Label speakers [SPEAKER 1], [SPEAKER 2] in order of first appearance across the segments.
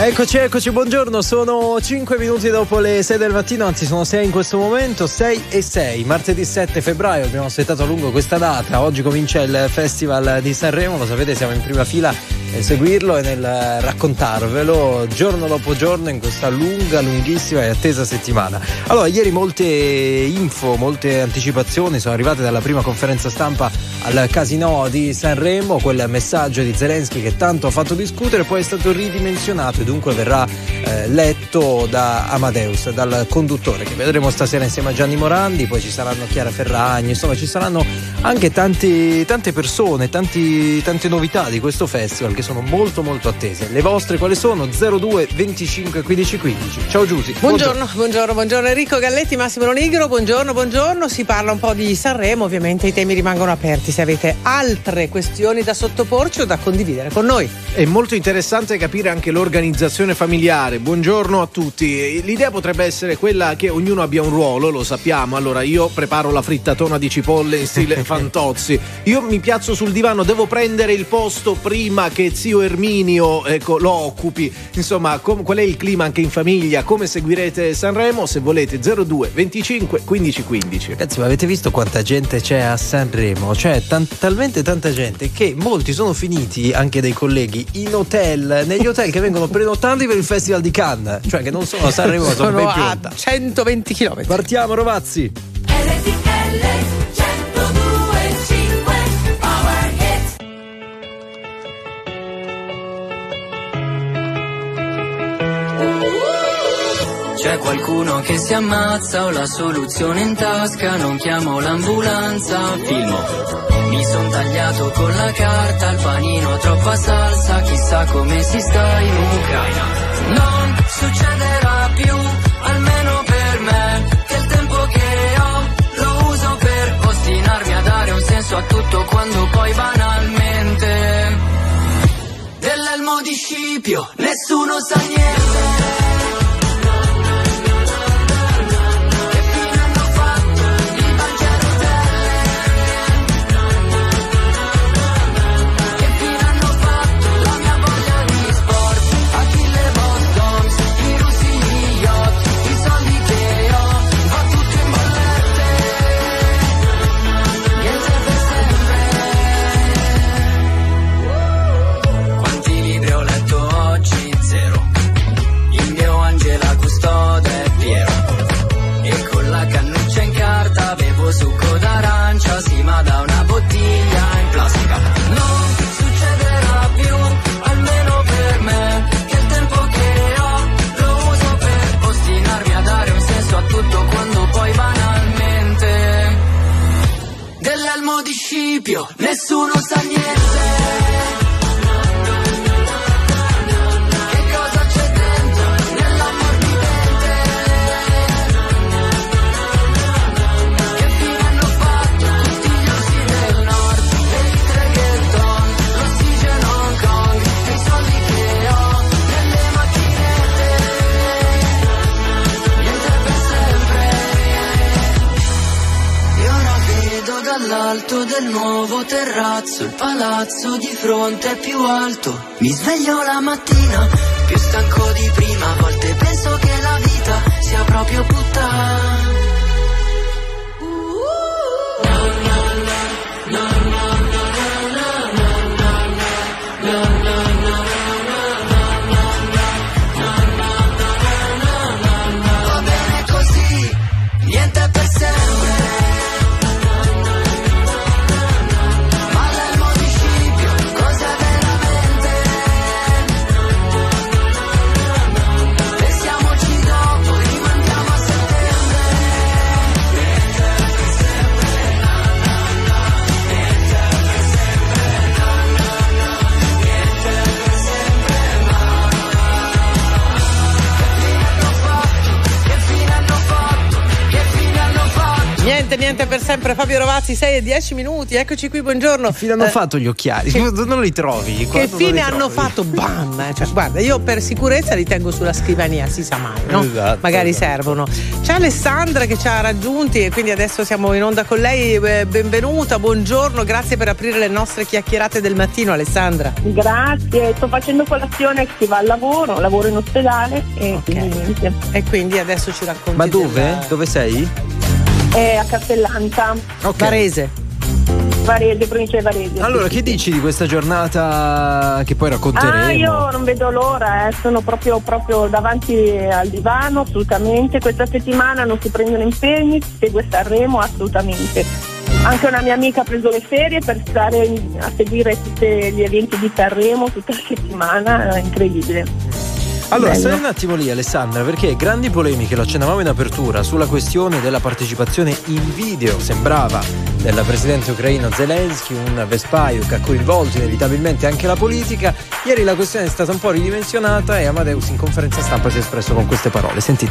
[SPEAKER 1] Eccoci, buongiorno, sono 5 minuti dopo le 6 del mattino, anzi sono 6 in questo momento, 6:06, martedì 7 febbraio, abbiamo aspettato a lungo questa data, oggi comincia il Festival di Sanremo, lo sapete, siamo in prima fila nel seguirlo e nel raccontarvelo giorno dopo giorno in questa lunghissima e attesa settimana. Allora, ieri molte info, molte anticipazioni sono arrivate dalla prima conferenza stampa al Casino di Sanremo, quel messaggio di Zelensky che tanto ha fatto discutere poi è stato ridimensionato e dunque verrà letto da Amadeus, dal conduttore, che vedremo stasera insieme a Gianni Morandi. Poi ci saranno Chiara Ferragni, insomma ci saranno anche tante persone, tante novità di questo festival che sono molto attese. Le vostre quali sono? 02 25 15 15. Ciao Giusy.
[SPEAKER 2] Buongiorno Enrico Galletti, Massimo Lonigro, buongiorno. Si parla un po' di Sanremo, ovviamente i temi rimangono aperti. Se avete altre questioni da sottoporci o da condividere con noi.
[SPEAKER 3] È molto interessante capire anche l'organizzazione familiare. Buongiorno a tutti. L'idea potrebbe essere quella che ognuno abbia un ruolo, lo sappiamo. Allora io preparo la frittatona di cipolle in stile Fantozzi. Io mi piazzo sul divano, devo prendere il posto prima che zio Erminio lo occupi. Insomma, qual è il clima anche in famiglia? Come seguirete Sanremo? Se volete 02 25 15 15.
[SPEAKER 1] Ragazzi, ma avete visto quanta gente c'è a Sanremo? C'è talmente tanta gente che molti sono finiti, anche dei colleghi, in hotel, negli hotel che vengono prenotati per il Festival di Cannes, cioè che non sono a Sanremo, sono ben più
[SPEAKER 2] a 120 km.
[SPEAKER 1] Partiamo, Rovazzi.
[SPEAKER 4] C'è qualcuno che si ammazza, ho la soluzione in tasca, non chiamo l'ambulanza, filmo. Mi son tagliato con la carta, il panino troppa salsa, chissà come si sta in Ucraina. Non succederà più, almeno per me, che il tempo che ho lo uso per ostinarmi a dare un senso a tutto quando poi banalmente dell'elmo di Scipio nessuno sa niente. Sì, ma da una bottiglia in plastica. Non succederà più, almeno per me, che il tempo che ho lo uso per ostinarmi a dare un senso a tutto quando poi banalmente dell'elmo di Scipio nessuno sa niente. Dall'alto del nuovo terrazzo, il palazzo di fronte è più alto. Mi sveglio la mattina, più stanco di prima. A volte penso che la vita sia proprio puttana. Va bene così, niente per sempre. Pensiamoci dopo, rimandiamo a settembre.
[SPEAKER 2] niente per sempre. Fabio Rovazzi, 6:10. Eccoci qui, buongiorno.
[SPEAKER 1] Che fine hanno fatto gli occhiali? Non li trovi?
[SPEAKER 2] Che fine hanno fatto? Bam! Cioè, guarda, io per sicurezza li tengo sulla scrivania, si sa mai, no?
[SPEAKER 1] Esatto,
[SPEAKER 2] magari servono. C'è Alessandra che ci ha raggiunti e quindi adesso siamo in onda con lei. Benvenuta, buongiorno, grazie per aprire le nostre chiacchierate del mattino, Alessandra.
[SPEAKER 5] Grazie, sto facendo colazione che si va al lavoro in ospedale e quindi niente.
[SPEAKER 2] E quindi adesso ci racconti.
[SPEAKER 1] Ma dove? Dove sei?
[SPEAKER 5] A Castellanza.
[SPEAKER 2] Varese,
[SPEAKER 5] provincia di Varese.
[SPEAKER 1] Allora, che dici di questa giornata che poi racconteremo?
[SPEAKER 5] Io non vedo l'ora, sono proprio davanti al divano, assolutamente. Questa settimana non si prendono impegni, si segue Sanremo, assolutamente. Anche una mia amica ha preso le ferie per stare a seguire tutti gli eventi di Sanremo tutta la settimana, è incredibile.
[SPEAKER 1] Allora, stai un attimo lì, Alessandra, perché grandi polemiche, lo accennavamo in apertura, sulla questione della partecipazione in video, sembrava, della presidente ucraino Zelensky, un vespaio che ha coinvolto inevitabilmente anche la politica. Ieri la questione è stata un po' ridimensionata e Amadeus in conferenza stampa si è espresso con queste parole. Sentite.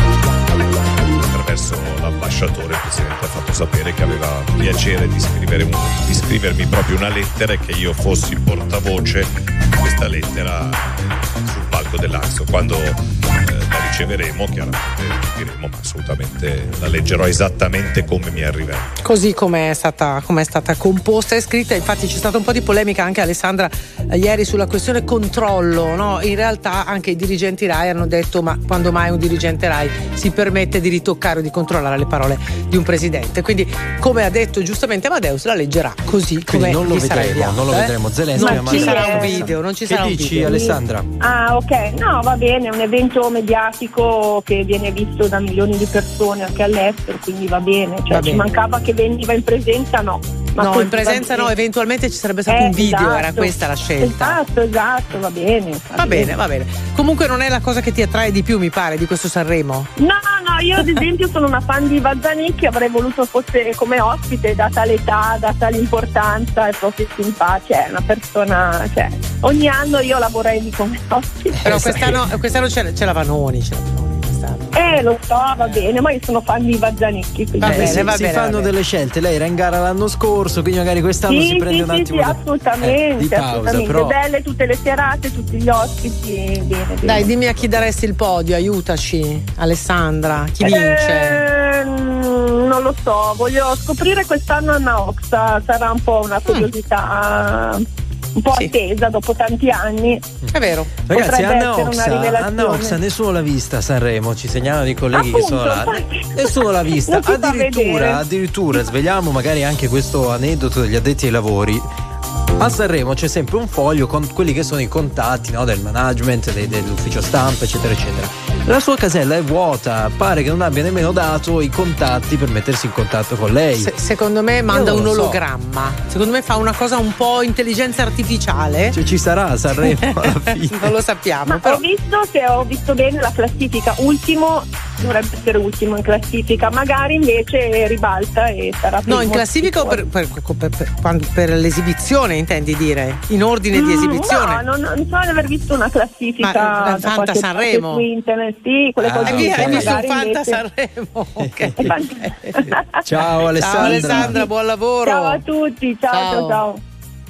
[SPEAKER 6] Attraverso l'ambasciatore il Presidente ha fatto sapere che aveva piacere di scrivermi proprio una lettera e che io fossi il portavoce di questa lettera sul palco dell'Axo. Quando la riceveremo chiaramente diremo, ma assolutamente la leggerò esattamente come mi arriverà.
[SPEAKER 2] Così come è stata composta e scritta. Infatti c'è stata un po' di polemica anche, Alessandra, ieri sulla questione controllo, no? In realtà anche i dirigenti RAI hanno detto: ma quando mai un dirigente RAI si permette di ritoccare o di controllare le parole di un presidente? Quindi, come ha detto giustamente Amadeus, la leggerà così come
[SPEAKER 1] non lo
[SPEAKER 2] gli sarà
[SPEAKER 1] vedremo, non lo vedremo. Zelensky,
[SPEAKER 2] non ci sarà un video, non ci sarà un video.
[SPEAKER 1] Che dici, Alessandra?
[SPEAKER 5] Ok, no, va bene, è un evento mediatico che viene visto da milioni di persone anche all'estero, quindi va bene. Ci mancava che veniva in presenza, no.
[SPEAKER 2] No, in presenza no, eventualmente ci sarebbe stato un video,
[SPEAKER 5] esatto,
[SPEAKER 2] era questa la scelta.
[SPEAKER 5] Esatto, va bene.
[SPEAKER 2] Va bene. Comunque non è la cosa che ti attrae di più, mi pare, di questo Sanremo?
[SPEAKER 5] No, io ad esempio sono una fan di Vazzanicchi, avrei voluto fosse come ospite, data l'età, data l'importanza, è proprio simpatica, è una persona, ogni anno io lavorerei come ospite.
[SPEAKER 2] Però quest'anno c'è la Vanoni,
[SPEAKER 5] lo so, va bene, ma io sono fan di Vazzanicchi.
[SPEAKER 1] Si fanno delle scelte. Lei era in gara l'anno scorso, quindi magari quest'anno si prende un attimo
[SPEAKER 5] assolutamente,
[SPEAKER 1] di pausa. Però...
[SPEAKER 5] belle tutte le serate, tutti gli ospiti. Bene.
[SPEAKER 2] Dai, dimmi a chi daresti il podio, aiutaci, Alessandra. Chi vince?
[SPEAKER 5] Non lo so, voglio scoprire quest'anno Anna Oxa, sarà un po' una curiosità. Un po' attesa dopo tanti anni.
[SPEAKER 2] È vero.
[SPEAKER 1] Ragazzi, Anna Oxa nessuno l'ha vista a Sanremo, ci segnalano i colleghi che sono là. Nessuno l'ha vista. Addirittura svegliamo magari anche questo aneddoto degli addetti ai lavori. A Sanremo c'è sempre un foglio con quelli che sono i contatti, no, del management, dell'ufficio stampa, eccetera, eccetera. La sua casella è vuota, pare che non abbia nemmeno dato i contatti per mettersi in contatto con lei.
[SPEAKER 2] Secondo me manda un ologramma. Secondo me fa una cosa un po' intelligenza artificiale.
[SPEAKER 1] Ci sarà a Sanremo alla fine.
[SPEAKER 2] Non lo sappiamo.
[SPEAKER 5] Ma
[SPEAKER 2] però...
[SPEAKER 5] ho visto bene la classifica. Ultimo dovrebbe essere ultimo in classifica, magari invece ribalta e sarà primo.
[SPEAKER 2] No, in classifica o per l'esibizione, intendi dire? In ordine di esibizione?
[SPEAKER 5] No, non so di aver visto una classifica.
[SPEAKER 2] Ma Fanta Sanremo?
[SPEAKER 5] Su internet, sì, quelle cose.
[SPEAKER 2] Hai visto Fanta Sanremo? Okay.
[SPEAKER 1] Ciao Alessandra.
[SPEAKER 2] Ciao Alessandra, buon lavoro.
[SPEAKER 5] Ciao a tutti, ciao.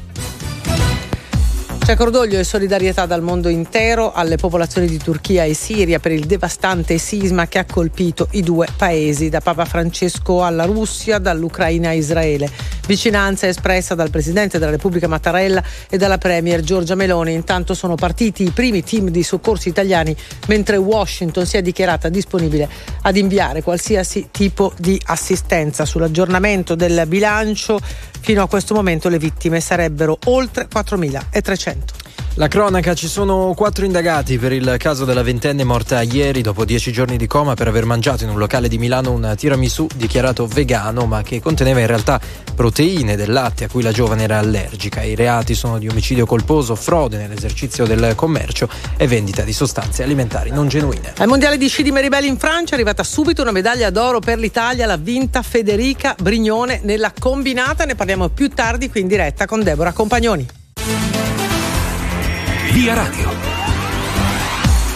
[SPEAKER 2] C'è cordoglio e solidarietà dal mondo intero alle popolazioni di Turchia e Siria per il devastante sisma che ha colpito i due paesi, da Papa Francesco alla Russia, dall'Ucraina a Israele. Vicinanza espressa dal Presidente della Repubblica Mattarella e dalla Premier Giorgia Meloni. Intanto sono partiti i primi team di soccorsi italiani, mentre Washington si è dichiarata disponibile ad inviare qualsiasi tipo di assistenza. Sull'aggiornamento del bilancio, fino a questo momento le vittime sarebbero oltre 4.300.
[SPEAKER 1] La cronaca: ci sono 4 indagati per il caso della ventenne morta ieri dopo 10 giorni di coma per aver mangiato in un locale di Milano un tiramisù dichiarato vegano ma che conteneva in realtà proteine del latte a cui la giovane era allergica. I reati sono di omicidio colposo, frode nell'esercizio del commercio e vendita di sostanze alimentari non genuine.
[SPEAKER 2] Al mondiale di sci di Meribel in Francia è arrivata subito una medaglia d'oro per l'Italia, l'ha vinta Federica Brignone nella combinata. Ne parliamo più tardi qui in diretta con Deborah Compagnoni.
[SPEAKER 7] Via Radio.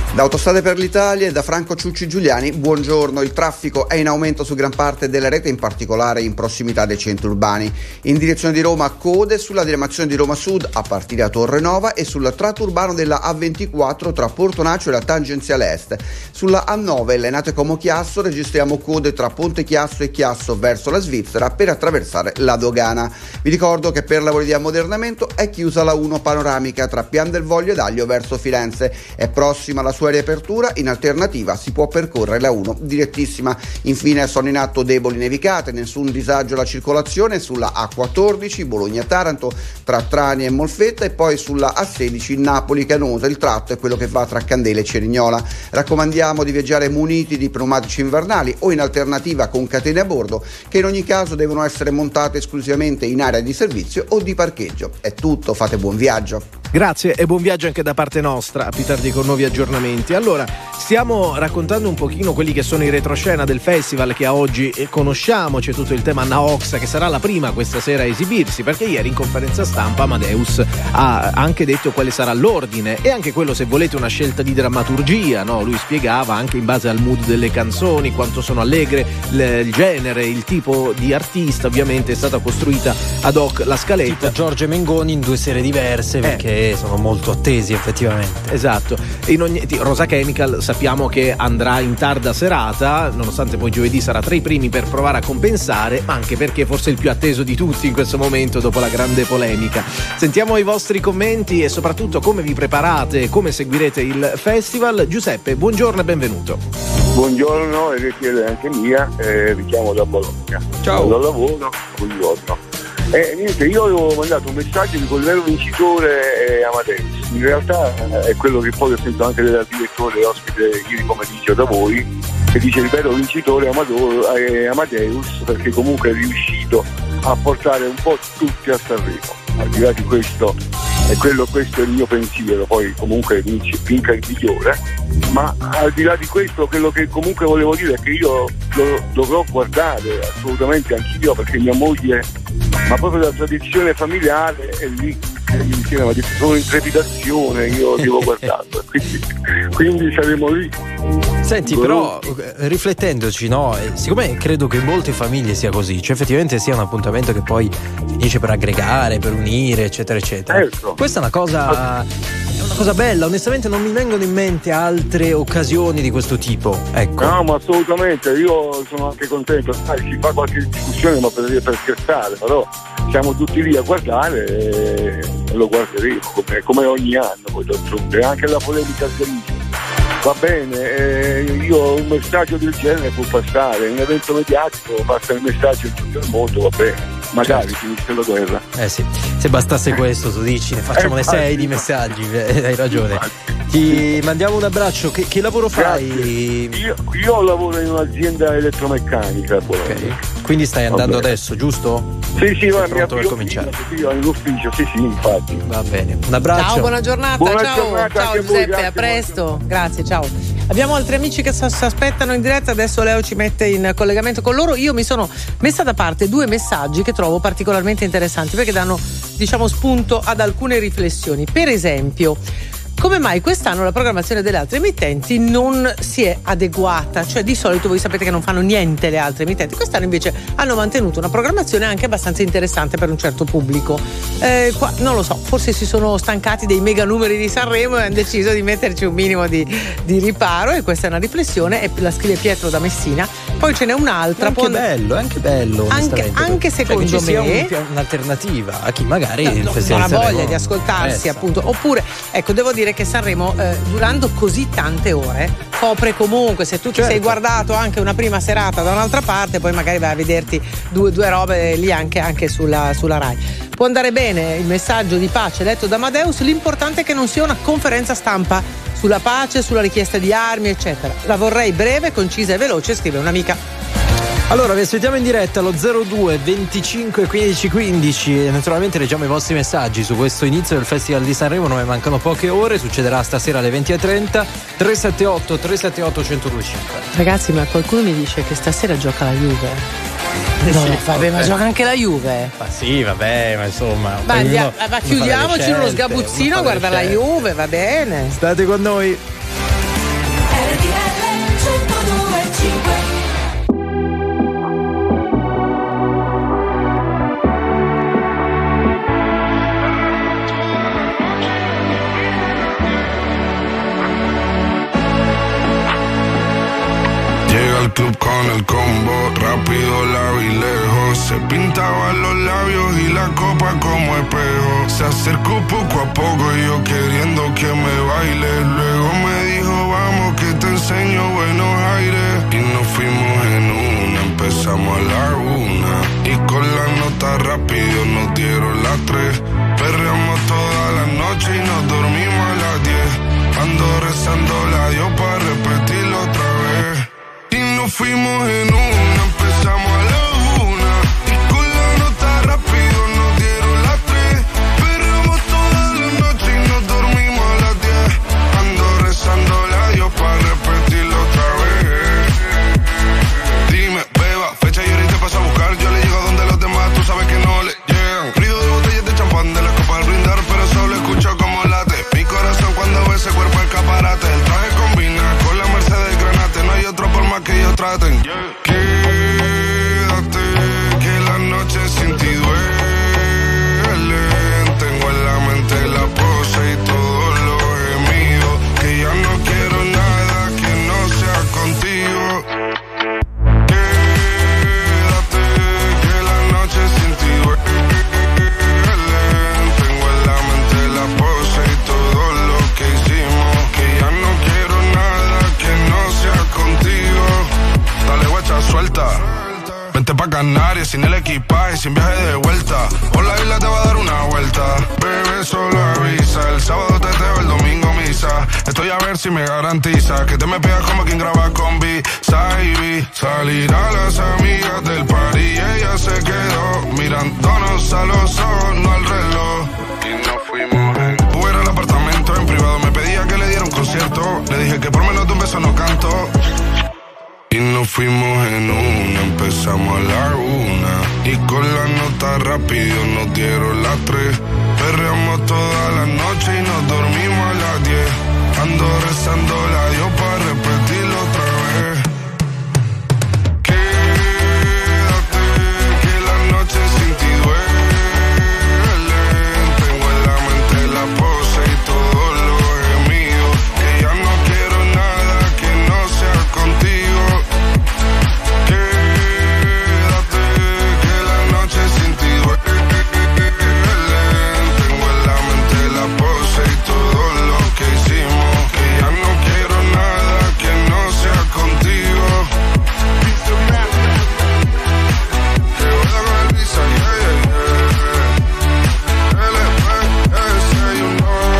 [SPEAKER 7] Da Autostrade per l'Italia e da Franco Ciucci Giuliani, buongiorno. Il traffico è in aumento su gran parte della rete, in particolare in prossimità dei centri urbani. In direzione di Roma, code sulla diramazione di Roma Sud a partire da Torre Nova e sul tratto urbano della A24 tra Portonaccio e la tangenziale est. Sulla A9, Lenate Como Chiasso, registriamo code tra Ponte Chiasso e Chiasso verso la Svizzera per attraversare la dogana. Vi ricordo che per lavori di ammodernamento è chiusa la 1 panoramica tra Pian del Voglio ed Aglio verso Firenze. È prossima la sua riapertura, in alternativa si può percorrere la 1 direttissima. Infine sono in atto deboli nevicate, nessun disagio alla circolazione sulla A14 Bologna-Taranto tra Trani e Molfetta e poi sulla A16 Napoli-Canosa. Il tratto è quello che va tra Candela e Cerignola. Raccomandiamo di viaggiare muniti di pneumatici invernali o in alternativa con catene a bordo, che in ogni caso devono essere montate esclusivamente in area di servizio o di parcheggio. È tutto, fate buon viaggio.
[SPEAKER 3] Grazie e buon viaggio anche da parte nostra, più tardi con nuovi aggiornamenti. Allora, stiamo raccontando un pochino quelli che sono i retroscena del festival che a oggi conosciamo. C'è tutto il tema Naox, che sarà la prima questa sera a esibirsi, perché ieri in conferenza stampa Amadeus ha anche detto quale sarà l'ordine e anche quello, se volete, una scelta di drammaturgia, no? Lui spiegava anche in base al mood delle canzoni quanto sono allegre, il genere, il tipo di artista. Ovviamente è stata costruita ad hoc la scaletta.
[SPEAKER 1] Tipo Giorgio Mengoni in 2 serie diverse, perché sono molto attesi effettivamente.
[SPEAKER 3] Esatto. Rosa Chemical sappiamo che andrà in tarda serata, nonostante poi giovedì sarà tra i primi per provare a compensare, ma anche perché forse è il più atteso di tutti in questo momento dopo la grande polemica. Sentiamo i vostri commenti e soprattutto come vi preparate, come seguirete il festival. Giuseppe, buongiorno e benvenuto.
[SPEAKER 8] Buongiorno, e richiede anche mia, richiamo da Bologna.
[SPEAKER 3] Ciao.
[SPEAKER 8] Dal lavoro, buongiorno. Niente, io avevo mandato un messaggio di quel vero vincitore Amadeus. In realtà è quello che poi ho sentito anche dal direttore ospite ieri pomeriggio da voi, che dice il vero vincitore Amadeus, perché comunque è riuscito a portare un po' tutti a Sanremo. Al di là di questo questo è il mio pensiero, poi comunque vinca il migliore, ma al di là di questo quello che comunque volevo dire è che io lo dovrò guardare assolutamente anch'io, perché mia moglie, ma proprio la tradizione familiare è lì, mi ha detto solo in trepidazione, io devo guardarlo, quindi saremo lì.
[SPEAKER 1] Senti, però riflettendoci, no, siccome credo che in molte famiglie sia così, cioè effettivamente sia un appuntamento che poi finisce per aggregare, per unire, eccetera eccetera. Questa è una cosa bella. Onestamente non mi vengono in mente altre occasioni di questo tipo, ecco.
[SPEAKER 8] No, ma assolutamente, io sono anche contento, si fa qualche discussione, ma per scherzare, però siamo tutti lì a guardare e lo guarderemo come ogni anno, poi d'altronde anche la polemica all'inizio. Va bene, io un messaggio del genere può passare, un evento mediatico passa il messaggio in tutto il mondo, va bene. Magari finisce la guerra.
[SPEAKER 1] Sì, se bastasse questo, tu dici, ne facciamo 6 di messaggi, hai ragione. Ti mandiamo un abbraccio. Che lavoro fai?
[SPEAKER 8] Io lavoro in un'azienda elettromeccanica a Bologna.
[SPEAKER 1] Okay. Quindi stai andando adesso, giusto?
[SPEAKER 8] Sì, va
[SPEAKER 1] pronto per cominciare.
[SPEAKER 8] Io in ufficio, sì, infatti.
[SPEAKER 1] Va bene. Un abbraccio.
[SPEAKER 2] Ciao, buona giornata. Ciao Giuseppe, a presto. Grazie, ciao. Abbiamo altri amici che si aspettano in diretta, adesso Leo ci mette in collegamento con loro. Io mi sono messa da parte 2 messaggi che trovo particolarmente interessanti, perché danno, spunto ad alcune riflessioni. Per esempio, come mai quest'anno la programmazione delle altre emittenti non si è adeguata? Cioè, di solito voi sapete che non fanno niente le altre emittenti, quest'anno invece hanno mantenuto una programmazione anche abbastanza interessante per un certo pubblico. Qua non lo so, forse si sono stancati dei mega numeri di Sanremo e hanno deciso di metterci un minimo di riparo, e questa è una riflessione, e la scrive Pietro da Messina. Poi ce n'è un'altra.
[SPEAKER 1] È anche bello.
[SPEAKER 2] Anche secondo
[SPEAKER 1] che ci
[SPEAKER 2] me
[SPEAKER 1] sia un'alternativa a chi magari
[SPEAKER 2] non ha voglia di ascoltarsi, appunto. Oppure, ecco, devo dire che Sanremo, durando così tante ore, copre comunque, se tu ti sei guardato anche una prima serata da un'altra parte, poi magari vai a vederti due robe lì anche sulla Rai. Può andare bene il messaggio di pace letto da Amadeus, l'importante è che non sia una conferenza stampa sulla pace, sulla richiesta di armi, eccetera. La vorrei breve, concisa e veloce, scrive un'amica.
[SPEAKER 1] Allora vi aspettiamo in diretta allo 02 25 15 15 e naturalmente leggiamo i vostri messaggi su questo inizio del Festival di Sanremo. Non mancano poche ore, succederà stasera alle 20:30. 378 1025.
[SPEAKER 2] Ragazzi, ma qualcuno mi dice che stasera gioca la Juve. Vabbè, ma gioca anche la Juve.
[SPEAKER 1] Ma sì, vabbè, ma insomma.
[SPEAKER 2] Ma chiudiamoci in uno sgabuzzino a guardare la Juve, va bene.
[SPEAKER 1] State con noi.
[SPEAKER 9] pintaba los labios y la copa como espejo. Se acercó poco a poco y yo queriendo que me baile. Luego me dijo vamos que te enseño buenos aires. Y nos fuimos en una, empezamos a la 1. Y con la nota rápido nos dieron las 3. Perreamos toda la noche y nos dormimos a las 10. Ando rezando la Dios para repetirlo otra vez. Y nos fuimos en una, empezamos a la 1. Y con la nota rápido nos dieron las 3. Perreamos toda la noche y nos dormimos a las 10. Ando rezando la Dios para repetirlo otra vez. Dime, beba, fecha y ahorita paso a buscar. Yo le llego donde los demás, tú sabes que no le llegan. Ruido de botellas de champán de la copa al brindar, pero solo escucho como late mi corazón cuando ve ese cuerpo escaparate. El traje combina con la Mercedes Granate, no hay otro por más que ellos traten. Quédate, que la noche sin ti duele. Tengo en la mente la pose y todos los gemidos. Que ya no quiero nada que no sea contigo. Quédate, que la noche sin ti duele. Tengo en la mente la pose y todo lo que hicimos. Que ya no quiero nada que no sea contigo. Dale guacha, suelta. Vente pa' Canarias sin el equipaje, sin viaje de vuelta. Por la isla te va a dar una vuelta. Bebé, solo avisa. El sábado teteo, el domingo misa. Estoy a ver si me garantiza que te me pegas como quien graba con B-Side. Salir a las amigas del party y ella se quedó mirándonos a los ojos, no al reloj. Y nos fuimos en fuera al apartamento en privado. Me pedía que le diera un concierto. Le dije que por menos de un beso no canto. Y nos fuimos en una, empezamos a la 1. Y con la nota rápido nos dieron las 3. Perreamos toda la noche y nos dormimos a las 10. Ando rezando la Dios para repetirlo otra vez. Quédate, que la noche sin ti duele. Tengo en la mente la pose y todos los gemidos. Que ya no quiero nada que no sea contigo. Quédate, que la noche sin ti duele. Tengo en la mente la pose y todo lo que hicimos. Que ya no quiero nada que no sea contigo. Que voy con el visa, LPS, you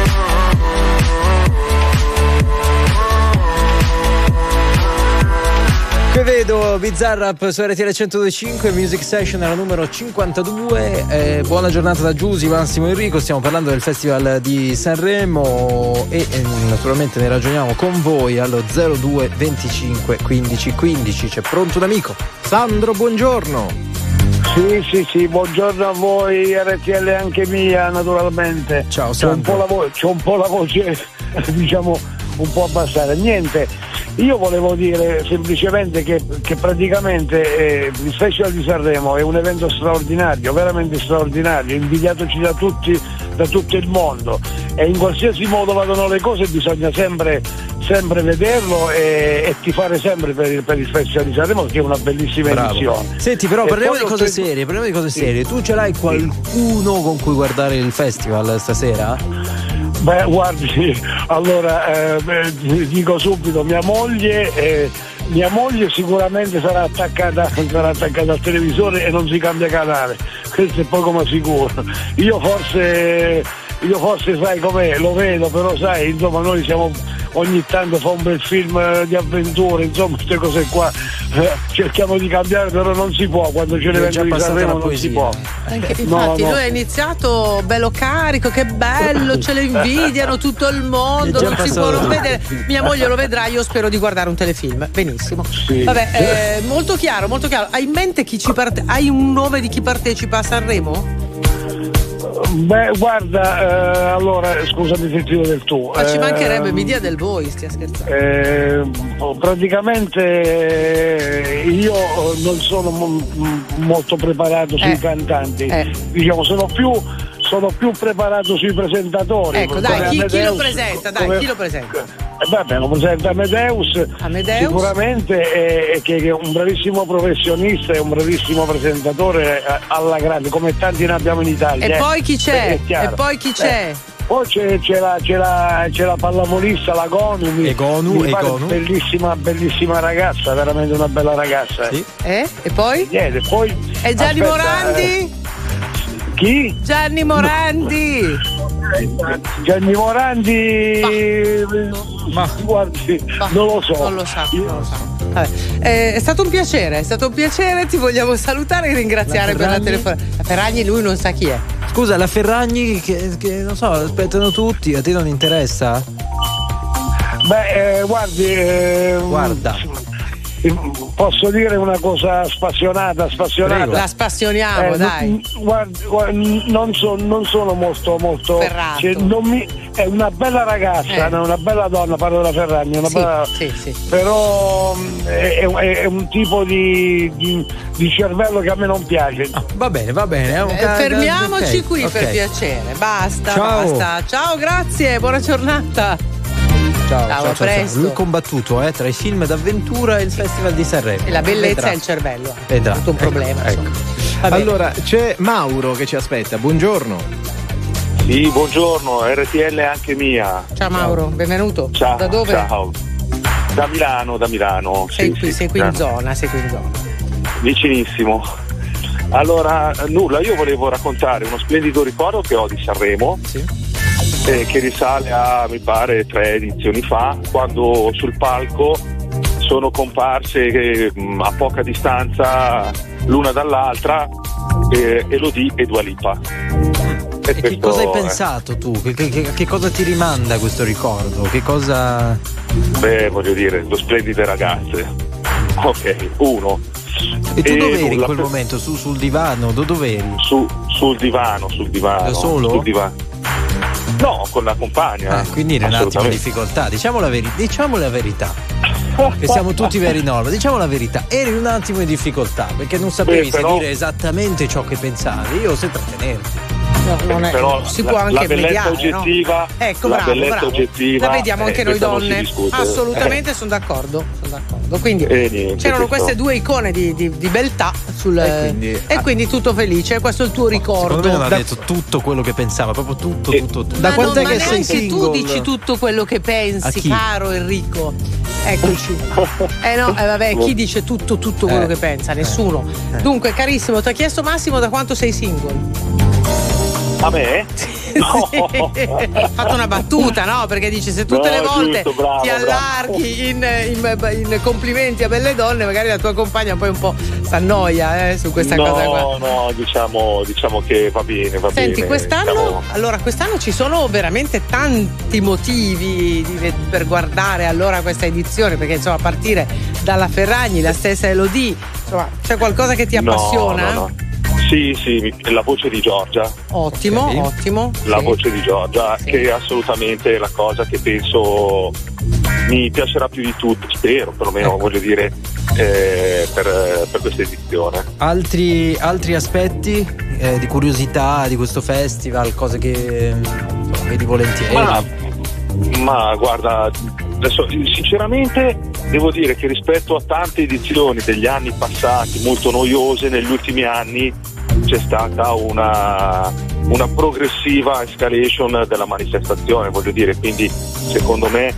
[SPEAKER 1] Che vedo Bizarrap su RTL 102.5, Music Session alla numero 52. Buona giornata da Giusy, Massimo Enrico. Stiamo parlando del Festival di Sanremo e naturalmente ne ragioniamo con voi allo 02 25 15 15. C'è pronto un amico.
[SPEAKER 3] Sandro, buongiorno.
[SPEAKER 10] Sì, buongiorno a voi, RTL anche mia naturalmente.
[SPEAKER 1] Ciao Sandro.
[SPEAKER 10] C'ho un po' la voce diciamo un po' abbassata. Niente, io volevo dire semplicemente che praticamente il Festival di Sanremo è un evento straordinario, veramente straordinario, invidiatoci da tutti, da tutto il mondo, e in qualsiasi modo vadano le cose bisogna sempre vederlo e tifare sempre per il Festival di Sanremo, che è una bellissima edizione.
[SPEAKER 1] Senti, però parliamo di cose serie, Tu ce l'hai qualcuno con cui guardare il festival stasera?
[SPEAKER 10] Beh, guardi, allora dico subito, mia moglie sicuramente sarà attaccata al televisore e non si cambia canale, questo è poco ma sicuro. Io forse sai com'è, lo vedo, però sai, insomma, noi siamo, ogni tanto fa un bel film di avventure, insomma, queste cose qua cerchiamo di cambiare, però non si può, quando c'è l'evento di Sanremo non si può.
[SPEAKER 2] Infatti lui ha iniziato bello carico, che bello, ce lo invidiano tutto il mondo, non si può non vedere. Mia moglie lo vedrà, io spero di guardare un telefilm, benissimo. Sì. Vabbè, molto chiaro. Hai in mente hai un nome di chi partecipa a Sanremo?
[SPEAKER 10] Beh, guarda, allora scusami se ti do del tu.
[SPEAKER 2] Ma ci mancherebbe, mi dia del voi, stia scherzando.
[SPEAKER 10] Praticamente io non sono molto preparato sui cantanti, diciamo, sono più sono più preparato sui presentatori.
[SPEAKER 2] Ecco, dai, chi lo presenta? Dai, chi lo presenta?
[SPEAKER 10] Vabbè, lo presenta Amadeus. Sicuramente che è un bravissimo professionista e un bravissimo presentatore alla grande, come tanti ne abbiamo in Italia.
[SPEAKER 2] E poi chi c'è? E poi chi c'è?
[SPEAKER 10] Poi c'è la pallavolista, la Gonu. Bellissima ragazza, veramente una bella ragazza.
[SPEAKER 2] Sì. E poi?
[SPEAKER 10] Niente, poi.
[SPEAKER 2] E Gianni Morandi?
[SPEAKER 10] Chi?
[SPEAKER 2] Gianni Morandi.
[SPEAKER 10] Gianni Morandi. Guardi, non lo so.
[SPEAKER 2] Non lo sa. Vabbè. È stato un piacere, ti vogliamo salutare e ringraziare per la telefonata. La Ferragni lui non sa chi è.
[SPEAKER 1] Scusa, la Ferragni che non so, aspettano tutti, a te non interessa?
[SPEAKER 10] Beh, guarda. Posso dire una cosa spassionata?
[SPEAKER 2] Prego. La spassioniamo, dai.
[SPEAKER 10] Non sono molto
[SPEAKER 2] ferrato.
[SPEAKER 10] È una bella ragazza, una bella donna, parlo della Ferragni,
[SPEAKER 2] sì.
[SPEAKER 10] Però è un tipo di cervello che a me non piace.
[SPEAKER 1] Va bene.
[SPEAKER 2] Fermiamoci qui, okay. Per piacere. Basta. Ciao, grazie, buona giornata. Ciao, a presto.
[SPEAKER 1] Lui combattuto tra i film d'avventura e il Festival di Sanremo.
[SPEAKER 2] E la bellezza e il cervello.
[SPEAKER 1] Vedrà.
[SPEAKER 2] Tutto un problema.
[SPEAKER 1] Ecco.
[SPEAKER 3] Allora c'è Mauro che ci aspetta. Buongiorno.
[SPEAKER 11] Sì, buongiorno, RTL è anche mia.
[SPEAKER 2] Ciao Mauro, benvenuto.
[SPEAKER 11] Ciao.
[SPEAKER 2] Da dove?
[SPEAKER 11] Ciao. Da Milano.
[SPEAKER 2] Sei qui in zona.
[SPEAKER 11] Vicinissimo. Allora, nulla, io volevo raccontare uno splendido ricordo che ho di Sanremo.
[SPEAKER 1] Sì.
[SPEAKER 11] Che risale a, mi pare, 3 edizioni fa, quando sul palco sono comparse a poca distanza l'una dall'altra Elodie e Dua Lipa.
[SPEAKER 1] E che cosa hai pensato tu? Che cosa ti rimanda questo ricordo? Che cosa...
[SPEAKER 11] Beh, voglio dire, due splendide ragazze. Ok, uno.
[SPEAKER 1] E tu dove eri in quel momento? Sul divano? Dove eri?
[SPEAKER 11] Sul divano.
[SPEAKER 1] Da solo?
[SPEAKER 11] Sul divano. No, con la compagna.
[SPEAKER 1] Quindi eri un attimo in difficoltà. Diciamo la verità. Che siamo tutti veri norma. Diciamo la verità. Eri un attimo in difficoltà perché non sapevi se dire esattamente ciò che pensavi o se trattenerti.
[SPEAKER 11] Però
[SPEAKER 2] si può anche mediare,
[SPEAKER 11] oggettiva,
[SPEAKER 2] no? Ecco, bravo.
[SPEAKER 11] Oggettiva,
[SPEAKER 2] la vediamo anche noi donne. Assolutamente, sono d'accordo. Quindi c'erano queste due icone di beltà e quindi tutto felice. Questo è il tuo ricordo.
[SPEAKER 1] Secondo me non ha detto tutto quello che pensava, proprio tutto.
[SPEAKER 2] Da quant'è che sei single? Tu dici tutto quello che pensi, caro Enrico. Eccoci. Vabbè, chi dice tutto quello che pensa? Nessuno. Dunque, carissimo, ti ha chiesto Massimo da quanto sei single?
[SPEAKER 11] A me?
[SPEAKER 2] No. Ho fatto una battuta, no? Perché dice se tutte le volte
[SPEAKER 11] bravo,
[SPEAKER 2] ti allarghi in complimenti a belle donne, magari la tua compagna poi un po' s'annoia su questa cosa qua.
[SPEAKER 11] No, diciamo che va bene.
[SPEAKER 2] Senti, quest'anno ci sono veramente tanti motivi per guardare allora questa edizione, perché insomma a partire dalla Ferragni, la stessa Elodie, insomma c'è qualcosa che ti appassiona?
[SPEAKER 11] No. Sì, la voce di Giorgia.
[SPEAKER 2] Ottimo.
[SPEAKER 11] La voce di Giorgia, che è assolutamente la cosa che penso mi piacerà più di tutto, spero perlomeno, voglio dire, per questa edizione.
[SPEAKER 1] Altri aspetti di curiosità di questo festival, cose che vedi volentieri?
[SPEAKER 11] Ma guarda, adesso sinceramente devo dire che rispetto a tante edizioni degli anni passati molto noiose, negli ultimi anni c'è stata una progressiva escalation della manifestazione, voglio dire, quindi secondo me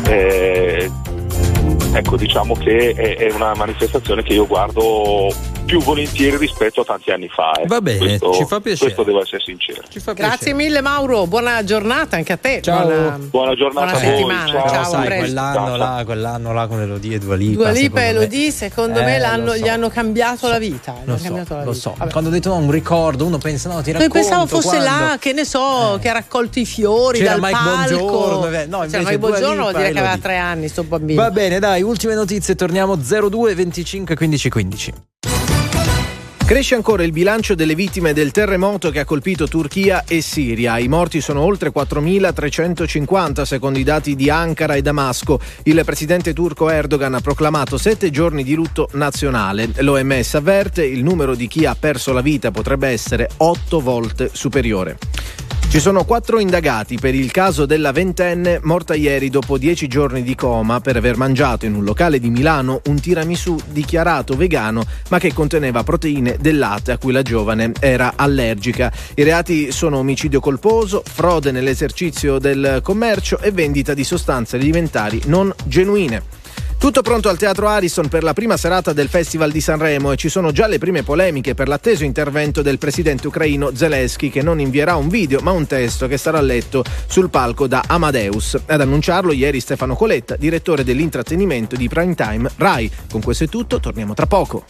[SPEAKER 11] diciamo che è una manifestazione che io guardo più volentieri rispetto a tanti anni fa.
[SPEAKER 1] Va bene, ci fa piacere.
[SPEAKER 11] Questo devo essere sincero.
[SPEAKER 2] Grazie mille Mauro, buona giornata anche a te.
[SPEAKER 1] Ciao.
[SPEAKER 11] Buona giornata
[SPEAKER 2] buona
[SPEAKER 11] a voi.
[SPEAKER 2] settimana. Ciao,
[SPEAKER 1] sai, quell'anno là con Elodie e Dua Lipa.
[SPEAKER 2] Dua Lipa e Elodie secondo me gli hanno cambiato la vita.
[SPEAKER 1] Lo so. Vabbè. Quando ho detto un ricordo, uno pensa ti racconto.
[SPEAKER 2] Pensavo fosse là, che ne so, che ha raccolto i fiori
[SPEAKER 1] c'era
[SPEAKER 2] dal
[SPEAKER 1] Mike
[SPEAKER 2] palco.
[SPEAKER 1] Buongiorno.
[SPEAKER 2] C'era Mike Buongiorno, vuol dire che aveva 3 anni sto bambino.
[SPEAKER 1] Va bene, dai, ultime notizie, torniamo 02 25 15 15.
[SPEAKER 3] Cresce ancora il bilancio delle vittime del terremoto che ha colpito Turchia e Siria. I morti sono oltre 4.350 secondo i dati di Ankara e Damasco. Il presidente turco Erdogan ha proclamato 7 giorni di lutto nazionale. L'OMS avverte il numero di chi ha perso la vita potrebbe essere 8 volte superiore. Ci sono 4 indagati per il caso della ventenne morta ieri dopo 10 giorni di coma per aver mangiato in un locale di Milano un tiramisù dichiarato vegano ma che conteneva proteine del latte a cui la giovane era allergica. I reati sono omicidio colposo, frode nell'esercizio del commercio e vendita di sostanze alimentari non genuine. Tutto pronto al Teatro Ariston per la prima serata del Festival di Sanremo e ci sono già le prime polemiche per l'atteso intervento del presidente ucraino Zelensky, che non invierà un video ma un testo che sarà letto sul palco da Amadeus. Ad annunciarlo ieri Stefano Coletta, direttore dell'intrattenimento di Primetime Rai. Con questo è tutto, torniamo tra poco.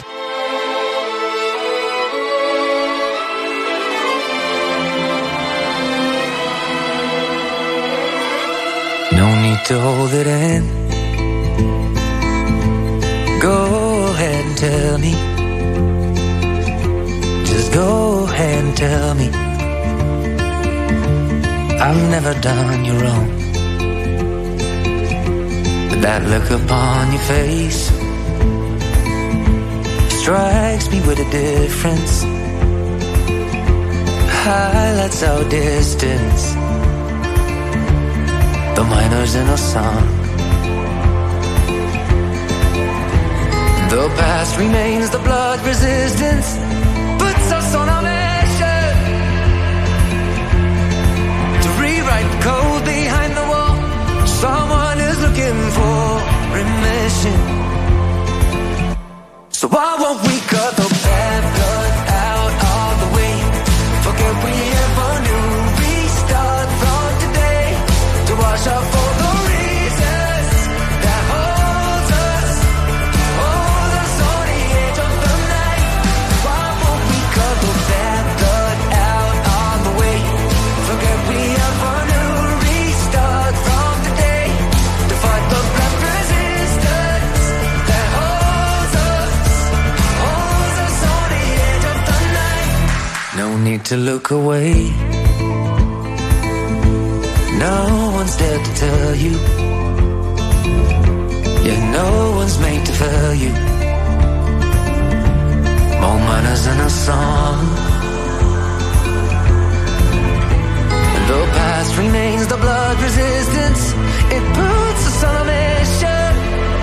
[SPEAKER 12] No need to hold it in. Go ahead and tell me. Just go ahead and tell me. I've never done you wrong. But that look upon your face strikes me with a difference. Highlights our distance. The minors in a song. The past remains, the blood resistance puts us on a mission to rewrite the code behind the wall. Someone is looking for remission. So why won't we cut the bad blood out of the way? Forget we ever knew. Restart from today to wash up all the reasons that holds us. Need to look away. No one's there to tell you. Yeah, no one's made to fail you. More manners in a song. And the past remains, the blood resistance. It puts us on a mission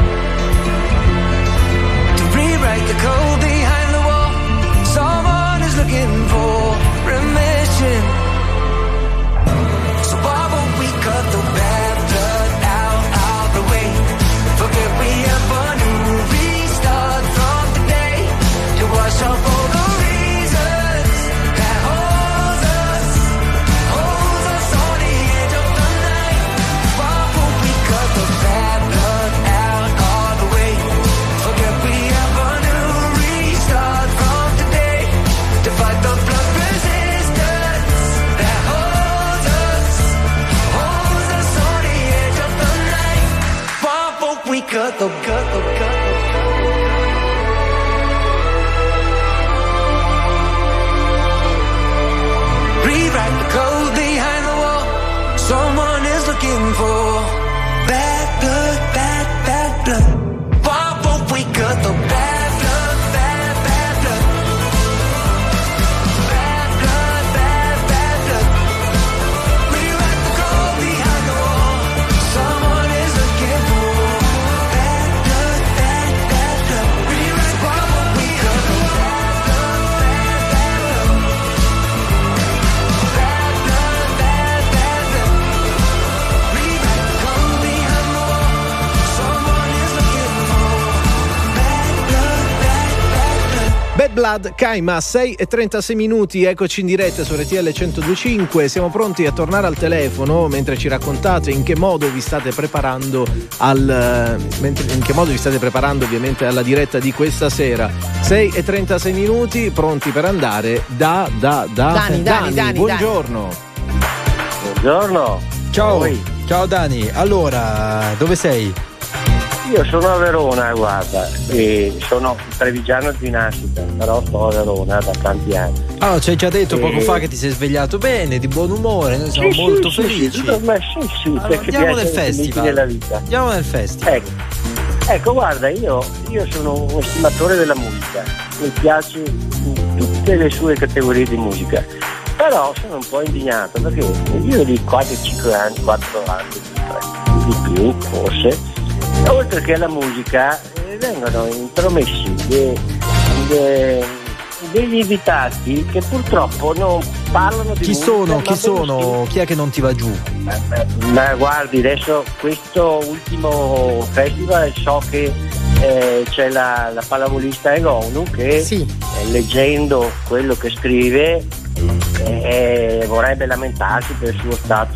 [SPEAKER 12] to rewrite the code behind the wall. Someone is looking for remission. So why won't we cut the bad blood out of the way? Forget we ever knew. Restart from today to wash off all the reasons that holds us on the edge of the night. Why won't we cut the bad blood out of the way? Forget we ever knew. Restart from today to fight the blood resistance that holds us on the edge of the night. Why won't we cut the rewrite the code behind the wall. Someone is looking for bad blood, bad blood. Why won't we cut the bad blood, bad blood? Bad blood, bad blood. Rewrite the code behind the wall. Someone is looking for bad blood, bad blood. Rewrite why won't we cut the bad blood, bad blood? Bad blood, bad blood. Rewrite the code behind the wall. Someone is looking for bad blood, bad blood.
[SPEAKER 3] Bad Blood, Kaima, 6:36 minuti, eccoci in diretta su RTL 102.5. Siamo pronti a tornare al telefono mentre ci raccontate in che modo vi state preparando ovviamente alla diretta di questa sera. 6:36 minuti, pronti per andare da Dani. Buongiorno.
[SPEAKER 13] Buongiorno.
[SPEAKER 1] Ciao.
[SPEAKER 13] Oi.
[SPEAKER 1] Ciao Dani. Allora, dove sei?
[SPEAKER 13] Io sono a Verona, guarda, e sono trevigiano di nascita, però sto a Verona da tanti anni.
[SPEAKER 1] Allora, ci hai già detto poco fa che ti sei svegliato bene, di buon umore, noi siamo molto felici.
[SPEAKER 13] Sì, allora,
[SPEAKER 1] perché andiamo nel festival.
[SPEAKER 13] Nella vita.
[SPEAKER 1] Andiamo nel festival.
[SPEAKER 13] Ecco, guarda, io sono un estimatore della musica, mi piace tutte le sue categorie di musica, però sono un po' indignato perché io di 4-5 anni, 4 anni, di più forse, oltre che alla musica vengono intromessi degli invitati che purtroppo non parlano di musica.
[SPEAKER 1] Chi sono? Chi è che non ti va giù?
[SPEAKER 13] Ma guardi, adesso questo ultimo festival so che c'è la pallavolista Egonu che leggendo quello che scrive vorrebbe lamentarsi per il suo stato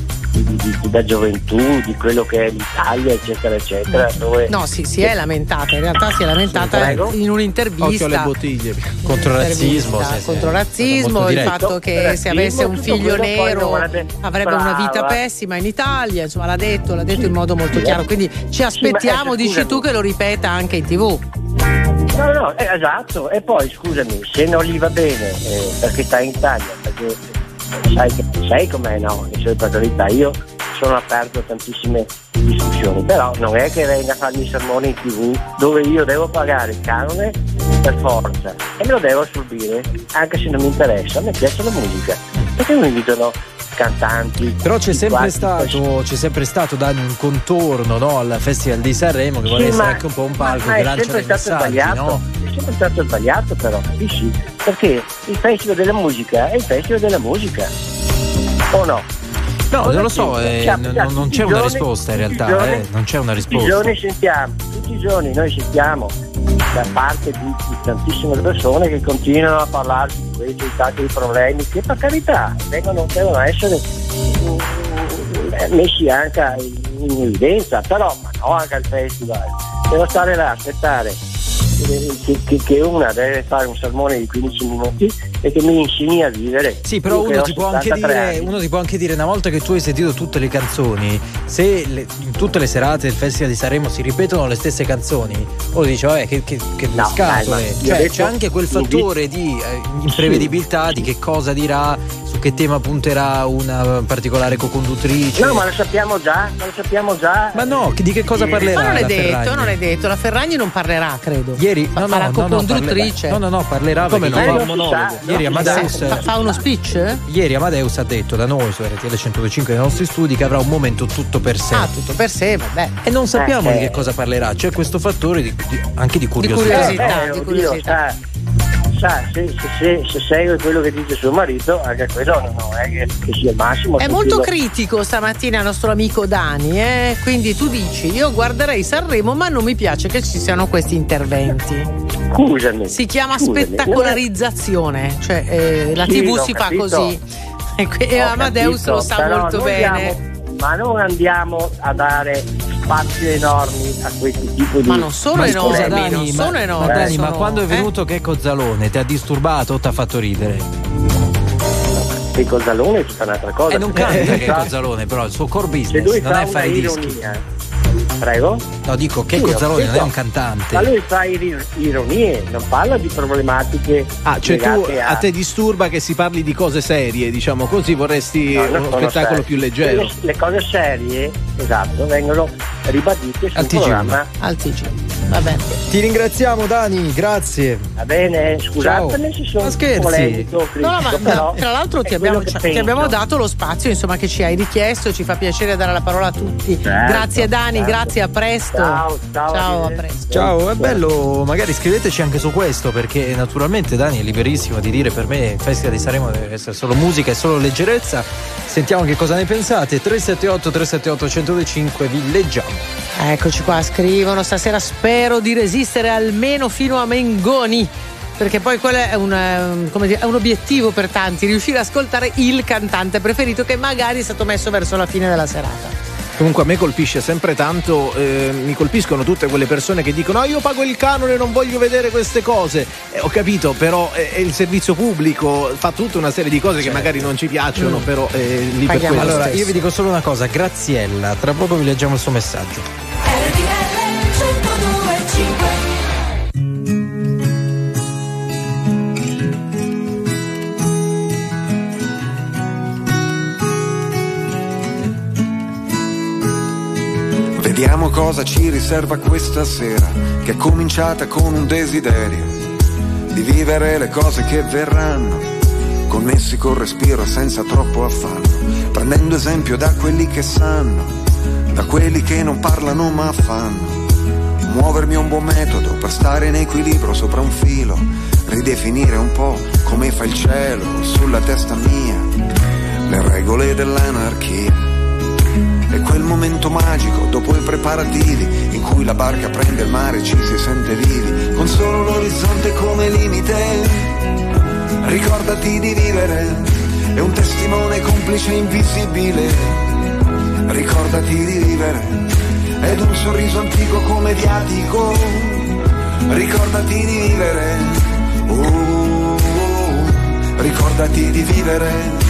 [SPEAKER 13] da gioventù, di quello che è l'Italia, eccetera eccetera, dove
[SPEAKER 2] no, si è lamentata, in realtà si è lamentata in un'intervista.
[SPEAKER 3] Occhio alle bottiglie.
[SPEAKER 1] Contro il
[SPEAKER 2] razzismo, il fatto che se avesse un figlio nero avrebbe una vita pessima in Italia, insomma l'ha detto in modo molto chiaro, quindi ci aspettiamo, dici tu, che lo ripeta anche in TV.
[SPEAKER 13] No, esatto, e poi scusami, se non gli va bene perché sta in Italia, perché sai com'è, no? Le sue personalità, io sono aperto a tantissime discussioni, però non è che venga a farmi sermoni in TV dove io devo pagare il canone per forza e me lo devo assorbire, anche se non mi interessa, a me piace la musica, perché mi invitano cantanti.
[SPEAKER 1] Però c'è sempre stato Dani un contorno, no, al Festival di Sanremo che vuole essere anche un po' un palco che lancia dei messaggi, no?
[SPEAKER 13] È sempre stato sbagliato, però, capisci? Perché il Festival della musica è il Festival della musica, o no?
[SPEAKER 1] No, non lo so, non c'è una risposta in realtà, non c'è una risposta.
[SPEAKER 13] Tutti i giorni noi sentiamo da parte di tantissime persone che continuano a parlare di questi tanti problemi che per carità devono essere messi anche in evidenza, però ma no anche al festival. Devo stare là a aspettare che una deve fare un sermone di 15 minuti e che mi insegni a vivere.
[SPEAKER 1] Sì, però uno ti può anche dire una volta che tu hai sentito tutte le canzoni, se in tutte le serate del Festival di Sanremo si ripetono le stesse canzoni, o dice vabbè che scatole, c'è anche quel fattore di imprevedibilità di che cosa dirà, su che tema punterà una particolare co-conduttrice.
[SPEAKER 13] No, ma lo sappiamo già.
[SPEAKER 1] Ma no, di che cosa parlerà?
[SPEAKER 2] Ma non è detto, la Ferragni non parlerà, credo.
[SPEAKER 1] Ieri
[SPEAKER 2] la co-conduttrice.
[SPEAKER 1] No, parlerà
[SPEAKER 3] come
[SPEAKER 1] perché
[SPEAKER 3] no?
[SPEAKER 1] fa un monologo. Ieri Amadeus
[SPEAKER 2] fa uno speech?
[SPEAKER 1] Ieri Amadeus ha detto da noi su RTL 102.5 nei nostri studi che avrà un momento tutto per sé.
[SPEAKER 2] Tutto per sé, vabbè.
[SPEAKER 1] E non sappiamo di che cosa parlerà, c'è questo fattore anche di curiosità.
[SPEAKER 2] Di curiosità.
[SPEAKER 13] Se segue quello che dice suo marito, anche quello non è che sia il massimo.
[SPEAKER 2] È molto critico stamattina il nostro amico Dani, quindi tu dici io guarderei Sanremo ma non mi piace che ci siano questi interventi.
[SPEAKER 13] Scusami.
[SPEAKER 2] Si chiama spettacolarizzazione, cioè la TV si fa così e Amadeus lo sa molto bene.
[SPEAKER 13] Ma non andiamo a dare spazi enormi a questi tipi di.
[SPEAKER 2] Ma non sono enormi,
[SPEAKER 1] Dani,
[SPEAKER 2] Dani,
[SPEAKER 1] ma quando è venuto Checco Zalone ti ha disturbato o ti ha fatto ridere?
[SPEAKER 13] Checco Zalone è tutta un'altra cosa.
[SPEAKER 1] Non canta Checco Zalone, però il suo core business non è fare i dischi.
[SPEAKER 13] Prego?
[SPEAKER 1] No, dico Checco Zalone non è un cantante.
[SPEAKER 13] Ma lui fa ironie, non parla di problematiche.
[SPEAKER 3] Cioè a te disturba che si parli di cose serie, diciamo così, vorresti uno spettacolo più leggero.
[SPEAKER 13] Le cose serie, esatto, vengono ribadite sul programma
[SPEAKER 2] al TG. Va bene.
[SPEAKER 1] Ti ringraziamo Dani, grazie.
[SPEAKER 13] Va bene, scusatemi se sono polemico, critico, però
[SPEAKER 2] tra l'altro ti abbiamo dato lo spazio, insomma, che ci hai richiesto, ci fa piacere dare la parola a tutti. Grazie Dani, grazie, a presto. Ciao, a presto.
[SPEAKER 1] Ciao, è bello, magari scriveteci anche su questo, perché naturalmente Dani è liberissimo di dire per me il Festival di Sanremo deve essere solo musica e solo leggerezza. Sentiamo che cosa ne pensate. 378-378-1025, vi leggiamo.
[SPEAKER 2] Eccoci qua, scrivono: stasera spero di resistere almeno fino a Mengoni, perché poi quello è un obiettivo per tanti, riuscire ad ascoltare il cantante preferito che magari è stato messo verso la fine della serata.
[SPEAKER 3] Comunque a me colpisce sempre tanto, mi colpiscono tutte quelle persone che dicono io pago il canone, non voglio vedere queste cose. Ho capito, però è il servizio pubblico, fa tutta una serie di cose che magari non ci piacciono, però lì per quello.
[SPEAKER 1] Allora, io vi dico solo una cosa, Graziella, tra poco vi leggiamo il suo messaggio.
[SPEAKER 14] Vediamo cosa ci riserva questa sera, che è cominciata con un desiderio di vivere le cose che verranno, connessi col respiro senza troppo affanno, prendendo esempio da quelli che sanno, da quelli che non parlano ma fanno. Muovermi è un buon metodo per stare in equilibrio sopra un filo, ridefinire un po' come fa il cielo sulla testa mia, le regole dell'anarchia. E quel momento magico dopo i preparativi in cui la barca prende il mare e ci si sente vivi, con solo l'orizzonte come limite. Ricordati di vivere, è un testimone complice invisibile. Ricordati di vivere, ed un sorriso antico come viatico. Ricordati di vivere, ricordati di vivere.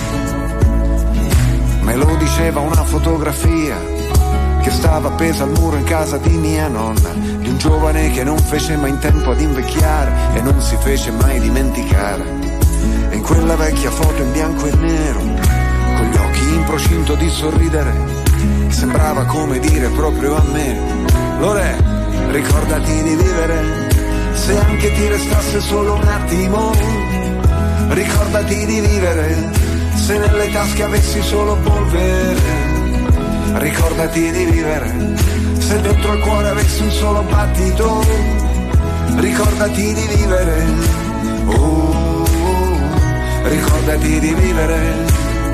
[SPEAKER 14] Me lo diceva una fotografia che stava appesa al muro in casa di mia nonna, di un giovane che non fece mai in tempo ad invecchiare e non si fece mai dimenticare. E in quella vecchia foto in bianco e nero, con gli occhi in procinto di sorridere, sembrava come dire proprio a me: Lore, ricordati di vivere, se anche ti restasse solo un attimo. Ricordati di vivere, se nelle tasche avessi solo polvere. Ricordati di vivere, se dentro il cuore avessi un solo battito. Ricordati di vivere, ricordati di vivere.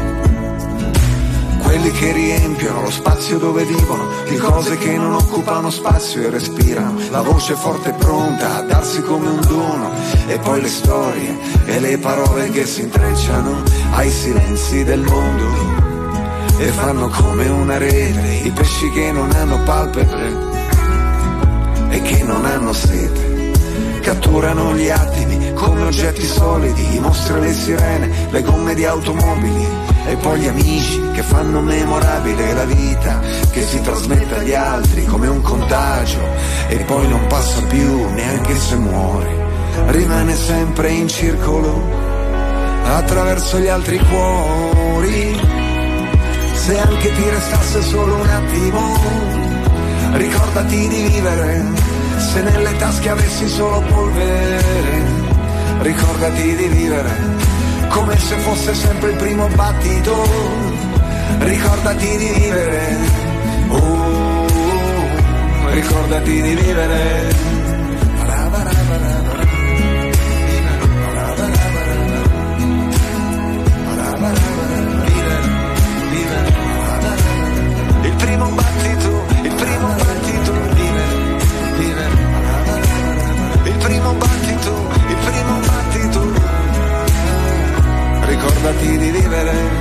[SPEAKER 14] Quelli che riempiono lo spazio dove vivono di cose che non occupano spazio e respirano, la voce forte e pronta a darsi come un dono, e poi le storie e le parole che si intrecciano ai silenzi del mondo e fanno come una rete i pesci che non hanno palpebre e che non hanno sete. Catturano gli attimi come oggetti solidi, i mostri e le sirene, le gomme di automobili, e poi gli amici che fanno memorabile la vita che si trasmette agli altri come un contagio e poi non passa più neanche se muore, rimane sempre in circolo attraverso gli altri cuori. Se anche ti restasse solo un attimo, ricordati di vivere, se nelle tasche avessi solo polvere. Ricordati di vivere, come se fosse sempre il primo battito. Ricordati di vivere, ricordati di vivere. Il primo battito, il primo battito, il primo battito, il primo battito. Ricordati di vivere.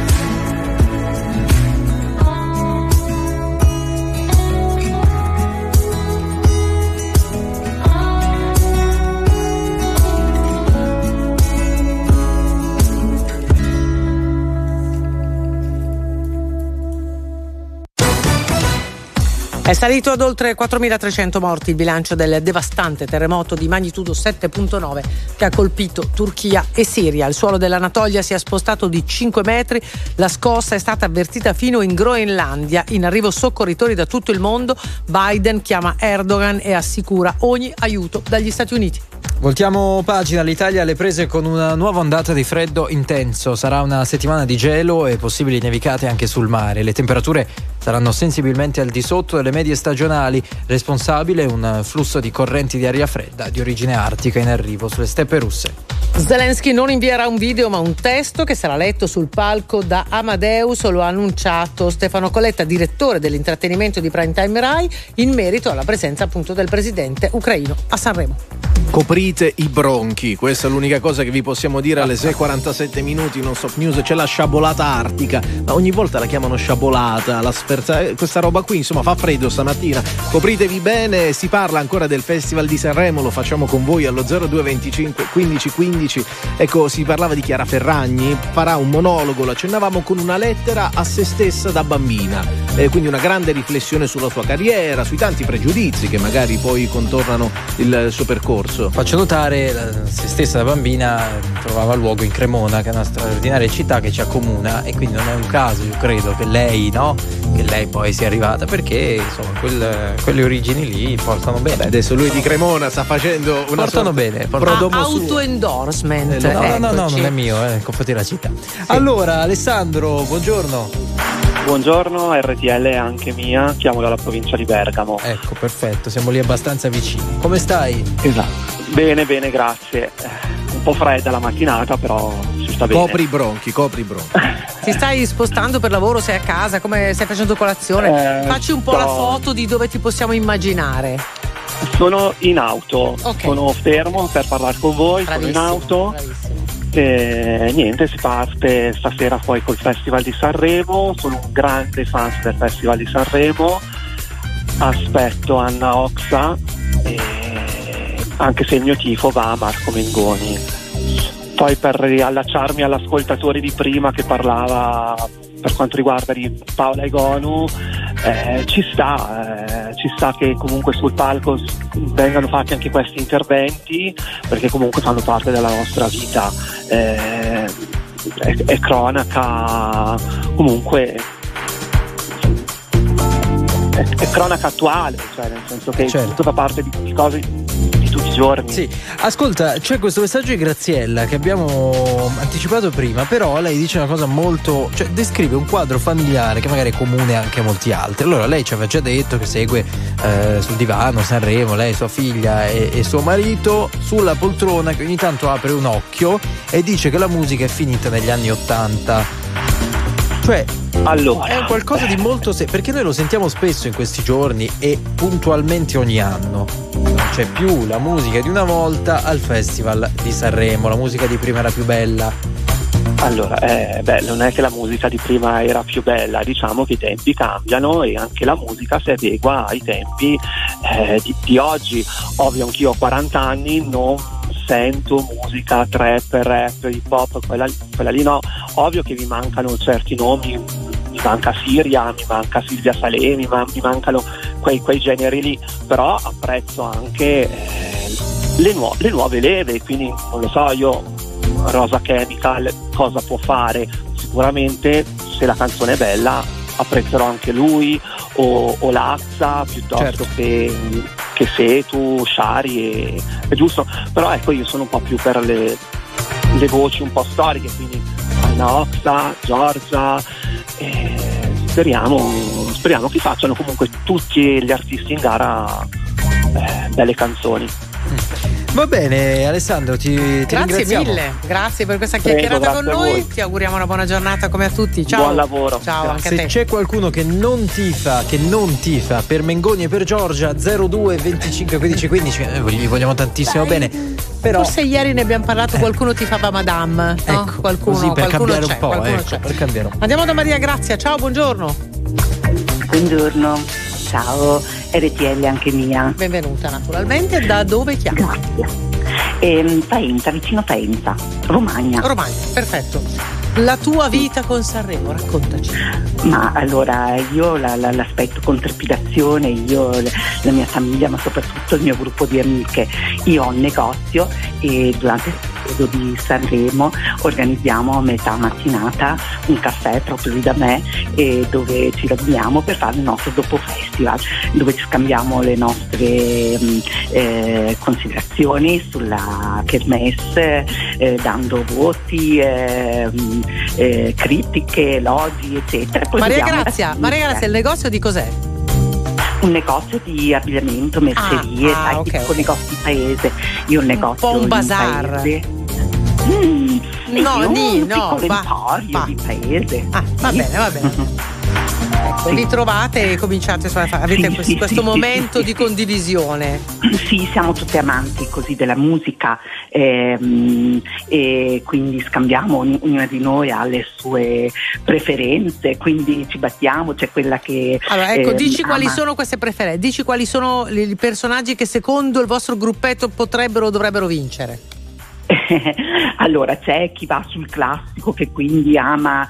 [SPEAKER 2] È salito ad oltre 4.300 morti il bilancio del devastante terremoto di magnitudo 7.9 che ha colpito Turchia e Siria. Il suolo dell'Anatolia si è spostato di 5 metri, la scossa è stata avvertita fino in Groenlandia. In arrivo soccorritori da tutto il mondo, Biden chiama Erdogan e assicura ogni aiuto dagli Stati Uniti.
[SPEAKER 1] Voltiamo pagina, l'Italia alle prese con una nuova ondata di freddo intenso. Sarà una settimana di gelo e possibili nevicate anche sul mare. Le temperature saranno sensibilmente al di sotto delle medie stagionali, responsabile un flusso di correnti di aria fredda di origine artica in arrivo sulle steppe russe.
[SPEAKER 2] Zelensky non invierà un video ma un testo che sarà letto sul palco da Amadeus, lo ha annunciato Stefano Coletta, direttore dell'intrattenimento di Primetime Rai, in merito alla presenza appunto del presidente ucraino a Sanremo.
[SPEAKER 3] Coprite i bronchi, questa è l'unica cosa che vi possiamo dire alle 6:47 minuti non stop news. C'è la sciabolata artica, ma ogni volta la chiamano sciabolata, questa roba qui, insomma, fa freddo stamattina. Copritevi bene, si parla ancora del Festival di Sanremo, lo facciamo con voi allo 0225 15 15. Ecco, si parlava di Chiara Ferragni, farà un monologo, lo accennavamo, con una lettera a se stessa da bambina. quindi una grande riflessione sulla sua carriera, sui tanti pregiudizi che magari poi contornano il suo percorso.
[SPEAKER 1] Faccio notare, se stessa da bambina trovava luogo in Cremona, che è una straordinaria città che ci accomuna, e quindi non è un caso, io credo, che lei poi sia arrivata, perché insomma quelle origini lì portano bene.
[SPEAKER 3] Beh, adesso lui di Cremona sta facendo una
[SPEAKER 1] portano bene,
[SPEAKER 2] auto-endorsement.
[SPEAKER 1] No, non è mio, confronti la città. Sì. Allora, Alessandro, buongiorno.
[SPEAKER 15] Buongiorno, RTL è anche mia, chiamo dalla provincia di Bergamo.
[SPEAKER 1] Ecco, perfetto, siamo lì abbastanza vicini. Come stai?
[SPEAKER 15] Esatto. Bene, grazie. Un po' fredda la mattinata, però si sta bene.
[SPEAKER 3] Copri i bronchi.
[SPEAKER 2] Ti stai spostando per lavoro, sei a casa, come stai facendo colazione? Facci un po' la foto di dove ti possiamo immaginare.
[SPEAKER 15] Sono in auto, sono fermo per parlare con voi, bravissimo, sono in auto. E niente, si parte stasera poi col Festival di Sanremo, sono un grande fan del Festival di Sanremo, aspetto Anna Oxa, anche se il mio tifo va a Marco Mengoni. Poi per riallacciarmi all'ascoltatore di prima che parlava per quanto riguarda di Paola Egonu, ci sta che comunque sul palco vengano fatti anche questi interventi, perché comunque fanno parte della nostra vita, è cronaca, comunque è cronaca attuale, cioè nel senso che tutto fa parte di cose di tutti i giorni.
[SPEAKER 1] Sì, ascolta, c'è questo messaggio di Graziella che abbiamo anticipato prima, però lei dice una cosa molto, cioè descrive un quadro familiare che magari è comune anche a molti altri. Allora lei ci aveva già detto che segue sul divano Sanremo, lei, sua figlia e suo marito, sulla poltrona, che ogni tanto apre un occhio e dice che la musica è finita negli anni '80. Cioè, allora, è qualcosa di molto perché noi lo sentiamo spesso in questi giorni e puntualmente ogni anno. Non c'è più la musica di una volta al Festival di Sanremo, la musica di prima era più bella.
[SPEAKER 15] Allora, non è che la musica di prima era più bella, diciamo che i tempi cambiano e anche la musica si adegua ai tempi di oggi. Ovvio, anch'io ho 40 anni, non sento musica trap, rap, hip hop, quella lì no. Ovvio che mi mancano certi nomi, mi manca Siria, mi manca Silvia Salemi, mi mancano quei generi lì, però apprezzo anche le nuove leve, quindi non lo so, io Rosa Chemical cosa può fare? Sicuramente se la canzone è bella apprezzerò anche lui o Lazza piuttosto che Setu, Shari, è giusto, però ecco, io sono un po' più per le voci un po' storiche, quindi Anna Oxa, Giorgia, speriamo che facciano comunque tutti gli artisti in gara belle canzoni.
[SPEAKER 1] Va bene, Alessandro, ti ringraziamo.
[SPEAKER 2] Grazie mille, grazie per questa chiacchierata con noi. Ti auguriamo una buona giornata come a tutti. Ciao.
[SPEAKER 15] Buon lavoro.
[SPEAKER 2] Ciao anche a te.
[SPEAKER 1] Se c'è qualcuno che non tifa per Mengoni e per Giorgia, 02 25 15 15, noi li vogliamo tantissimo bene. Però
[SPEAKER 2] forse ieri ne abbiamo parlato, qualcuno tifava Madame, no?
[SPEAKER 1] Ecco,
[SPEAKER 2] qualcuno,
[SPEAKER 1] così per
[SPEAKER 2] qualcuno
[SPEAKER 1] cambiare
[SPEAKER 2] c'è,
[SPEAKER 1] un po',
[SPEAKER 2] qualcuno
[SPEAKER 1] ecco,
[SPEAKER 2] c'è.
[SPEAKER 1] per cambiare un po'.
[SPEAKER 2] Andiamo da Maria Grazia, ciao, buongiorno.
[SPEAKER 16] Buongiorno, ciao, RTL anche mia.
[SPEAKER 2] Benvenuta naturalmente, da dove chiami?
[SPEAKER 16] Grazie. Faenza, vicino Faenza, Romagna.
[SPEAKER 2] Romagna, perfetto. La tua vita con Sanremo, raccontaci.
[SPEAKER 16] Ma allora, io l'aspetto con trepidazione, io, la mia famiglia, ma soprattutto il mio gruppo di amiche. Io ho un negozio e durante il periodo di Sanremo organizziamo a metà mattinata un caffè proprio lì da me, dove ci riuniamo per fare il nostro dopo festival, dove ci scambiamo le nostre considerazioni sulla kermesse, dando voti, critiche, elogi, eccetera. Poi
[SPEAKER 2] Maria Grazia, il negozio di cos'è?
[SPEAKER 16] Un negozio di abbigliamento, mercerie, sai,
[SPEAKER 2] okay,
[SPEAKER 16] tipo negozi di paese. Io ho un negozio
[SPEAKER 2] un po' un bazar.
[SPEAKER 16] di emporium di paese.
[SPEAKER 2] Va bene. Ecco, vi trovate e cominciate, avete questo momento di condivisione.
[SPEAKER 16] Sì, siamo tutte amanti così della musica, e quindi scambiamo, ognuna di noi ha le sue preferenze, quindi ci battiamo, c'è quella che
[SPEAKER 2] allora ecco, dici quali sono queste preferenze, dici quali sono i personaggi che secondo il vostro gruppetto potrebbero o dovrebbero vincere.
[SPEAKER 16] Allora, c'è chi va sul classico, che quindi ama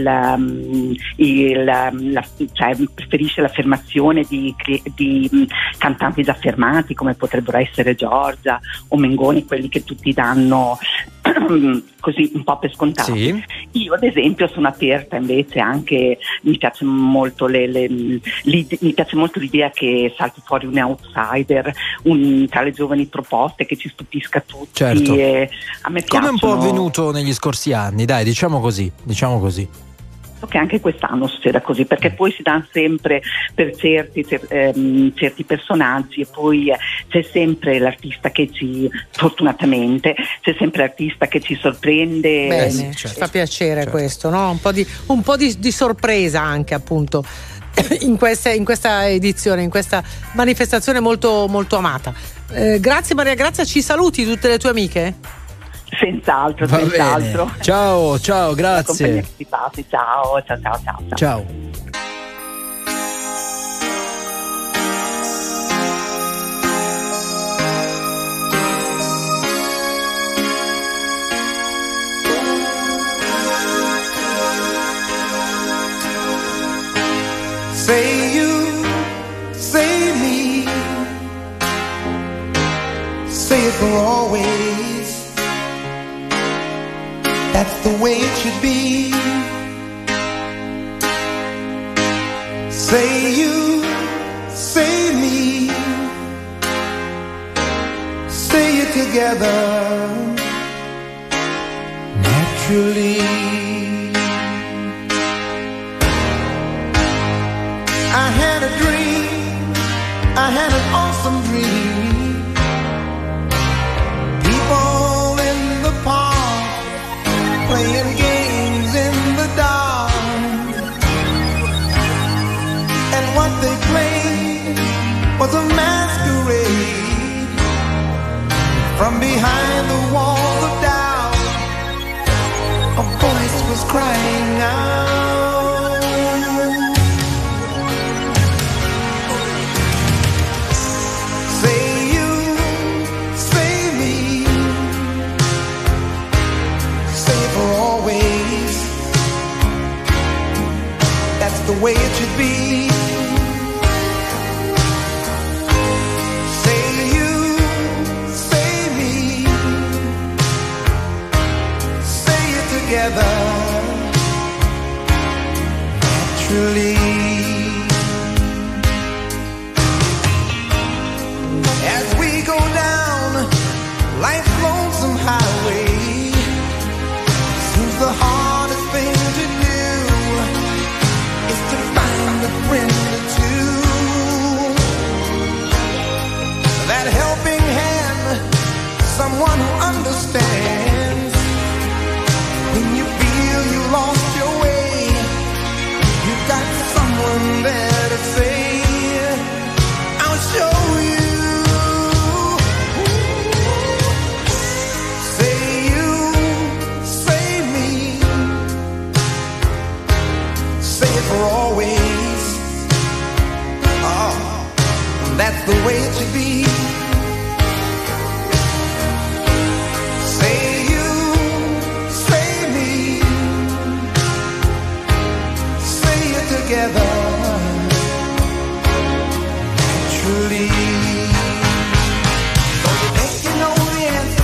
[SPEAKER 16] cioè preferisce l'affermazione di cantanti già affermati, come potrebbero essere Giorgia o Mengoni, quelli che tutti danno così un po' per scontati.
[SPEAKER 1] Sì.
[SPEAKER 16] Io ad esempio sono aperta invece, anche mi piace molto mi piace molto l'idea che salti fuori un outsider tra le giovani proposte, che ci stupisca tutti.
[SPEAKER 1] Certo.
[SPEAKER 16] A me
[SPEAKER 1] come un po'
[SPEAKER 16] piacciono.
[SPEAKER 1] avvenuto negli scorsi anni, dai, diciamo così.
[SPEAKER 16] Che anche quest'anno succeda così, perché poi si danno sempre per certi personaggi, e poi c'è sempre l'artista che fortunatamente c'è sempre l'artista che ci sorprende.
[SPEAKER 2] Bene, ci fa piacere questo, no? Un po' di sorpresa anche, appunto, in questa edizione, in questa manifestazione molto, molto amata. Grazie Maria Grazia, ci saluti tutte le tue amiche?
[SPEAKER 16] Senz'altro.
[SPEAKER 1] Ciao, grazie.
[SPEAKER 16] Ciao.
[SPEAKER 12] Say you, say me, say it for always. That's the way it should be. Say you, say me, say it together naturally. I had a dream, I had an awesome dream. People in the park playing games in the dark, and what they played was a masquerade. From behind the wall of doubt, a voice was crying out. The way it should be. Say you, say me, say it together naturally. As we go down life's lonesome highway, seems the hardest thing to do is to find a friend or two. That helping hand, someone who understands. When you feel you lost your way, you've got someone there to say, I'll show you. Say you, say me, say it for always. Oh, that's the way it should be. Say you, say me, say it together naturally. So you think you know the answer?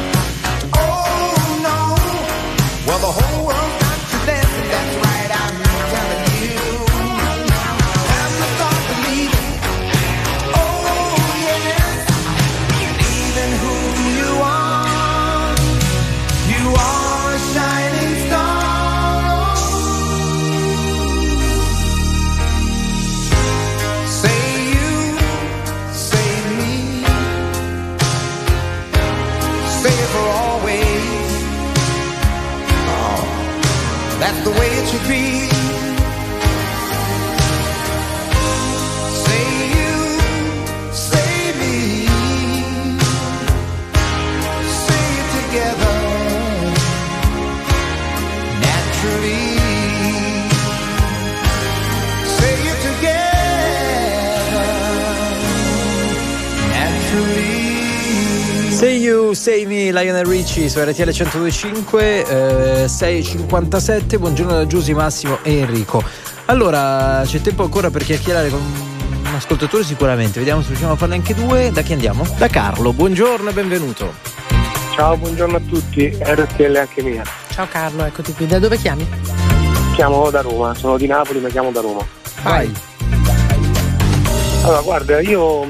[SPEAKER 12] Oh no. Well, the whole world's got to dance, and that's right, I'm telling you. Have to start believing. Oh yes, believe in who you are. You are a shining star. Say you, say me, say it for always. Oh, that's the way it should be. Say you, say me, say it together naturally. Say it together naturally.
[SPEAKER 1] Say You, Save Me, Lionel Richie su RTL 102.5, 6.57. Buongiorno da Giusy, Massimo e Enrico. Allora, c'è tempo ancora per chiacchierare con un ascoltatore sicuramente. Vediamo se riusciamo a farne anche due. Da chi andiamo?
[SPEAKER 3] Da Carlo, buongiorno e benvenuto.
[SPEAKER 17] Ciao, buongiorno a tutti, RTL anche mia.
[SPEAKER 2] Ciao Carlo, eccoti qui. Da dove chiami?
[SPEAKER 17] Chiamo da Roma, sono di Napoli ma chiamo da Roma.
[SPEAKER 2] Vai.
[SPEAKER 17] Allora, guarda, io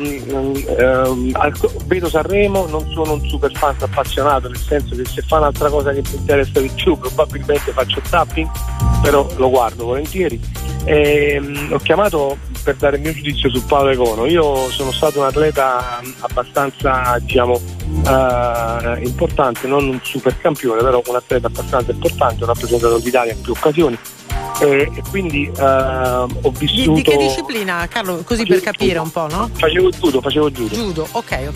[SPEAKER 17] vedo Sanremo, non sono un super fan appassionato, nel senso che se fa un'altra cosa che mi interessa di più probabilmente faccio tapping, però lo guardo volentieri. Ho chiamato per dare il mio giudizio su Paolo Econo. Io sono stato un atleta abbastanza, importante, non un super campione, però un atleta abbastanza importante, ho rappresentato l'Italia in più occasioni. E quindi ho vissuto.
[SPEAKER 2] Di che disciplina, Carlo? Così per capire un po', no?
[SPEAKER 17] Facevo judo.
[SPEAKER 2] Judo, ok.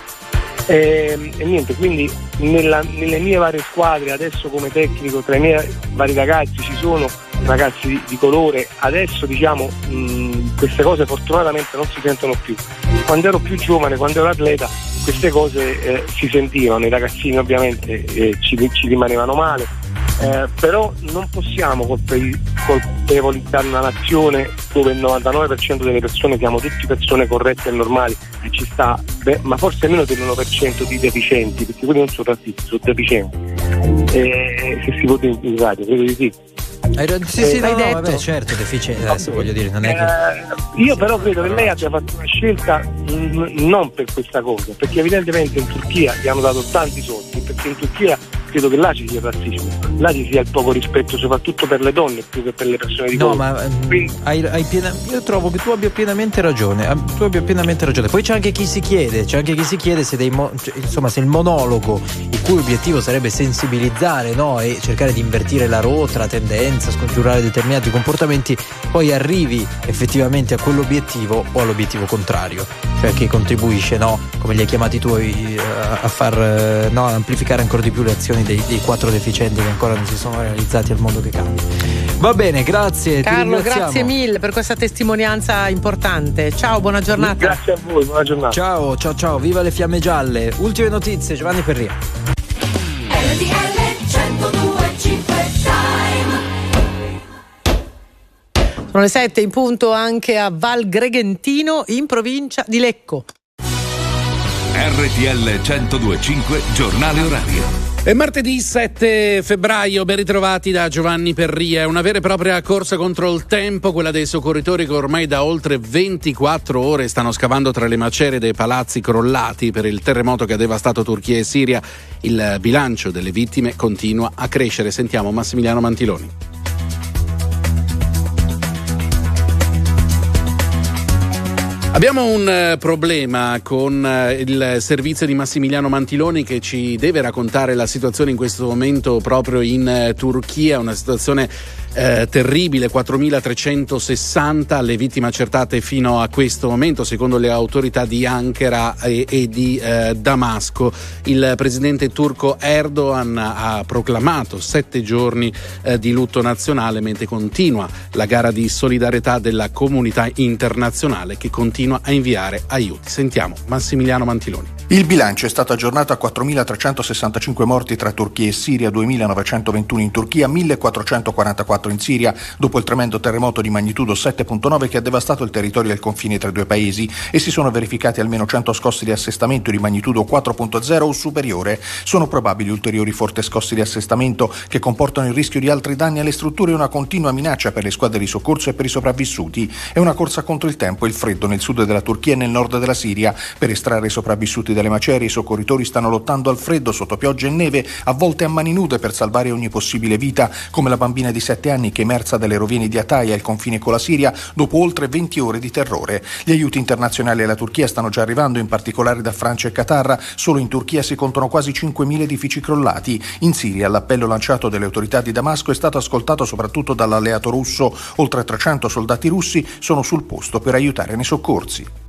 [SPEAKER 17] E niente, quindi nelle mie varie squadre adesso come tecnico tra i miei vari ragazzi ci sono ragazzi di colore. Adesso queste cose fortunatamente non si sentono più. Quando ero più giovane, quando ero atleta, queste cose si sentivano, i ragazzini ovviamente ci rimanevano male. Però non possiamo colpevolizzare una nazione dove il 99% delle persone siamo tutti persone corrette e normali e ci sta, ma forse meno dell'1% di deficienti, perché quelli non sono razzisti, sono deficienti. Se si può dire in radio, credo di sì.
[SPEAKER 1] Sì, l'hai detto. Vabbè, certo, deficiente, adesso voglio dire, non è che...
[SPEAKER 17] Io però credo che lei abbia fatto una scelta non per questa cosa, perché evidentemente in Turchia gli hanno dato tanti soldi, perché in Turchia credo che là ci sia razzismo, là ci sia il poco rispetto soprattutto per le donne più che per le persone di colore.
[SPEAKER 1] Io trovo che tu abbia pienamente ragione. Poi c'è anche chi si chiede se se il monologo il cui obiettivo sarebbe sensibilizzare, no, e cercare di invertire la rotta, la tendenza, scongiurare determinati comportamenti, poi arrivi effettivamente a quell'obiettivo o all'obiettivo contrario, cioè che contribuisce, no, come li hai chiamati tu, a far amplificare ancora di più le azioni dei 4 deficienti che ancora non si sono realizzati al mondo che cambia. Va bene, grazie
[SPEAKER 2] Carlo, grazie mille per questa testimonianza importante. Ciao, buona giornata.
[SPEAKER 17] Grazie a voi, buona giornata.
[SPEAKER 1] Ciao, viva le fiamme gialle. Ultime notizie, Giovanni Perria.
[SPEAKER 2] Sono le 7 in punto anche a Val Gregentino in provincia di Lecco.
[SPEAKER 18] RTL 102.5 giornale orario.
[SPEAKER 19] È martedì 7 febbraio, ben ritrovati da Giovanni Perria. È una vera e propria corsa contro il tempo, quella dei soccorritori che ormai da oltre 24 ore stanno scavando tra le macerie dei palazzi crollati per il terremoto che ha devastato Turchia e Siria. Il bilancio delle vittime continua a crescere. Sentiamo Massimiliano Mantiloni. Abbiamo un problema con il servizio di Massimiliano Mantiloni che ci deve raccontare la situazione in questo momento proprio in Turchia, una situazione terribile, 4.360 le vittime accertate fino a questo momento secondo le autorità di Ankara e di Damasco. Il presidente turco Erdogan ha proclamato 7 giorni di lutto nazionale mentre continua la gara di solidarietà della comunità internazionale che continua a inviare aiuti. Sentiamo Massimiliano Mantiloni.
[SPEAKER 20] Il bilancio è stato aggiornato a 4.365 morti tra Turchia e Siria, 2.921 in Turchia, 1.444 in Siria, dopo il tremendo terremoto di magnitudo 7.9 che ha devastato il territorio del confine tra i due paesi, e si sono verificati almeno 100 scosse di assestamento di magnitudo 4.0 o superiore. Sono probabili ulteriori forti scosse di assestamento che comportano il rischio di altri danni alle strutture e una continua minaccia per le squadre di soccorso e per i sopravvissuti. È una corsa contro il tempo e il freddo nel sud della Turchia e nel nord della Siria. Per estrarre i sopravvissuti dalle macerie, i soccorritori stanno lottando al freddo, sotto pioggia e neve, a volte a mani nude, per salvare ogni possibile vita, come la bambina di 7 anni che è emersa dalle rovine di Hatay al confine con la Siria dopo oltre 20 ore di terrore. Gli aiuti internazionali alla Turchia stanno già arrivando, in particolare da Francia e Qatar. Solo in Turchia si contano quasi 5.000 edifici crollati. In Siria l'appello lanciato dalle autorità di Damasco è stato ascoltato soprattutto dall'alleato russo. Oltre 300 soldati russi sono sul posto per aiutare nei soccorsi.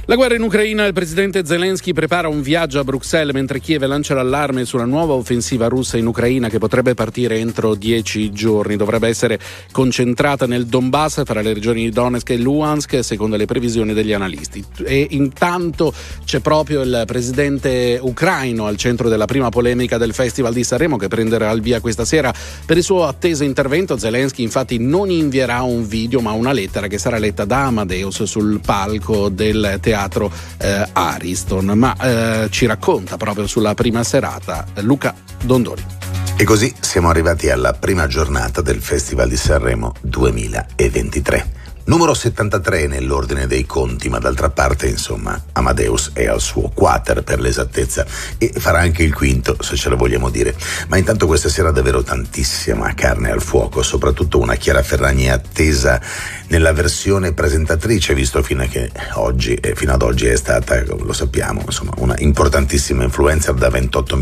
[SPEAKER 19] La guerra in Ucraina, il presidente Zelensky prepara un viaggio a Bruxelles mentre Kiev lancia l'allarme sulla nuova offensiva russa in Ucraina che potrebbe partire entro 10 giorni. Dovrebbe essere concentrata nel Donbass fra le regioni di Donetsk e Luhansk, secondo le previsioni degli analisti. E intanto c'è proprio il presidente ucraino al centro della prima polemica del Festival di Sanremo, che prenderà il via questa sera. Per il suo atteso intervento Zelensky infatti non invierà un video ma una lettera che sarà letta da Amadeus sul palco del teatro Ariston, ma ci racconta proprio sulla prima serata Luca Dondoni.
[SPEAKER 21] E così siamo arrivati alla prima giornata del Festival di Sanremo 2023. Numero 73 nell'ordine dei conti, ma d'altra parte, insomma, Amadeus è al suo quater per l'esattezza e farà anche il quinto, se ce lo vogliamo dire. Ma intanto questa sera davvero tantissima carne al fuoco, soprattutto una Chiara Ferragni attesa nella versione presentatrice, visto fino ad oggi è stata, lo sappiamo, insomma, una importantissima influencer da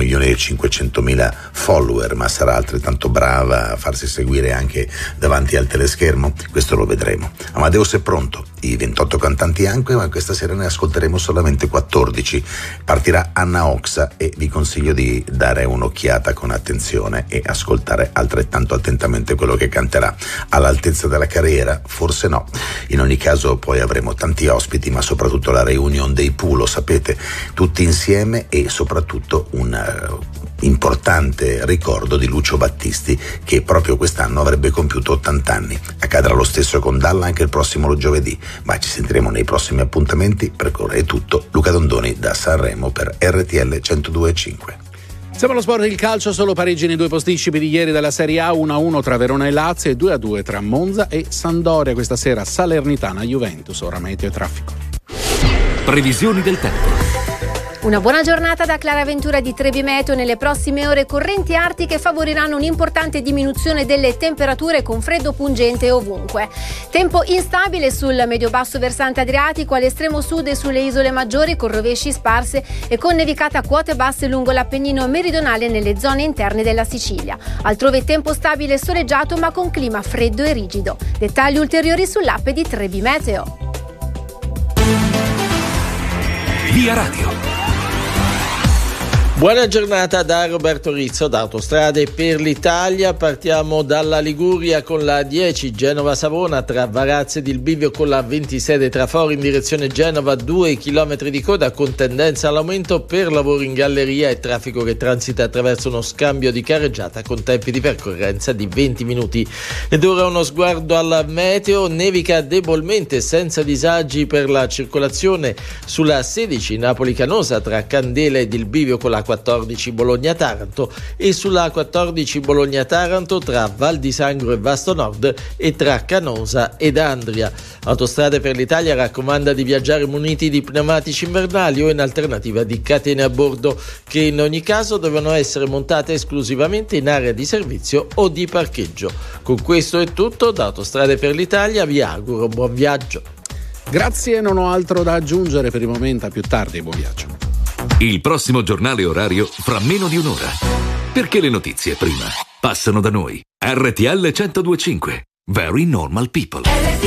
[SPEAKER 21] 28.500.000 follower, ma sarà altrettanto brava a farsi seguire anche davanti al teleschermo? Questo lo vedremo. Amadeus è pronto, i 28 cantanti anche, ma questa sera ne ascolteremo solamente 14. Partirà Anna Oxa e vi consiglio di dare un'occhiata con attenzione e ascoltare altrettanto attentamente quello che canterà. All'altezza della carriera? Forse no. In ogni caso poi avremo tanti ospiti, ma soprattutto la reunion dei Pooh, lo sapete, tutti insieme, e soprattutto un importante ricordo di Lucio Battisti, che proprio quest'anno avrebbe compiuto 80 anni. Accadrà lo stesso con Dalla anche il prossimo giovedì, ma ci sentiremo nei prossimi appuntamenti. Per ora è tutto. Luca Dondoni da Sanremo per RTL 102.5.
[SPEAKER 19] Siamo allo sport del calcio, solo pareggi nei due posticipi di ieri della Serie A, 1-1 tra Verona e Lazio e 2-2 tra Monza e Sampdoria. Questa sera Salernitana Juventus, ora meteo e traffico.
[SPEAKER 18] Previsioni del tempo.
[SPEAKER 22] Una buona giornata da Clara Ventura di Trebi Meteo. Nelle prossime ore correnti artiche favoriranno un'importante diminuzione delle temperature con freddo pungente ovunque. Tempo instabile sul medio-basso versante adriatico, all'estremo sud e sulle isole maggiori con rovesci sparse e con nevicate a quote basse lungo l'Appennino meridionale nelle zone interne della Sicilia. Altrove tempo stabile e soleggiato ma con clima freddo e rigido. Dettagli ulteriori sull'app di Trebi Meteo.
[SPEAKER 18] Via Radio.
[SPEAKER 23] Buona giornata da Roberto Rizzo da Autostrade per l'Italia. Partiamo dalla Liguria con la 10 Genova-Savona tra Varazze ed il bivio con la 26 tra Fori in direzione Genova, 2 chilometri di coda con tendenza all'aumento per lavori in galleria e traffico che transita attraverso uno scambio di carreggiata con tempi di percorrenza di 20 minuti. Ed ora uno sguardo al meteo. Nevica debolmente senza disagi per la circolazione sulla 16 Napoli-Canosa tra Candela ed il bivio con la 14 Bologna-Taranto e sulla 14 Bologna-Taranto tra Val di Sangro e Vasto Nord e tra Canosa ed Andria. Autostrade per l'Italia raccomanda di viaggiare muniti di pneumatici invernali o in alternativa di catene a bordo, che in ogni caso devono essere montate esclusivamente in area di servizio o di parcheggio. Con questo è tutto da Autostrade per l'Italia, vi auguro buon viaggio.
[SPEAKER 19] Grazie, non ho altro da aggiungere per il momento, a più tardi, buon viaggio.
[SPEAKER 18] Il prossimo giornale orario fra meno di un'ora. Perché le notizie prima passano da noi. RTL 102.5. Very normal people.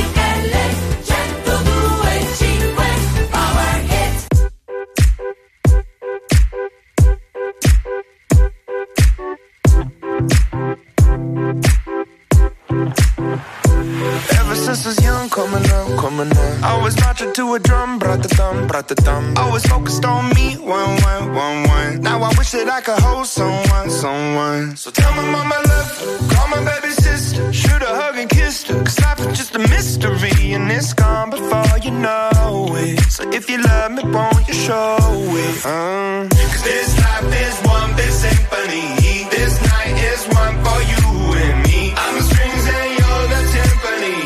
[SPEAKER 24] Since I was young, coming up. Always marching to a drum, brought the thumb. Always focused on me, one. Now I wish that I could hold someone. So tell my mama I love her, call my baby sister, shoot a hug and kiss her. Cause life is just a mystery and it's gone before you know it. So if you love me, won't you show it? Cause this life is one big symphony. This night is one for you and me. I'm the strings and you're the timpani.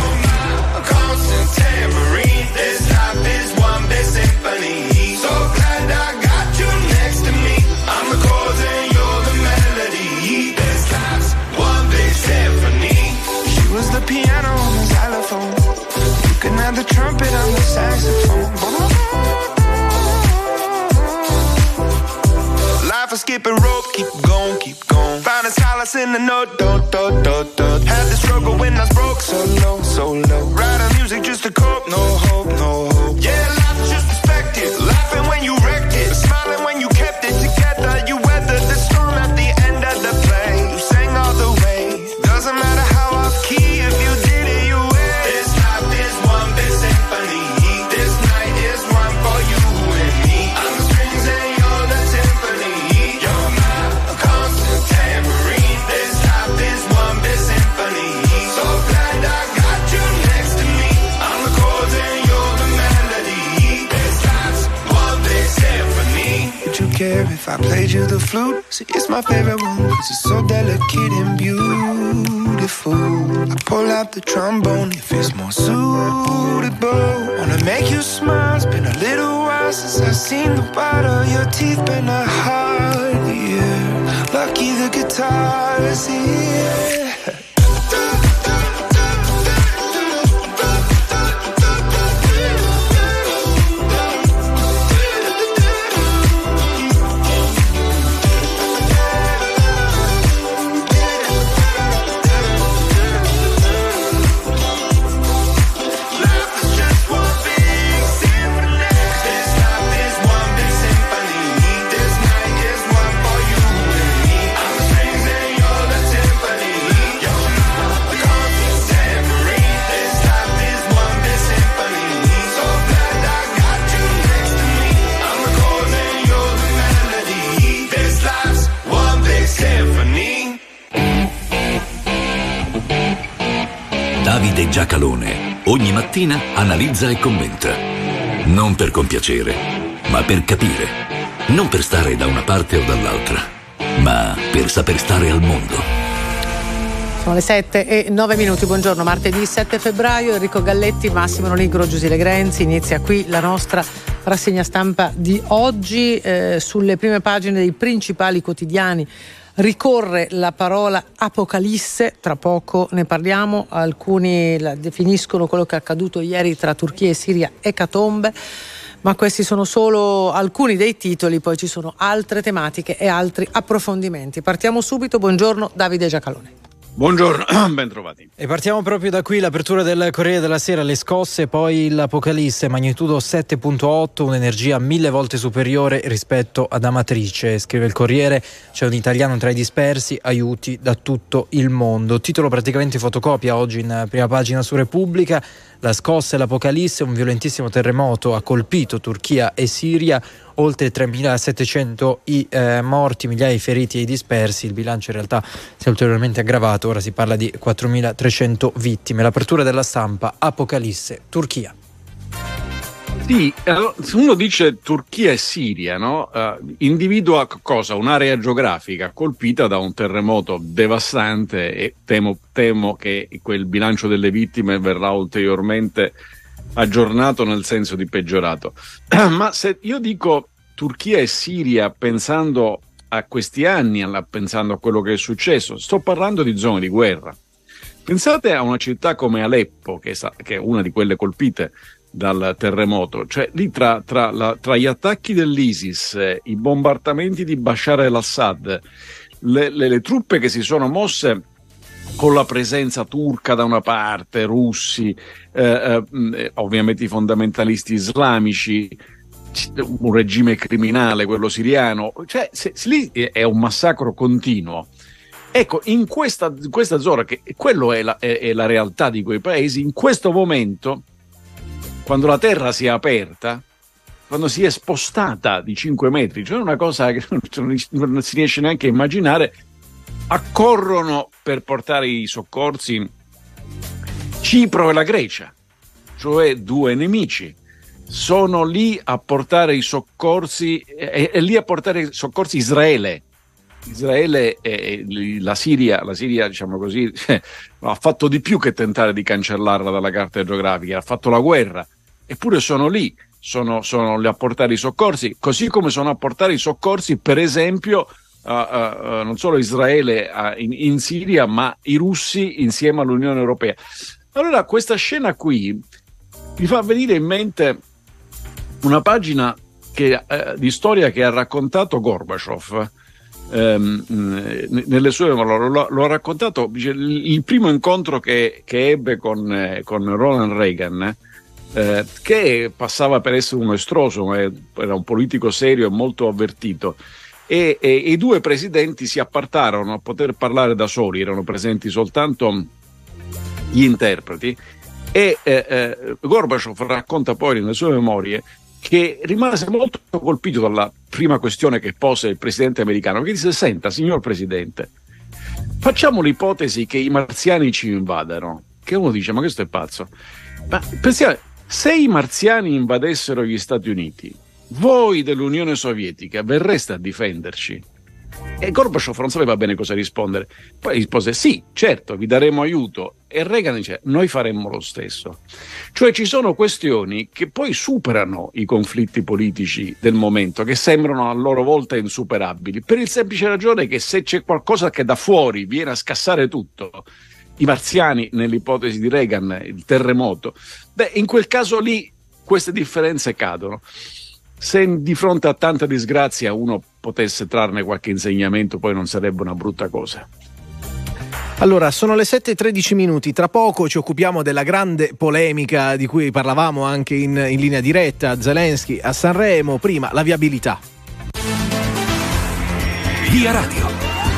[SPEAKER 24] Tambourine. This life is one big symphony. So glad I got you next to me. I'm the chords and you're the melody. This life's one big symphony. She was the piano on the xylophone. You can have the trumpet on the saxophone. Life is skipping rope, keep going. Finding solace in the note, do. Had the struggle when I was broke, so low. Writing music just to cope, no hope. Yeah, life is just if I played you the flute? See, it's my favorite one, 'cause it's so delicate and beautiful. I pull out the trombone if it's more suitable. Wanna make you smile, it's been a little while since I've seen the white of your teeth. Been a hard year, lucky the guitar is here.
[SPEAKER 18] Davide Giacalone ogni mattina analizza e commenta. Non per compiacere, ma per capire. Non per stare da una parte o dall'altra, ma per saper stare al mondo.
[SPEAKER 2] Sono le 7:09. Buongiorno, martedì 7 febbraio. Enrico Galletti, Massimo Nigro, Giusile Grenzi. Inizia qui la nostra rassegna stampa di oggi. Sulle prime pagine dei principali quotidiani ricorre la parola apocalisse, tra poco ne parliamo. Alcuni la definiscono quello che è accaduto ieri tra Turchia e Siria ecatombe, ma questi sono solo alcuni dei titoli, poi ci sono altre tematiche e altri approfondimenti. Partiamo subito. Buongiorno, Davide Giacalone.
[SPEAKER 4] Buongiorno, ben trovati.
[SPEAKER 1] E partiamo proprio da qui, l'apertura del Corriere della Sera, le scosse, poi l'Apocalisse, magnitudo 7.8, un'energia 1000 volte superiore rispetto ad Amatrice. Scrive il Corriere, c'è un italiano tra i dispersi, aiuti da tutto il mondo. Titolo praticamente fotocopia oggi in prima pagina su Repubblica. La scossa e l'Apocalisse, un violentissimo terremoto ha colpito Turchia e Siria, oltre 3.700 i morti, migliaia di feriti e i dispersi. Il bilancio in realtà si è ulteriormente aggravato, ora si parla di 4.300 vittime. L'apertura della Stampa, Apocalisse, Turchia.
[SPEAKER 4] Sì, uno dice Turchia e Siria, no? Individua cosa? Un'area geografica colpita da un terremoto devastante e temo che quel bilancio delle vittime verrà ulteriormente aggiornato, nel senso di peggiorato. Ma se io dico Turchia e Siria pensando a questi anni, pensando a quello che è successo, sto parlando di zone di guerra. Pensate a una città come Aleppo, che è una di quelle colpite dal terremoto, cioè lì tra gli attacchi dell'ISIS, i bombardamenti di Bashar al-Assad, le truppe che si sono mosse con la presenza turca da una parte, russi, ovviamente i fondamentalisti islamici, un regime criminale, quello siriano, cioè lì è un massacro continuo. Ecco, in questa zona, che quello è la realtà di quei paesi, in questo momento, quando la terra si è aperta, quando si è spostata di 5 metri, cioè una cosa che non si riesce neanche a immaginare, accorrono per portare i soccorsi Cipro e la Grecia, cioè due nemici. Sono lì a portare i soccorsi, è lì a portare i soccorsi Israele. La Siria, diciamo così, ha fatto di più che tentare di cancellarla dalla carta geografica, ha fatto la guerra, eppure sono lì, sono lì a portare i soccorsi, così come sono a portare i soccorsi, per esempio, non solo Israele in Siria, ma i russi insieme all'Unione Europea. Allora questa scena qui mi fa venire in mente una pagina di storia che ha raccontato Gorbaciov. Nelle sue l'ho raccontato, il primo incontro che ebbe con Ronald Reagan, che passava per essere uno estroso, ma era un politico serio e molto avvertito, e i due presidenti si appartarono a poter parlare da soli, erano presenti soltanto gli interpreti, e Gorbaciov racconta poi nelle sue memorie che rimase molto colpito dalla prima questione che pose il presidente americano, che disse: senta, signor presidente, facciamo l'ipotesi che i marziani ci invadano. Che uno dice: ma questo è pazzo. Ma pensiamo, se i marziani invadessero gli Stati Uniti, voi dell'Unione Sovietica verreste a difenderci? E Gorbaciov non sapeva bene cosa rispondere. Poi rispose: sì, certo, vi daremo aiuto. E Reagan dice: noi faremmo lo stesso. Cioè ci sono questioni che poi superano i conflitti politici del momento, che sembrano a loro volta insuperabili, per il semplice ragione che se c'è qualcosa che da fuori viene a scassare tutto, i marziani nell'ipotesi di Reagan, il terremoto, in quel caso lì queste differenze cadono. Se di fronte a tanta disgrazia uno potesse trarne qualche insegnamento, poi non sarebbe una brutta cosa.
[SPEAKER 3] Allora, sono le 7:13, tra poco ci occupiamo della grande polemica di cui parlavamo anche in linea diretta, Zelensky a Sanremo, prima la viabilità.
[SPEAKER 18] Via Radio.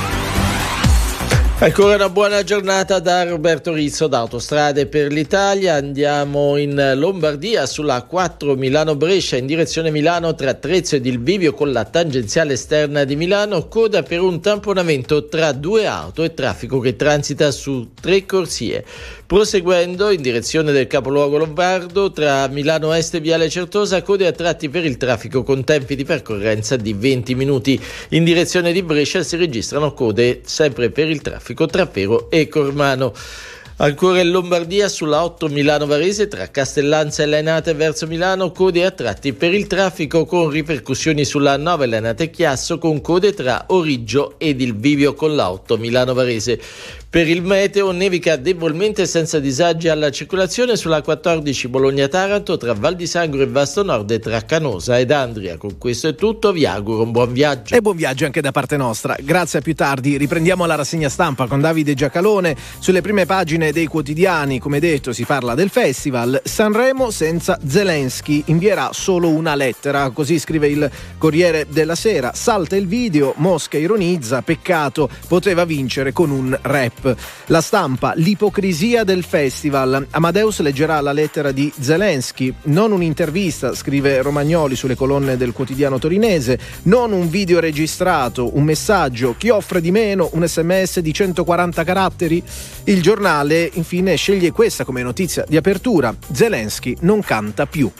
[SPEAKER 23] Ancora una buona giornata da Roberto Rizzo da Autostrade per l'Italia. Andiamo in Lombardia sulla 4 Milano-Brescia in direzione Milano tra Trezzo ed il Bivio con la tangenziale esterna di Milano, coda per un tamponamento tra due auto e traffico che transita su 3 corsie. Proseguendo in direzione del capoluogo lombardo tra Milano Est e Viale Certosa, code a tratti per il traffico con tempi di percorrenza di 20 minuti. In direzione di Brescia si registrano code sempre per il traffico tra Fero e Cormano. Ancora in Lombardia sulla 8 Milano-Varese tra Castellanza e Lainate verso Milano, code a tratti per il traffico con ripercussioni sulla 9 Lainate-Chiasso con code tra Origgio ed il Bivio con la 8 Milano-Varese. Per il meteo nevica debolmente senza disagi alla circolazione sulla 14 Bologna-Taranto tra Val di Sangro e Vasto Nord e tra Canosa ed Andria. Con questo è tutto, vi auguro un buon viaggio.
[SPEAKER 3] E buon viaggio anche da parte nostra. Grazie, a più tardi. Riprendiamo la rassegna stampa con Davide Giacalone. Sulle prime pagine dei quotidiani, come detto, si parla del festival. Sanremo senza Zelensky, invierà solo una lettera, così scrive il Corriere della Sera. Salta il video, Mosca ironizza, peccato, poteva vincere con un rap. La Stampa, l'ipocrisia del festival. Amadeus leggerà la lettera di Zelensky, non un'intervista, scrive Romagnoli sulle colonne del quotidiano torinese, non un video registrato, un messaggio, chi offre di meno, un SMS di 140 caratteri. Il Giornale infine sceglie questa come notizia di apertura: Zelensky non canta più.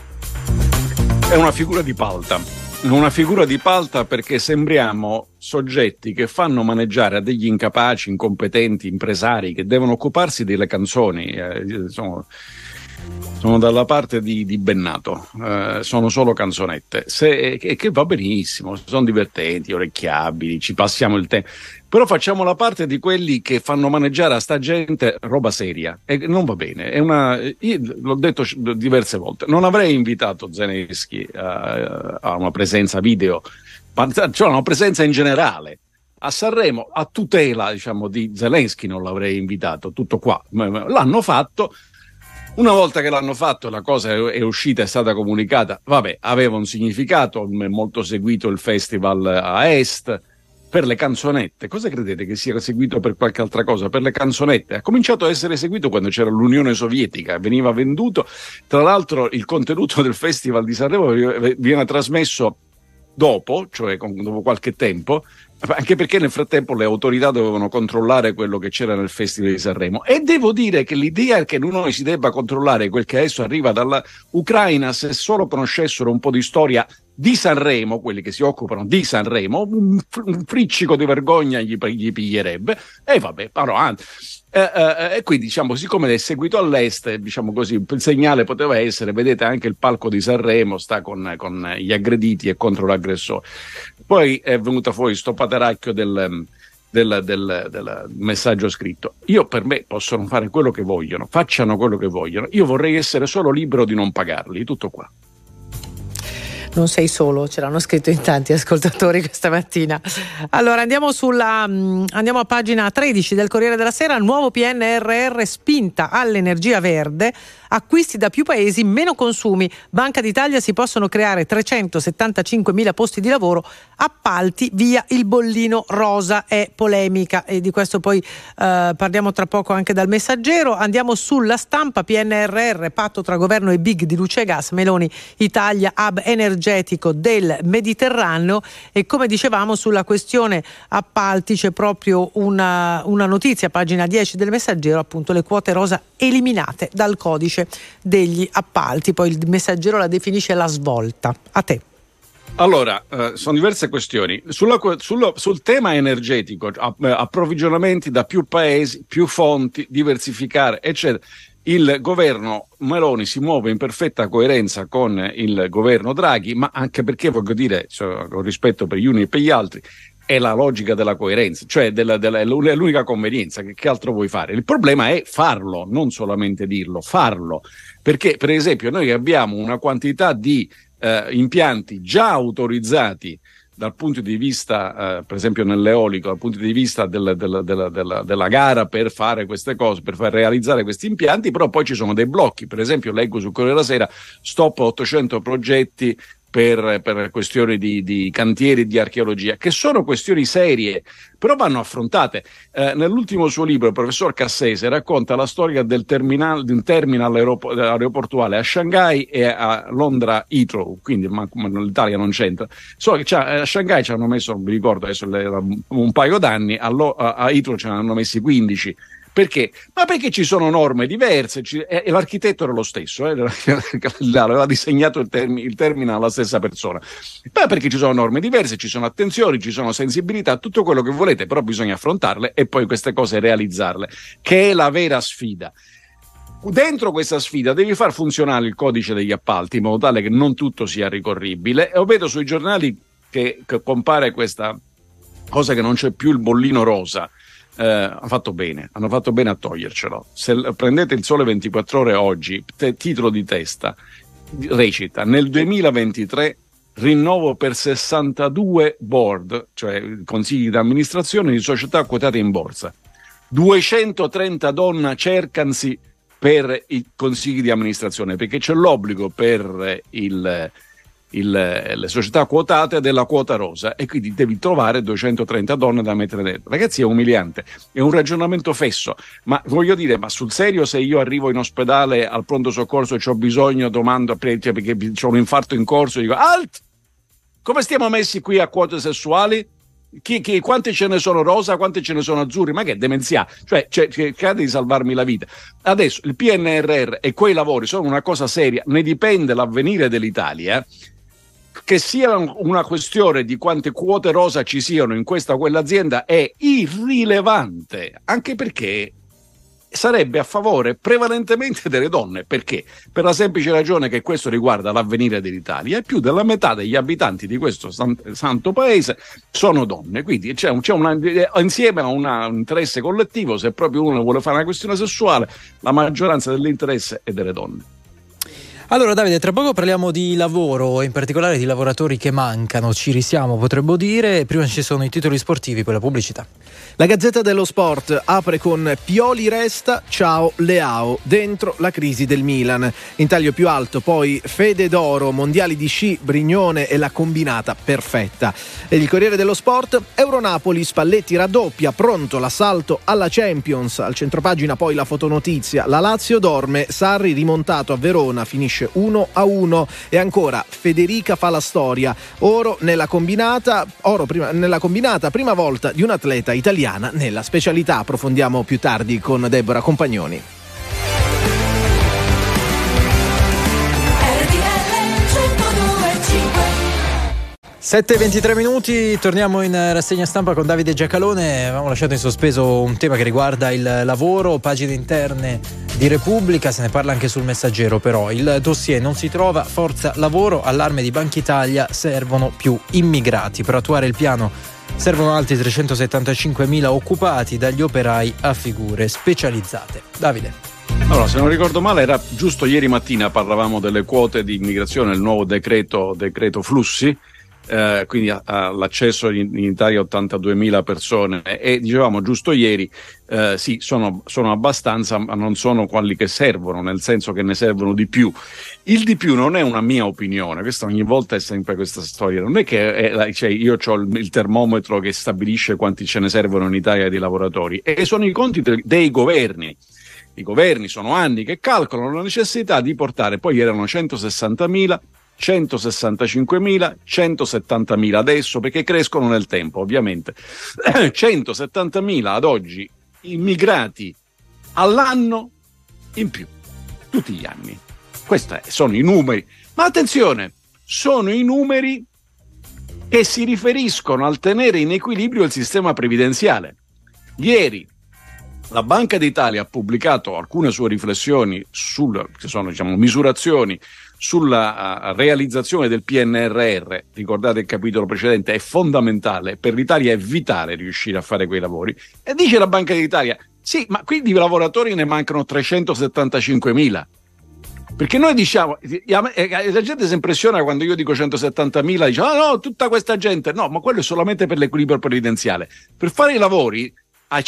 [SPEAKER 4] È una figura di palta. Una figura di palta perché sembriamo soggetti che fanno maneggiare a degli incapaci, incompetenti, impresari che devono occuparsi delle canzoni. Sono dalla parte di Bennato, sono solo canzonette, che va benissimo, sono divertenti, orecchiabili, ci passiamo il tempo. Però facciamo la parte di quelli che fanno maneggiare a sta gente roba seria e non va bene. Io l'ho detto diverse volte, non avrei invitato Zelensky a una presenza video, cioè una presenza in generale. A Sanremo, a tutela, diciamo, di Zelensky non l'avrei invitato, tutto qua. L'hanno fatto. Una volta che l'hanno fatto, la cosa è uscita, è stata comunicata, vabbè, aveva un significato, è molto seguito il festival a Est, per le canzonette. Cosa credete che sia seguito per qualche altra cosa? Per le canzonette. Ha cominciato a essere seguito quando c'era l'Unione Sovietica, veniva venduto. Tra l'altro il contenuto del Festival di Sanremo viene trasmesso dopo, cioè dopo qualche tempo, anche perché nel frattempo le autorità dovevano controllare quello che c'era nel Festival di Sanremo. E devo dire che l'idea che noi si debba controllare quel che adesso arriva dalla Ucraina, se solo conoscessero un po' di storia di Sanremo, quelli che si occupano di Sanremo, un friccico di vergogna gli piglierebbe. E vabbè, però e quindi, diciamo, siccome è seguito all'est, diciamo così, il segnale poteva essere: vedete, anche il palco di Sanremo sta con gli aggrediti e contro l'aggressore. Poi è venuta fuori sto pateracchio del messaggio scritto. Per me possono fare quello che vogliono, facciano quello che vogliono. Io vorrei essere solo libero di non pagarli, tutto qua.
[SPEAKER 2] Non sei solo, ce l'hanno scritto in tanti ascoltatori questa mattina. Allora andiamo a pagina 13 del Corriere della Sera. Nuovo PNRR, spinta all'energia verde, acquisti da più paesi, meno consumi. Banca d'Italia, si possono creare 375.000 posti di lavoro, appalti via il bollino rosa. È polemica e di questo poi parliamo tra poco anche dal Messaggero. Andiamo sulla Stampa, PNRR, patto tra governo e big di luce e gas, Meloni, Italia hub energetico del Mediterraneo. E come dicevamo, sulla questione appalti c'è proprio una notizia, pagina 10 del Messaggero, appunto le quote rosa eliminate dal codice degli appalti. Poi il Messaggero la definisce la svolta. A te.
[SPEAKER 4] Allora, sono diverse questioni. Sul tema energetico, approvvigionamenti da più paesi, più fonti, diversificare, eccetera. Il governo Meloni si muove in perfetta coerenza con il governo Draghi, ma anche perché, voglio dire, con rispetto per gli uni e per gli altri, è la logica della coerenza, cioè è l'unica convenienza. Che altro vuoi fare? Il problema è farlo, non solamente dirlo, farlo. Perché, per esempio, noi abbiamo una quantità di impianti già autorizzati dal punto di vista, per esempio nell'eolico, dal punto di vista della gara per fare queste cose, per realizzare questi impianti, però poi ci sono dei blocchi. Per esempio, leggo sul Corriere della Sera, stop 800 progetti per questioni di cantieri di archeologia, che sono questioni serie, però vanno affrontate. Nell'ultimo suo libro, il professor Cassese racconta la storia di un terminal aeroportuale a Shanghai e a Londra Heathrow, quindi l'Italia non c'entra. So che a Shanghai ci hanno messo, non mi ricordo adesso, un paio d'anni, a Heathrow ce ne hanno messi 15. Perché? Ma perché ci sono norme diverse e l'architetto era lo stesso, aveva disegnato il terminal la stessa persona. Ma perché ci sono norme diverse, ci sono attenzioni, ci sono sensibilità, tutto quello che volete, però bisogna affrontarle e poi queste cose realizzarle, che è la vera sfida. Dentro questa sfida devi far funzionare il codice degli appalti in modo tale che non tutto sia ricorribile. E vedo sui giornali che compare questa cosa che non c'è più il bollino rosa. Hanno fatto bene a togliercelo. Se prendete il Sole 24 Ore oggi, titolo di testa recita: nel 2023 rinnovo per 62 board, cioè consigli di amministrazione di società quotate in borsa. 230 donne cercansi per i consigli di amministrazione, perché c'è l'obbligo per le società quotate della quota rosa e quindi devi trovare 230 donne da mettere dentro. Ragazzi, è umiliante, è un ragionamento fesso, ma voglio dire, ma sul serio, se io arrivo in ospedale al pronto soccorso e c'ho bisogno, domando perché c'ho un infarto in corso, dico alt, come stiamo messi qui a quote sessuali? Quante ce ne sono rosa, quante ce ne sono azzurri? Ma che demenzia, cioè cercate di salvarmi la vita. Adesso il PNRR e quei lavori sono una cosa seria, ne dipende l'avvenire dell'Italia. Che sia una questione di quante quote rosa ci siano in questa o quell'azienda è irrilevante, anche perché sarebbe a favore prevalentemente delle donne. Perché? Per la semplice ragione che questo riguarda l'avvenire dell'Italia e più della metà degli abitanti di questo santo paese sono donne, quindi c'è insieme a un interesse collettivo. Se proprio uno vuole fare una questione sessuale, la maggioranza dell'interesse è delle donne.
[SPEAKER 1] Allora Davide, tra poco parliamo di lavoro, in particolare di lavoratori che mancano, ci risiamo potremmo dire. Prima ci sono i titoli sportivi, poi la pubblicità.
[SPEAKER 3] La Gazzetta dello Sport apre con Pioli resta, ciao Leao, dentro la crisi del Milan. In taglio più alto poi Fede d'Oro, mondiali di sci, Brignone e la combinata perfetta. E il Corriere dello Sport, Euronapoli, Spalletti raddoppia, pronto l'assalto alla Champions. Al centropagina poi la fotonotizia, la Lazio dorme, Sarri rimontato a Verona, finisce 1-1. E ancora Federica fa la storia, oro nella combinata, prima volta di un atleta italiana nella specialità. Approfondiamo più tardi con Deborah Compagnoni.
[SPEAKER 1] 7:23 minuti, torniamo in rassegna stampa con Davide Giacalone. Avevamo lasciato in sospeso un tema che riguarda il lavoro, pagine interne di Repubblica, se ne parla anche sul Messaggero, però il dossier non si trova, forza lavoro, allarme di Banca Italia, servono più immigrati. Per attuare il piano servono altri 375.000 occupati, dagli operai a figure specializzate. Davide.
[SPEAKER 4] Allora, se non ricordo male, era giusto ieri mattina parlavamo delle quote di immigrazione, il nuovo decreto flussi. Quindi l'accesso in Italia a 82.000 persone e dicevamo giusto ieri sì, sono abbastanza, ma non sono quelli che servono, nel senso che ne servono di più. Il di più non è una mia opinione, questa ogni volta è sempre questa storia, non è che io ho il termometro che stabilisce quanti ce ne servono in Italia di lavoratori, e sono i conti dei governi. I governi sono anni che calcolano la necessità di portare, poi erano 160.000, 165.000, 170.000 adesso, perché crescono nel tempo ovviamente. 170.000 ad oggi immigrati all'anno in più, tutti gli anni. Questi sono i numeri, ma attenzione, sono i numeri che si riferiscono al tenere in equilibrio il sistema previdenziale. Ieri la Banca d'Italia ha pubblicato alcune sue riflessioni che sono misurazioni sulla realizzazione del PNRR. Ricordate il capitolo precedente, è fondamentale, per l'Italia è vitale riuscire a fare quei lavori, e dice la Banca d'Italia sì, ma qui di lavoratori ne mancano 375.000, perché noi diciamo, la gente si impressiona quando io dico 170.000, dice no, tutta questa gente, no, ma quello è solamente per l'equilibrio previdenziale. Per fare i lavori i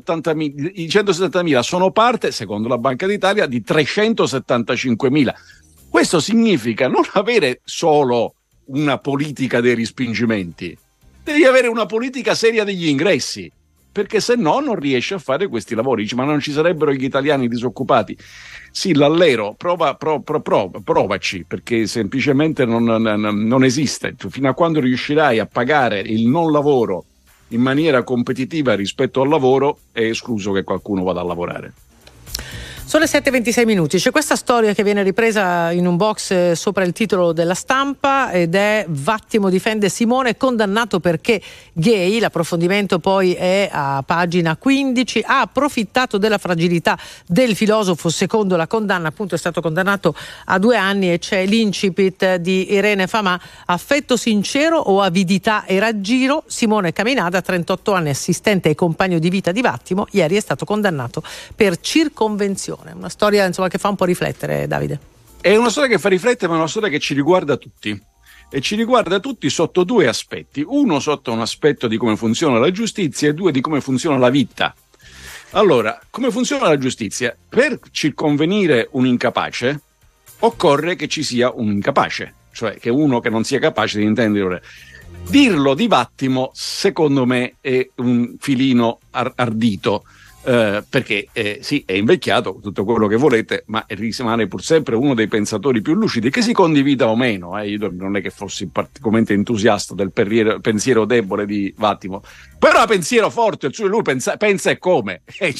[SPEAKER 4] 170.000 sono parte, secondo la Banca d'Italia, di 375.000. Questo significa non avere solo una politica dei respingimenti, devi avere una politica seria degli ingressi, perché se no non riesci a fare questi lavori. Dici, ma non ci sarebbero gli italiani disoccupati? Sì, l'allero, provaci, perché semplicemente non esiste. Fino a quando riuscirai a pagare il non lavoro in maniera competitiva rispetto al lavoro, è escluso che qualcuno vada a lavorare.
[SPEAKER 2] Sono le 7:26. C'è questa storia che viene ripresa in un box sopra il titolo della Stampa ed è Vattimo difende Simone, condannato perché gay. L'approfondimento poi è a pagina 15. Ha approfittato della fragilità del filosofo, secondo la condanna, appunto è stato condannato a 2 anni, e c'è l'incipit di Irene Famà: affetto sincero o avidità e raggiro. Simone Caminada, 38 anni, assistente e compagno di vita di Vattimo, ieri è stato condannato per circonvenzione. Una storia, insomma, che fa un po' riflettere, Davide.
[SPEAKER 4] È una storia che fa riflettere, ma è una storia che ci riguarda tutti. E ci riguarda tutti sotto 2 aspetti. Uno sotto un aspetto di come funziona la giustizia e 2 di come funziona la vita. Allora, come funziona la giustizia? Per circonvenire un incapace occorre che ci sia un incapace, cioè che uno che non sia capace di intendere. Dirlo di Vattimo, secondo me, è un filino ardito. Perché sì, è invecchiato, tutto quello che volete, ma rimane pur sempre uno dei pensatori più lucidi, che si condivida o meno. Io non è che fossi particolarmente entusiasta del pensiero debole di Vattimo, però pensiero forte, cioè lui pensa e come.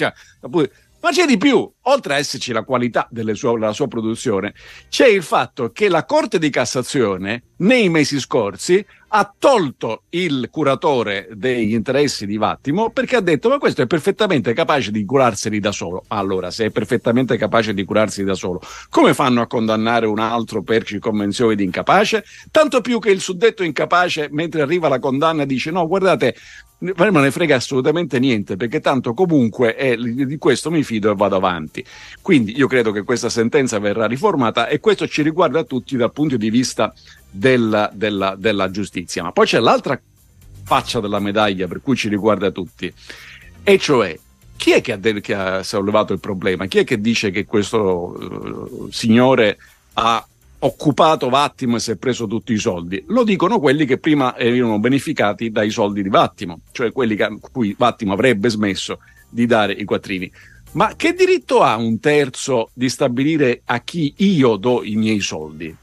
[SPEAKER 4] Ma c'è di più, oltre a esserci la qualità della sua produzione, c'è il fatto che la Corte di Cassazione nei mesi scorsi ha tolto il curatore degli interessi di Vattimo, perché ha detto: ma questo è perfettamente capace di curarseli da solo. Allora, se è perfettamente capace di curarsi da solo, come fanno a condannare un altro per circonvenzione di incapace? Tanto più che il suddetto incapace, mentre arriva la condanna, dice: no, guardate, non ne frega assolutamente niente, perché tanto comunque di questo mi fido e vado avanti. Quindi io credo che questa sentenza verrà riformata, e questo ci riguarda tutti dal punto di vista della giustizia. Ma poi c'è l'altra faccia della medaglia per cui ci riguarda tutti, e cioè chi è che ha sollevato il problema? Chi è che dice che questo signore ha occupato Vattimo e si è preso tutti i soldi? Lo dicono quelli che prima erano beneficati dai soldi di Vattimo, cioè quelli a cui Vattimo avrebbe smesso di dare i quattrini. Ma che diritto ha un terzo di stabilire a chi io do i miei soldi?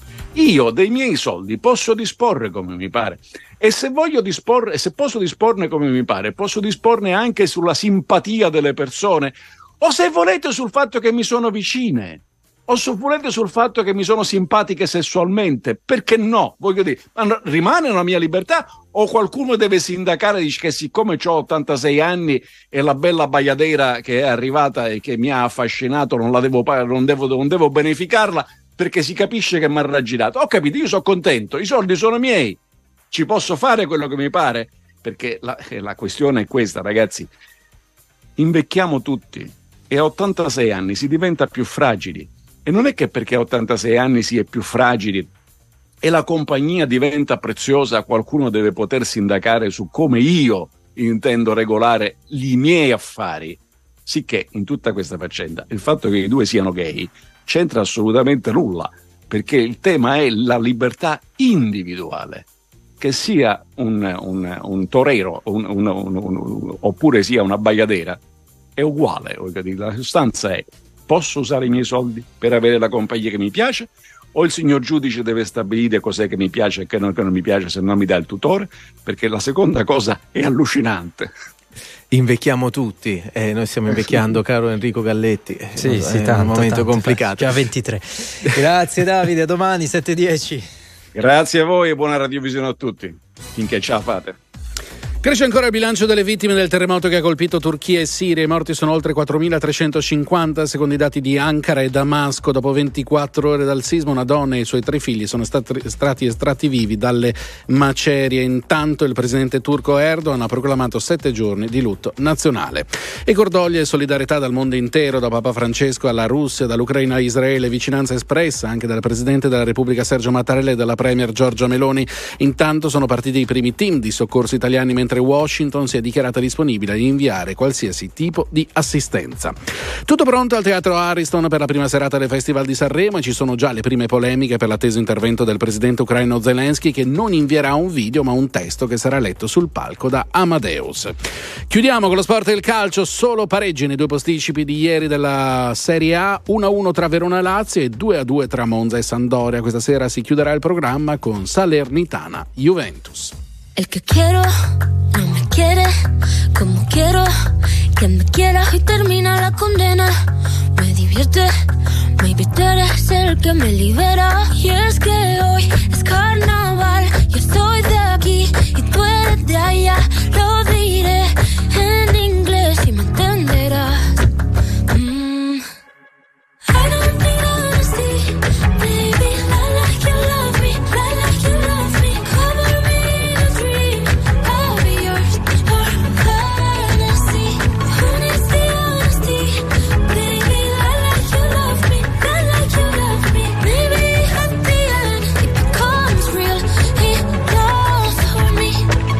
[SPEAKER 4] Io dei miei soldi posso disporre come mi pare, e se voglio disporre, se posso disporne come mi pare, posso disporne anche sulla simpatia delle persone, o se volete sul fatto che mi sono vicine, o se volete sul fatto che mi sono simpatiche sessualmente. Perché no? Voglio dire, ma rimane una mia libertà, o qualcuno deve sindacare e dice che siccome ho 86 anni e la bella baiadera che è arrivata e che mi ha affascinato non devo beneficarla, perché si capisce che mi ha raggirato. Ho capito, io sono contento, i soldi sono miei, ci posso fare quello che mi pare. Perché la questione è questa, ragazzi: invecchiamo tutti e a 86 anni si diventa più fragili, e non è che perché a 86 anni si è più fragili e la compagnia diventa preziosa qualcuno deve poter sindacare su come io intendo regolare i miei affari. Sicché in tutta questa faccenda il fatto che i due siano gay c'entra assolutamente nulla, perché il tema è la libertà individuale. Che sia un torero oppure sia una baiadera è uguale. La sostanza è: posso usare i miei soldi per avere la compagnia che mi piace, o il signor giudice deve stabilire cos'è che mi piace e che non mi piace, se no mi dà il tutore? Perché la seconda cosa è allucinante.
[SPEAKER 3] Invecchiamo tutti, noi stiamo invecchiando, caro Enrico Galletti.
[SPEAKER 1] Sì,
[SPEAKER 3] è
[SPEAKER 1] tanto,
[SPEAKER 3] un momento
[SPEAKER 1] tanto,
[SPEAKER 3] complicato.
[SPEAKER 1] Già 23. Grazie Davide, a domani 7:10.
[SPEAKER 4] Grazie a voi e buona radiovisione a tutti. finché ce la fate.
[SPEAKER 19] Cresce ancora il bilancio delle vittime del terremoto che ha colpito Turchia e Siria. I morti sono oltre 4.350, secondo i dati di Ankara e Damasco. Dopo 24 ore dal sisma, una donna e i suoi 3 figli sono stati estratti vivi dalle macerie. Intanto il presidente turco Erdogan ha proclamato 7 giorni di lutto nazionale. E cordoglio e solidarietà dal mondo intero, da Papa Francesco alla Russia, dall'Ucraina a Israele, vicinanza espressa anche dal presidente della Repubblica Sergio Mattarella e dalla premier Giorgia Meloni. Intanto sono partiti i primi team di soccorso italiani, mentre Washington si è dichiarata disponibile ad inviare qualsiasi tipo di assistenza. Tutto pronto al Teatro Ariston per la prima serata del Festival di Sanremo e ci sono già le prime polemiche per l'atteso intervento del presidente ucraino Zelensky, che non invierà un video ma un testo che sarà letto sul palco da Amadeus. Chiudiamo con lo sport e il calcio. Solo pareggi nei 2 posticipi di ieri della Serie A, 1-1 tra Verona e Lazio e 2-2 tra Monza e Sampdoria. Questa sera si chiuderà il programma con Salernitana Juventus.
[SPEAKER 5] El que quiero no me quiere como quiero que me quiera y termina la condena. Me divierte, maybe tú eres el que me libera. Y es que hoy es carnaval, yo estoy de aquí y tú eres de allá. Lo diré en inglés y me entenderás. I don't need honesty, baby, I like you love me, I like you love me. Cover me in a dream, I'll be yours for honesty. Who needs the honesty, baby, I like you love me, I like you love me. Maybe at the end it becomes real enough for me.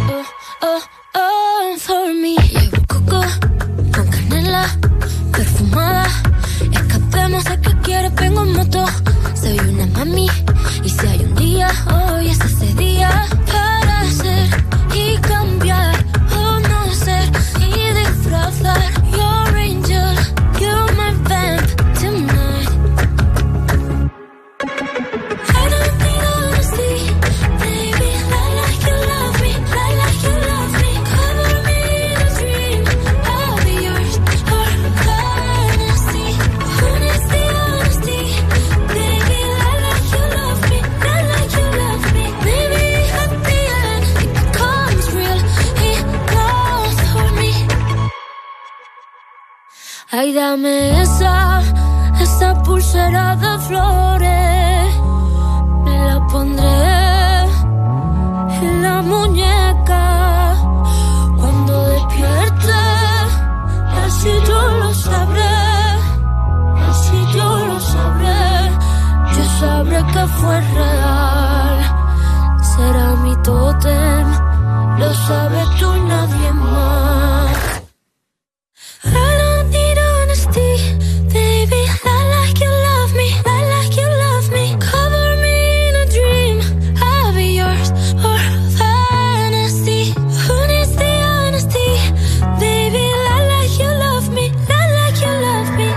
[SPEAKER 5] Oh, for me. Llevo coco con canela perfumada. Escapemos a que quieres, vengo en moto. Soy una mami y si hay un día, hoy es ese día para ser y cambiar o no ser y disfrazar. Your angel, you're my vamp tonight. I don't need honesty, baby, I like you love me, I like you love me. Cover me in a dream, I'll be yours for honesty. Who needs the honesty, baby, I like you love me, I like you love me. Maybe at the end it becomes real enough for me. Ay, dame esa pulsera de flores, me la pondré en la muñeca cuando despierte, así yo lo sabré, así yo lo sabré, yo sabré que fue real, será mi tótem, lo sabes tú y nadie más. I don't need honesty, baby, I like you love me, I like you love me. Cover me in a dream, I'll be yours for fantasy. Who needs the honesty, baby, I like you love me, I like you love me.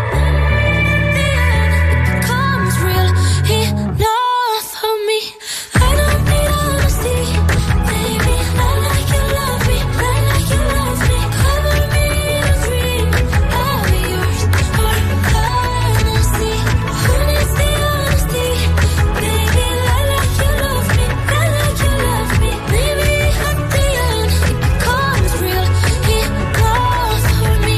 [SPEAKER 5] It becomes real enough for me. I don't need honesty, baby, I like you love me, I like you love me. Cover me in a dream, I'll be yours for fantasy. Who needs the honesty, baby, I like you love me, I like you love me. Maybe at the end it becomes real enough for me.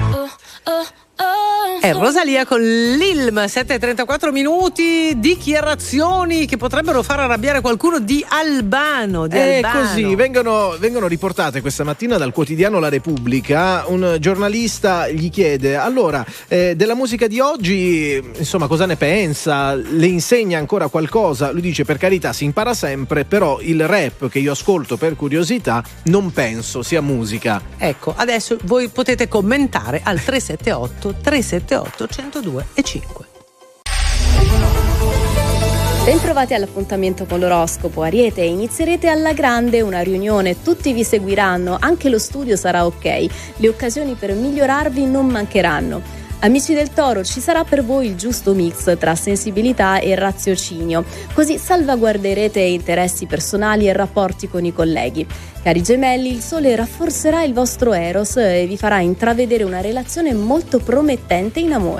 [SPEAKER 2] È Rosalia con l'Ilm, 7:34 minuti, dichiarazioni che potrebbero far arrabbiare qualcuno di Albano.
[SPEAKER 3] Così vengono riportate questa mattina dal quotidiano La Repubblica. Un giornalista gli chiede: allora, della musica di oggi, insomma, cosa ne pensa? Le insegna ancora qualcosa? Lui dice: per carità, si impara sempre, però il rap che io ascolto per curiosità non penso sia musica.
[SPEAKER 2] Ecco, adesso voi potete commentare al 378 1025.
[SPEAKER 6] Bentrovati all'appuntamento con l'oroscopo Ariete. Inizierete alla grande una riunione, tutti vi seguiranno, anche lo studio sarà ok, le occasioni per migliorarvi non mancheranno. Amici del Toro, ci sarà per voi il giusto mix tra sensibilità e raziocinio, così salvaguarderete interessi personali e rapporti con i colleghi. Cari Gemelli, il sole rafforzerà il vostro eros e vi farà intravedere una relazione molto promettente in amore.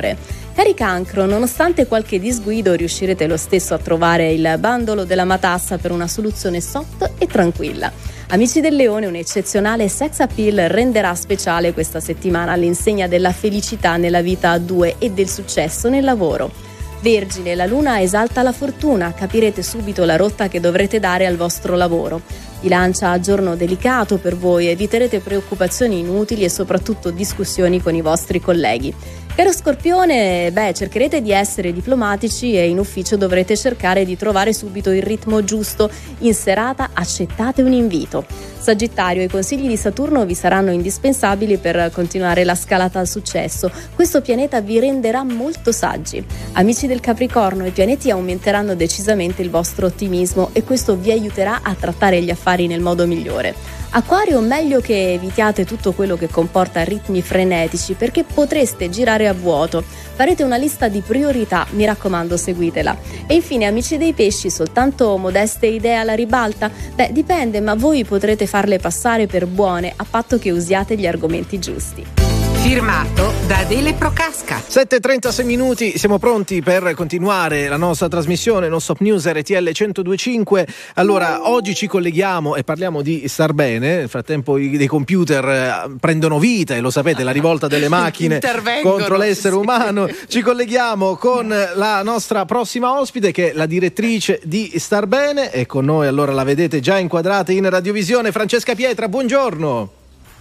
[SPEAKER 6] Cari Cancro, nonostante qualche disguido riuscirete lo stesso a trovare il bandolo della matassa per una soluzione soft e tranquilla. Amici del Leone, un eccezionale sex appeal renderà speciale questa settimana all'insegna della felicità nella vita a due e del successo nel lavoro. Vergine, la luna esalta la fortuna, capirete subito la rotta che dovrete dare al vostro lavoro. Bilancia, giorno delicato per voi, eviterete preoccupazioni inutili e soprattutto discussioni con i vostri colleghi. Caro Scorpione, cercherete di essere diplomatici e in ufficio dovrete cercare di trovare subito il ritmo giusto. In serata accettate un invito. Sagittario, i consigli di Saturno vi saranno indispensabili per continuare la scalata al successo. Questo pianeta vi renderà molto saggi. Amici del Capricorno, i pianeti aumenteranno decisamente il vostro ottimismo e questo vi aiuterà a trattare gli affari nel modo migliore. Acquario, meglio che evitiate tutto quello che comporta ritmi frenetici perché potreste girare a vuoto. Farete una lista di priorità, mi raccomando seguitela. E infine amici dei Pesci, soltanto modeste idee alla ribalta? Dipende, ma voi potrete farle passare per buone a patto che usiate gli argomenti giusti.
[SPEAKER 2] Firmato da Adele Procasca.
[SPEAKER 3] 7:36 minuti, siamo pronti per continuare la nostra trasmissione, non stop news RTL 102.5. Allora, oggi ci colleghiamo e parliamo di star bene. Nel frattempo dei computer prendono vita e lo sapete, la rivolta delle macchine contro l'essere umano. Ci colleghiamo con la nostra prossima ospite che è la direttrice di Star Bene e con noi allora la vedete già inquadrata in radiovisione, Francesca Pietra, buongiorno.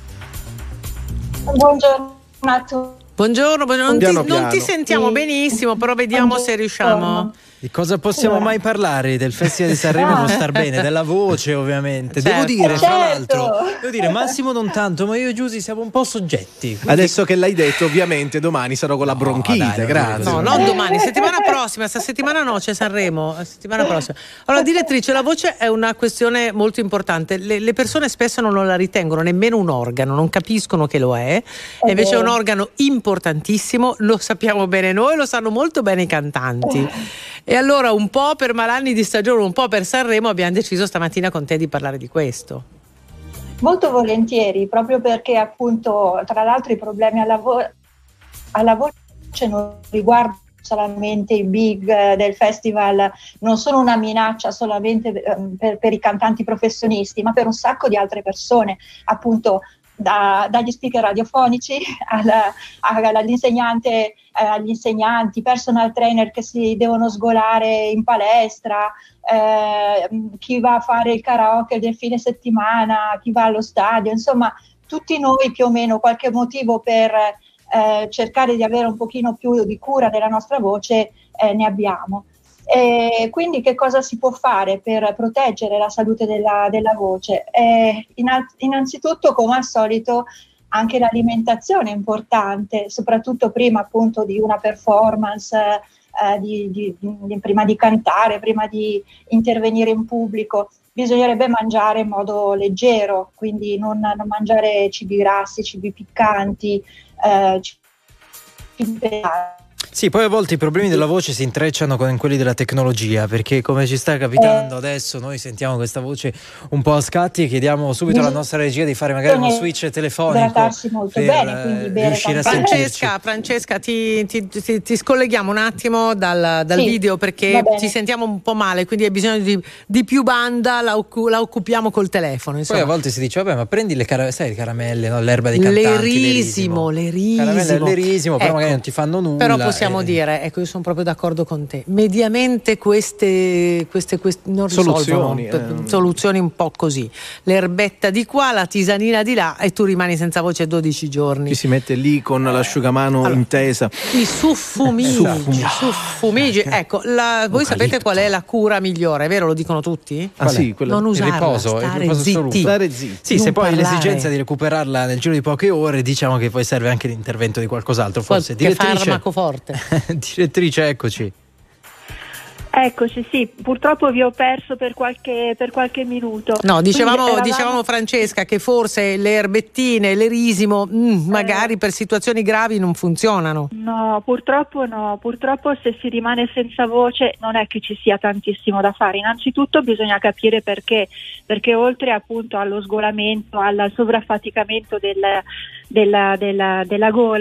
[SPEAKER 7] Buongiorno a tutti.
[SPEAKER 2] Buongiorno.
[SPEAKER 3] Piano.
[SPEAKER 2] Non ti sentiamo benissimo, però vediamo se riusciamo.
[SPEAKER 1] Di cosa possiamo mai parlare del Festival di Sanremo con Star Bene? Della voce, ovviamente.
[SPEAKER 2] Certo.
[SPEAKER 1] Devo dire, tra l'altro, Massimo non tanto, ma io e Giusy siamo un po' soggetti. Quindi...
[SPEAKER 3] Adesso che l'hai detto, ovviamente domani sarò con la bronchite, grazie.
[SPEAKER 2] No, non domani, settimana prossima. Settimana no, c'è Sanremo. Settimana prossima. Allora, direttrice, la voce è una questione molto importante. Le persone spesso non la ritengono nemmeno un organo, non capiscono che lo è. E invece è un organo importantissimo, lo sappiamo bene noi, lo sanno molto bene i cantanti. E allora un po' per malanni di stagione, un po' per Sanremo abbiamo deciso stamattina con te di parlare di questo.
[SPEAKER 7] Molto volentieri, proprio perché appunto tra l'altro i problemi alla voce non riguardano solamente i big del festival, non sono una minaccia solamente per i cantanti professionisti, ma per un sacco di altre persone, appunto dagli speaker radiofonici all'insegnante, agli insegnanti, personal trainer che si devono sgolare in palestra, chi va a fare il karaoke del fine settimana, chi va allo stadio, insomma tutti noi più o meno qualche motivo per cercare di avere un pochino più di cura della nostra voce ne abbiamo. E quindi che cosa si può fare per proteggere la salute della voce? Innanzitutto, come al solito, anche l'alimentazione è importante, soprattutto prima appunto di una performance, prima di cantare, prima di intervenire in pubblico. Bisognerebbe mangiare in modo leggero, quindi non mangiare cibi grassi, cibi piccanti, cibi pesati.
[SPEAKER 1] Sì, poi a volte i problemi della voce si intrecciano con quelli della tecnologia, perché come ci sta capitando adesso noi sentiamo questa voce un po' a scatti e chiediamo subito alla nostra regia di fare magari uno switch telefonico
[SPEAKER 7] idratarsi molto
[SPEAKER 1] per
[SPEAKER 7] bene, quindi
[SPEAKER 1] riuscire a sentirci.
[SPEAKER 2] Francesca, ti scolleghiamo un attimo dal video perché ti sentiamo un po' male, quindi hai bisogno di più banda, la occupiamo col telefono, insomma.
[SPEAKER 1] Poi a volte si dice vabbè, ma prendi le caramelle, no? L'erba dei cantanti,
[SPEAKER 2] l'erisimo.
[SPEAKER 1] Caramelle all'erisimo, però magari non ti fanno nulla.
[SPEAKER 2] Però possiamo dire, ecco, io sono proprio d'accordo con te, mediamente queste non risolvono soluzioni un po' così, l'erbetta di qua, la tisanina di là e tu rimani senza voce 12 giorni.
[SPEAKER 3] Chi si mette lì con l'asciugamano intesa,
[SPEAKER 2] i suffumigi. Ecco, voi sapete qual è la cura migliore, è vero? Lo dicono tutti?
[SPEAKER 3] Sì,
[SPEAKER 2] non usarla,
[SPEAKER 1] il riposo,
[SPEAKER 2] stare zitti.
[SPEAKER 1] Sì, se poi l'esigenza di recuperarla nel giro di poche ore, diciamo che poi serve anche l'intervento di qualcos'altro, forse.
[SPEAKER 2] Che farmaco forte.
[SPEAKER 1] Direttrice, eccoci.
[SPEAKER 7] Eccoci, sì, purtroppo vi ho perso per qualche minuto.
[SPEAKER 2] No, dicevamo Francesca che forse le erbettine, l'erisimo magari per situazioni gravi non funzionano.
[SPEAKER 7] No, purtroppo se si rimane senza voce non è che ci sia tantissimo da fare. Innanzitutto bisogna capire perché oltre appunto allo sgolamento, al sovraffaticamento della gola,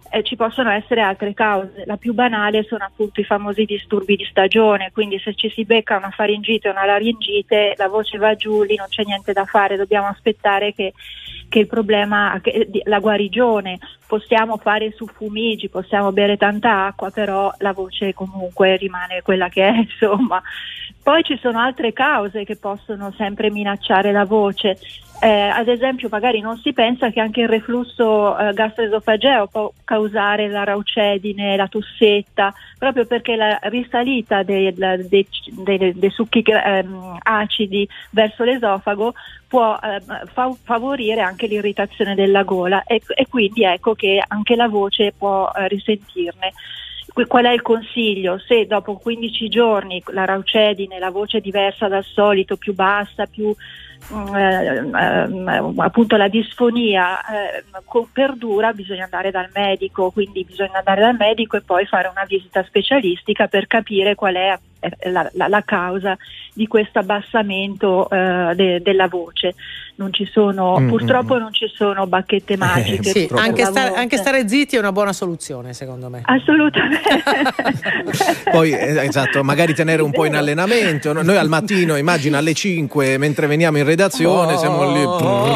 [SPEAKER 7] ci possono essere altre cause. La più banale sono appunto i famosi disturbi di stagione, quindi se ci si becca una faringite o una laringite, la voce va giù, lì non c'è niente da fare, dobbiamo aspettare che il problema, la guarigione. Possiamo fare suffumigi, possiamo bere tanta acqua, però la voce comunque rimane quella che è, insomma. Poi ci sono altre cause che possono sempre minacciare la voce. Ad esempio magari non si pensa che anche il reflusso gastroesofageo può causare la raucedine, la tossetta, proprio perché la risalita dei succhi acidi verso l'esofago può favorire anche l'irritazione della gola e quindi ecco che anche la voce può risentirne. Qual è il consiglio? Se dopo 15 giorni la raucedine, la voce è diversa dal solito, più bassa, più appunto la disfonia perdura, bisogna andare dal medico, quindi bisogna andare dal medico e poi fare una visita specialistica per capire qual è la causa di questo abbassamento della voce. Non ci sono, purtroppo non ci sono bacchette magiche.
[SPEAKER 2] Sì, anche stare zitti è una buona soluzione, secondo me.
[SPEAKER 7] Assolutamente.
[SPEAKER 3] Poi esatto, magari tenere un po' in allenamento. Noi al mattino, immagina alle 5 mentre veniamo in redazione, siamo lì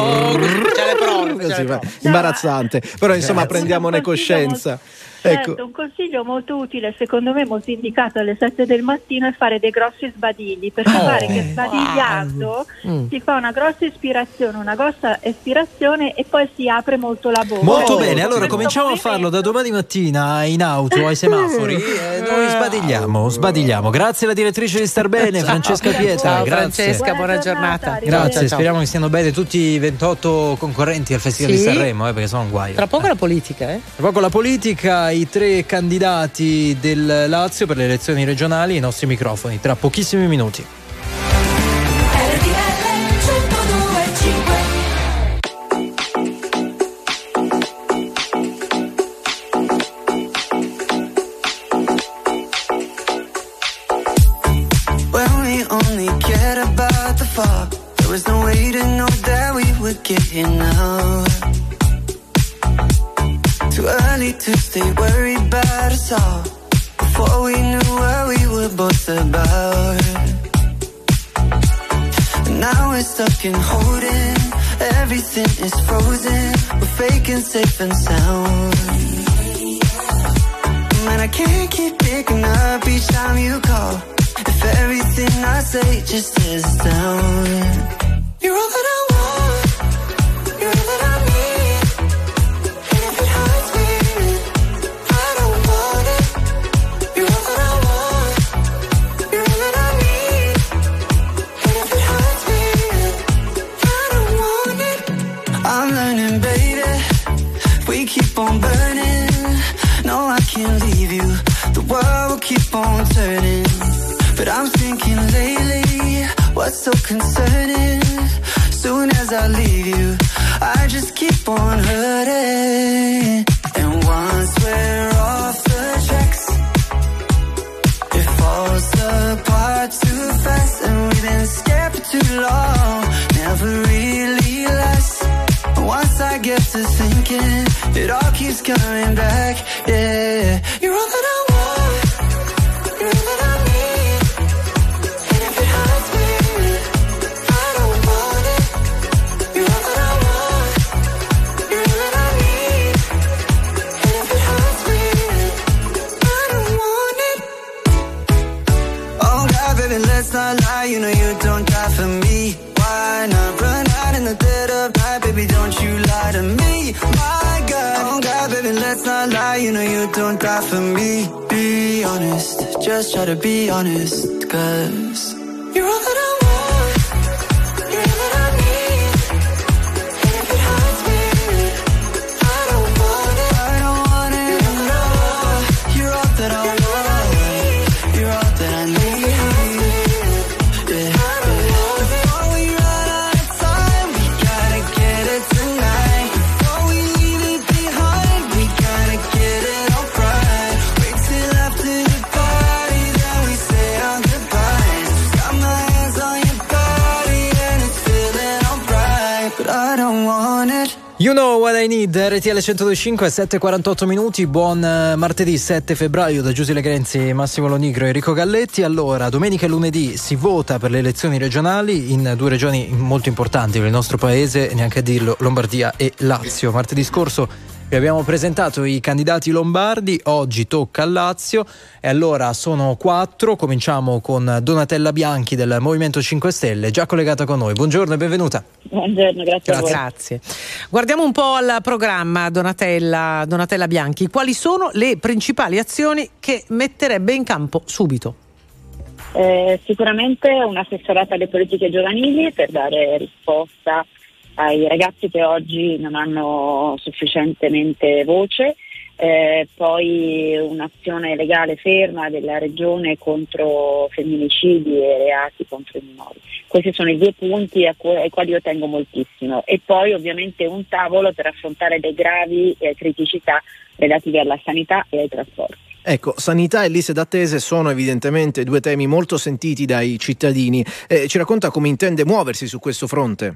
[SPEAKER 3] imbarazzante, però insomma prendiamone coscienza.
[SPEAKER 7] Certo, un consiglio molto utile, secondo me molto indicato alle 7 del mattino, è fare dei grossi sbadigli, perché pare che sbadigliando si fa una grossa ispirazione, una grossa espirazione e poi si apre molto la bocca.
[SPEAKER 1] Molto bene, allora cominciamo a farlo da domani mattina in auto, ai semafori, noi sbadigliamo. Grazie alla direttrice di Star Bene, Francesca Pietra.
[SPEAKER 2] Ciao
[SPEAKER 1] grazie.
[SPEAKER 2] Francesca, buona giornata.
[SPEAKER 1] Grazie,
[SPEAKER 2] Ciao.
[SPEAKER 1] speriamo che stiano bene tutti i 28 concorrenti al Festival di Sanremo, perché sono un guaio.
[SPEAKER 2] Tra poco la politica,
[SPEAKER 1] Tra poco la politica, i 3 candidati del Lazio per le elezioni regionali, i nostri microfoni, tra pochissimi minuti.
[SPEAKER 12] When we only cared about the fall, there was no way to know that we would get here now. Too early to stay worried about us all, before we knew what we were both about. And now we're stuck in holding, everything is frozen, we're faking safe and sound. Man, I can't keep picking up each time you call, if everything I say just is down. You're all that I want, you're all that I need, and if it hurts me, I don't want it. You're all that I want, you're all that I need, and if it hurts me, I don't want it. I'm learning, baby, we keep on burning. No, I can't leave you, the world will keep on turning. But I'm thinking lately, what's so concerning? Soon as I leave you, I just keep on hurting. And once we're off the tracks, it falls apart too fast. And we've been scared for too long, never really lasts. Once I get to thinking, it all keeps coming back, yeah. You're all that I want, you're all that I need, and if it hurts me, I don't want it. You're all that I want, you're all that I need, and if it hurts me, I don't want it. Oh God, baby, let's not lie, you know you don't die for me. Why not run out in the dead of night, baby, don't you lie to me. My God, oh God, baby, let's not lie, you know you don't die for me. Be honest, just try to be honest, 'cause you're all that I want, you're all that I need, and if it hurts me, I don't want it. I don't want it, no. You're all that I want, you're all that I need.
[SPEAKER 1] You Know What I Need, RTL 102.5, 7:48 minuti. Buon martedì 7 febbraio da Giusy Legrenzi, Massimo Lonigro e Enrico Galletti. Allora, domenica e lunedì si vota per le elezioni regionali in due regioni molto importanti per il nostro paese, neanche a dirlo, Lombardia e Lazio. Martedì scorso vi abbiamo presentato i candidati lombardi, oggi tocca al Lazio e allora sono 4. Cominciamo con Donatella Bianchi del Movimento 5 Stelle, già collegata con noi. Buongiorno e benvenuta.
[SPEAKER 8] Buongiorno, grazie a voi.
[SPEAKER 2] Grazie. Guardiamo un po' al programma, Donatella Bianchi. Quali sono le principali azioni che metterebbe in campo subito?
[SPEAKER 8] Sicuramente un'assessorata alle politiche giovanili per dare risposta ai ragazzi che oggi non hanno sufficientemente voce, poi un'azione legale ferma della Regione contro femminicidi e reati contro i minori. Questi sono i 2 punti ai quali io tengo moltissimo, e poi ovviamente un tavolo per affrontare le gravi criticità relative alla sanità e ai trasporti.
[SPEAKER 3] Ecco, sanità e liste d'attesa sono evidentemente 2 temi molto sentiti dai cittadini. Ci racconta come intende muoversi su questo fronte?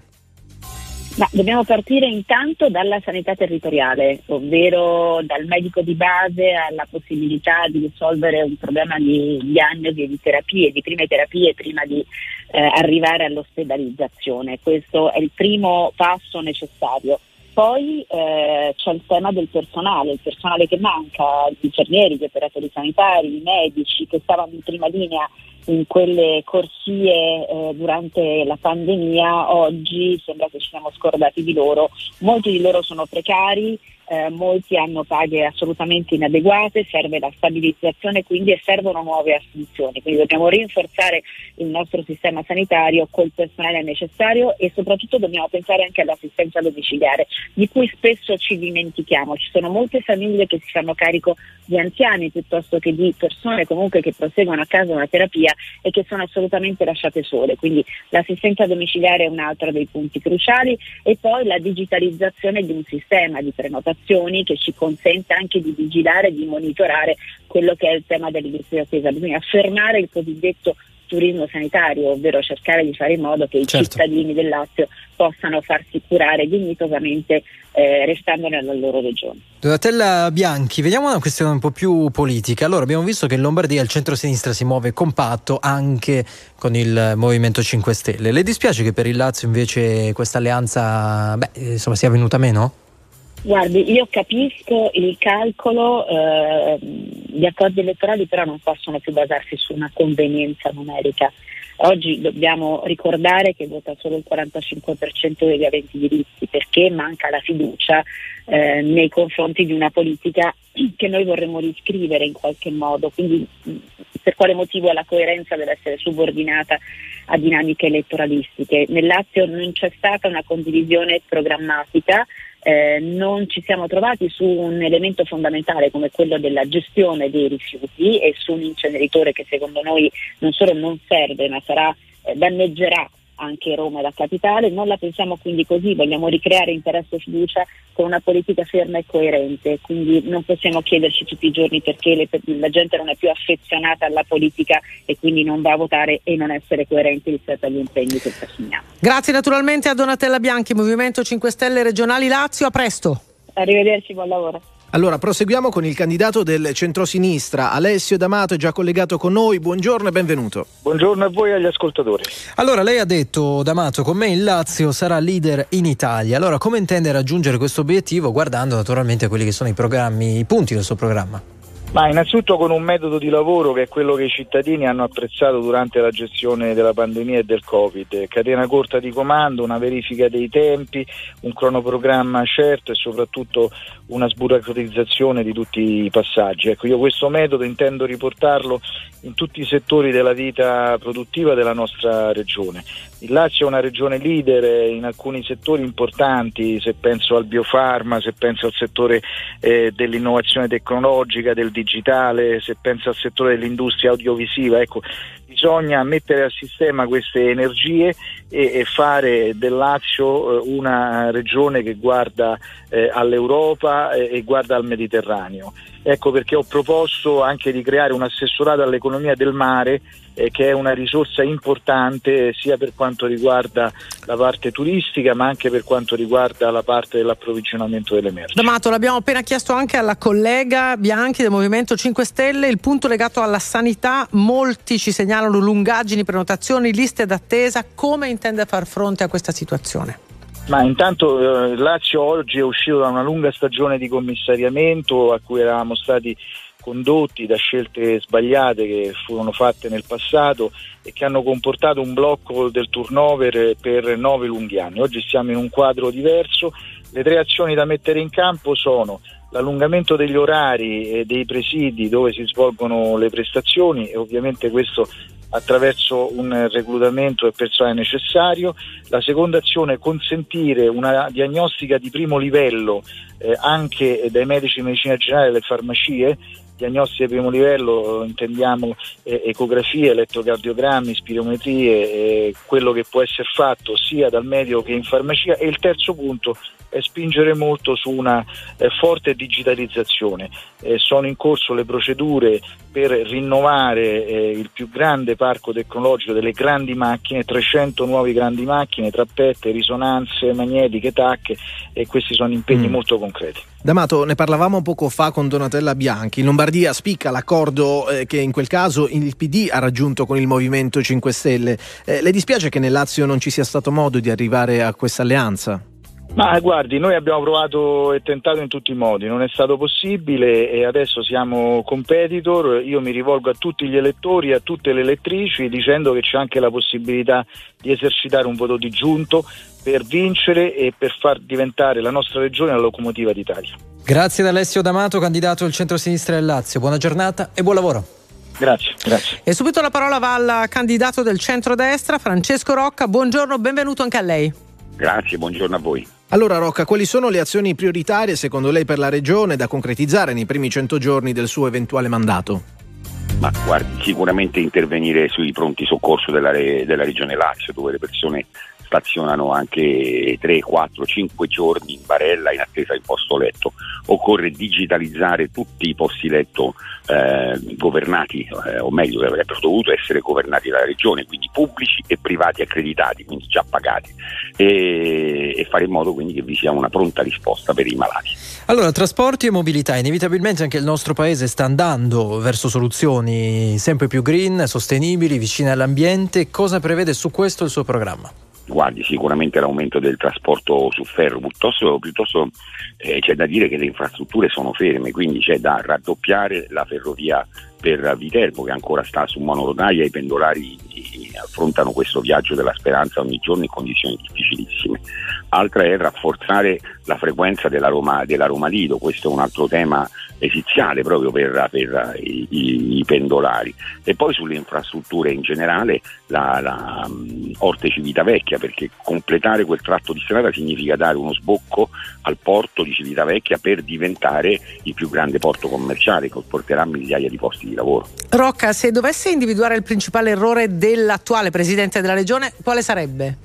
[SPEAKER 8] Ma dobbiamo partire intanto dalla sanità territoriale, ovvero dal medico di base alla possibilità di risolvere un problema di diagnosi e di terapie, di prime terapie prima di arrivare all'ospedalizzazione. Questo è il primo passo necessario. Poi c'è il tema del personale, il personale che manca, gli infermieri, gli operatori sanitari, i medici che stavano in prima linea in quelle corsie durante la pandemia. Oggi sembra che ci siamo scordati di loro. Molti di loro sono precari, molti hanno paghe assolutamente inadeguate, serve la stabilizzazione quindi e servono nuove assunzioni, quindi dobbiamo rinforzare il nostro sistema sanitario col personale necessario e soprattutto dobbiamo pensare anche all'assistenza domiciliare, di cui spesso ci dimentichiamo. Ci sono molte famiglie che si fanno carico di anziani piuttosto che di persone comunque che proseguono a casa una terapia e che sono assolutamente lasciate sole, quindi l'assistenza domiciliare è un altro dei punti cruciali, e poi la digitalizzazione di un sistema di prenotazioni che ci consente anche di vigilare, di monitorare quello che è il tema delle liste di attesa. Bisogna fermare il cosiddetto turismo sanitario, ovvero cercare di fare in modo che i cittadini del Lazio possano farsi curare dignitosamente restando nella loro regione.
[SPEAKER 1] Donatella Bianchi, vediamo una questione un po' più politica. Allora, abbiamo visto che in Lombardia il centro-sinistra si muove compatto anche con il Movimento 5 Stelle. Le dispiace che per il Lazio invece questa alleanza sia venuta meno?
[SPEAKER 8] Guardi, io capisco il calcolo, gli accordi elettorali però non possono più basarsi su una convenienza numerica. Oggi dobbiamo ricordare che vota solo il 45% degli aventi diritti perché manca la fiducia nei confronti di una politica che noi vorremmo riscrivere in qualche modo, quindi per quale motivo la coerenza deve essere subordinata a dinamiche elettoralistiche. Nel Lazio non c'è stata una condivisione programmatica, non ci siamo trovati su un elemento fondamentale come quello della gestione dei rifiuti e su un inceneritore che secondo noi non solo non serve ma danneggerà anche Roma e la capitale. Non la pensiamo quindi così, vogliamo ricreare interesse e fiducia con una politica ferma e coerente, quindi non possiamo chiederci tutti i giorni perché la gente non è più affezionata alla politica e quindi non va a votare e non essere coerenti rispetto agli impegni che assumiamo.
[SPEAKER 2] Grazie naturalmente a Donatella Bianchi, Movimento 5 Stelle Regionali Lazio, a presto.
[SPEAKER 8] Arrivederci, buon lavoro.
[SPEAKER 3] Allora, proseguiamo con il candidato del centrosinistra, Alessio D'Amato, è già collegato con noi. Buongiorno e benvenuto.
[SPEAKER 9] Buongiorno a voi e agli ascoltatori.
[SPEAKER 1] Allora, lei ha detto, D'Amato, con me il Lazio sarà leader in Italia. Allora, come intende raggiungere questo obiettivo, guardando naturalmente quelli che sono i programmi, i punti del suo programma?
[SPEAKER 9] Ma innanzitutto con un metodo di lavoro che è quello che i cittadini hanno apprezzato durante la gestione della pandemia e del Covid. Catena corta di comando, una verifica dei tempi, un cronoprogramma certo e soprattutto una sburocratizzazione di tutti i passaggi. Ecco, io questo metodo intendo riportarlo in tutti i settori della vita produttiva della nostra regione. Il Lazio è una regione leader in alcuni settori importanti, se penso al biofarma, se penso al settore dell'innovazione tecnologica, del digitale, se penso al settore dell'industria audiovisiva. Ecco, Bisogna mettere a sistema queste energie e fare del Lazio una regione che guarda all'Europa e guarda al Mediterraneo. Ecco perché ho proposto anche di creare un assessorato all'economia del mare, che è una risorsa importante sia per quanto riguarda la parte turistica ma anche per quanto riguarda la parte dell'approvvigionamento delle merci.
[SPEAKER 2] D'Amato, l'abbiamo appena chiesto anche alla collega Bianchi del Movimento 5 Stelle, il punto legato alla sanità, molti ci segnalano lungaggini, prenotazioni, liste d'attesa, come intende far fronte a questa situazione?
[SPEAKER 9] Ma intanto Lazio oggi è uscito da una lunga stagione di commissariamento a cui eravamo stati condotti da scelte sbagliate che furono fatte nel passato e che hanno comportato un blocco del turnover per 9 lunghi anni. Oggi siamo in un quadro diverso. Le 3 azioni da mettere in campo sono l'allungamento degli orari e dei presidi dove si svolgono le prestazioni, e ovviamente questo attraverso un reclutamento del personale necessario. La seconda azione è consentire una diagnostica di primo livello anche dai medici di medicina generale e le farmacie. Diagnostica di primo livello intendiamo ecografie, elettrocardiogrammi, spirometrie, quello che può essere fatto sia dal medico che in farmacia. E il terzo punto è spingere molto su una forte digitalizzazione. Sono in corso le procedure per rinnovare il più grande parco tecnologico delle grandi macchine, 300 nuove grandi macchine, trappette, risonanze magnetiche, TAC, e questi sono impegni molto concreti.
[SPEAKER 3] D'Amato, ne parlavamo poco fa con Donatella Bianchi. In Lombardia spicca l'accordo che in quel caso il PD ha raggiunto con il Movimento 5 Stelle. Le dispiace che nel Lazio non ci sia stato modo di arrivare a questa alleanza?
[SPEAKER 9] Ma guardi, noi abbiamo provato e tentato in tutti i modi, non è stato possibile e adesso siamo competitor. Io mi rivolgo a tutti gli elettori e a tutte le elettrici dicendo che c'è anche la possibilità di esercitare un voto disgiunto per vincere e per far diventare la nostra regione la locomotiva d'Italia.
[SPEAKER 1] Grazie ad Alessio D'Amato, candidato al centro-sinistra del Lazio. Buona giornata e buon lavoro.
[SPEAKER 9] Grazie.
[SPEAKER 2] E subito la parola va al candidato del centrodestra, Francesco Rocca. Buongiorno, benvenuto anche a lei.
[SPEAKER 10] Grazie, buongiorno a voi.
[SPEAKER 3] Allora Rocca, quali sono le azioni prioritarie secondo lei per la regione da concretizzare nei primi 100 giorni del suo eventuale mandato?
[SPEAKER 10] Ma guardi, sicuramente intervenire sui pronti soccorso della regione Lazio, dove le persone stazionano anche 3, 4, 5 giorni in barella in attesa di posto letto. Occorre digitalizzare tutti i posti letto governati, o meglio, che avrebbero dovuto essere governati dalla regione, quindi pubblici e privati accreditati, quindi già pagati, e fare in modo quindi che vi sia una pronta risposta per i malati.
[SPEAKER 1] Allora, trasporti e mobilità, inevitabilmente anche il nostro paese sta andando verso soluzioni sempre più green, sostenibili, vicine all'ambiente. Cosa prevede su questo il suo programma?
[SPEAKER 10] Guardi, sicuramente l'aumento del trasporto su ferro, piuttosto c'è da dire che le infrastrutture sono ferme, quindi c'è da raddoppiare la ferrovia per Viterbo, che ancora sta su monorotaia, e i pendolari affrontano questo viaggio della speranza ogni giorno in condizioni difficilissime. Altra è rafforzare la frequenza della Roma Lido, questo è un altro tema esiziale proprio per i pendolari. E poi sulle infrastrutture in generale la Orte Civitavecchia, perché completare quel tratto di strada significa dare uno sbocco al porto di Civitavecchia per diventare il più grande porto commerciale che porterà migliaia di posti di lavoro.
[SPEAKER 2] Rocca, se dovesse individuare il principale errore dell'attuale presidente della regione, quale sarebbe?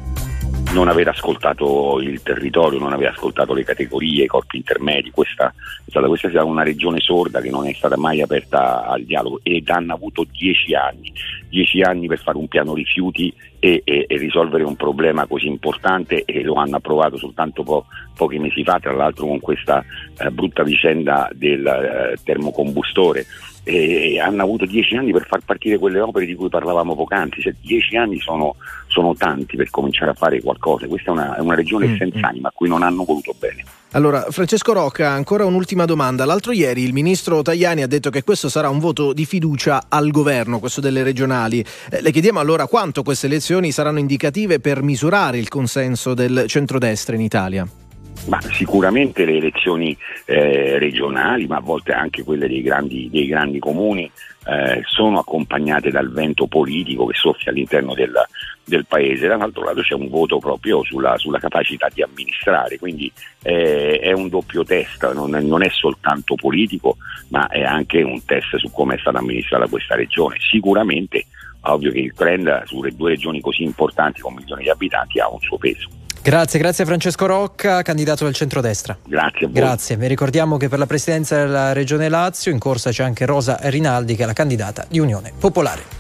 [SPEAKER 10] Non aver ascoltato il territorio, non aver ascoltato le categorie, i corpi intermedi. Questa è stata una regione sorda che non è stata mai aperta al dialogo, ed hanno avuto 10 anni per fare un piano rifiuti e risolvere un problema così importante, e lo hanno approvato soltanto pochi mesi fa, tra l'altro con questa brutta vicenda del termocombustore. E hanno avuto 10 anni per far partire quelle opere di cui parlavamo poc'anzi. 10 anni sono tanti per cominciare a fare qualcosa. Questa è una regione senza anima a cui non hanno voluto bene.
[SPEAKER 3] Allora, Francesco Rocca, ancora un'ultima domanda. L'altro ieri il ministro Tajani ha detto che questo sarà un voto di fiducia al governo, questo delle regionali. Le chiediamo allora quanto queste elezioni saranno indicative per misurare il consenso del centrodestra in Italia.
[SPEAKER 10] Ma sicuramente le elezioni regionali, ma a volte anche quelle dei grandi comuni, sono accompagnate dal vento politico che soffia all'interno del paese. Dall'altro lato c'è un voto proprio sulla capacità di amministrare, quindi è un doppio test, non è soltanto politico, ma è anche un test su come è stata amministrata questa regione. Sicuramente ovvio che il trend sulle due regioni così importanti con milioni di abitanti ha un suo peso.
[SPEAKER 1] Grazie Francesco Rocca, candidato del centrodestra.
[SPEAKER 10] Grazie a voi.
[SPEAKER 1] Grazie. Vi ricordiamo che per la presidenza della Regione Lazio in corsa c'è anche Rosa Rinaldi, che è la candidata di Unione Popolare.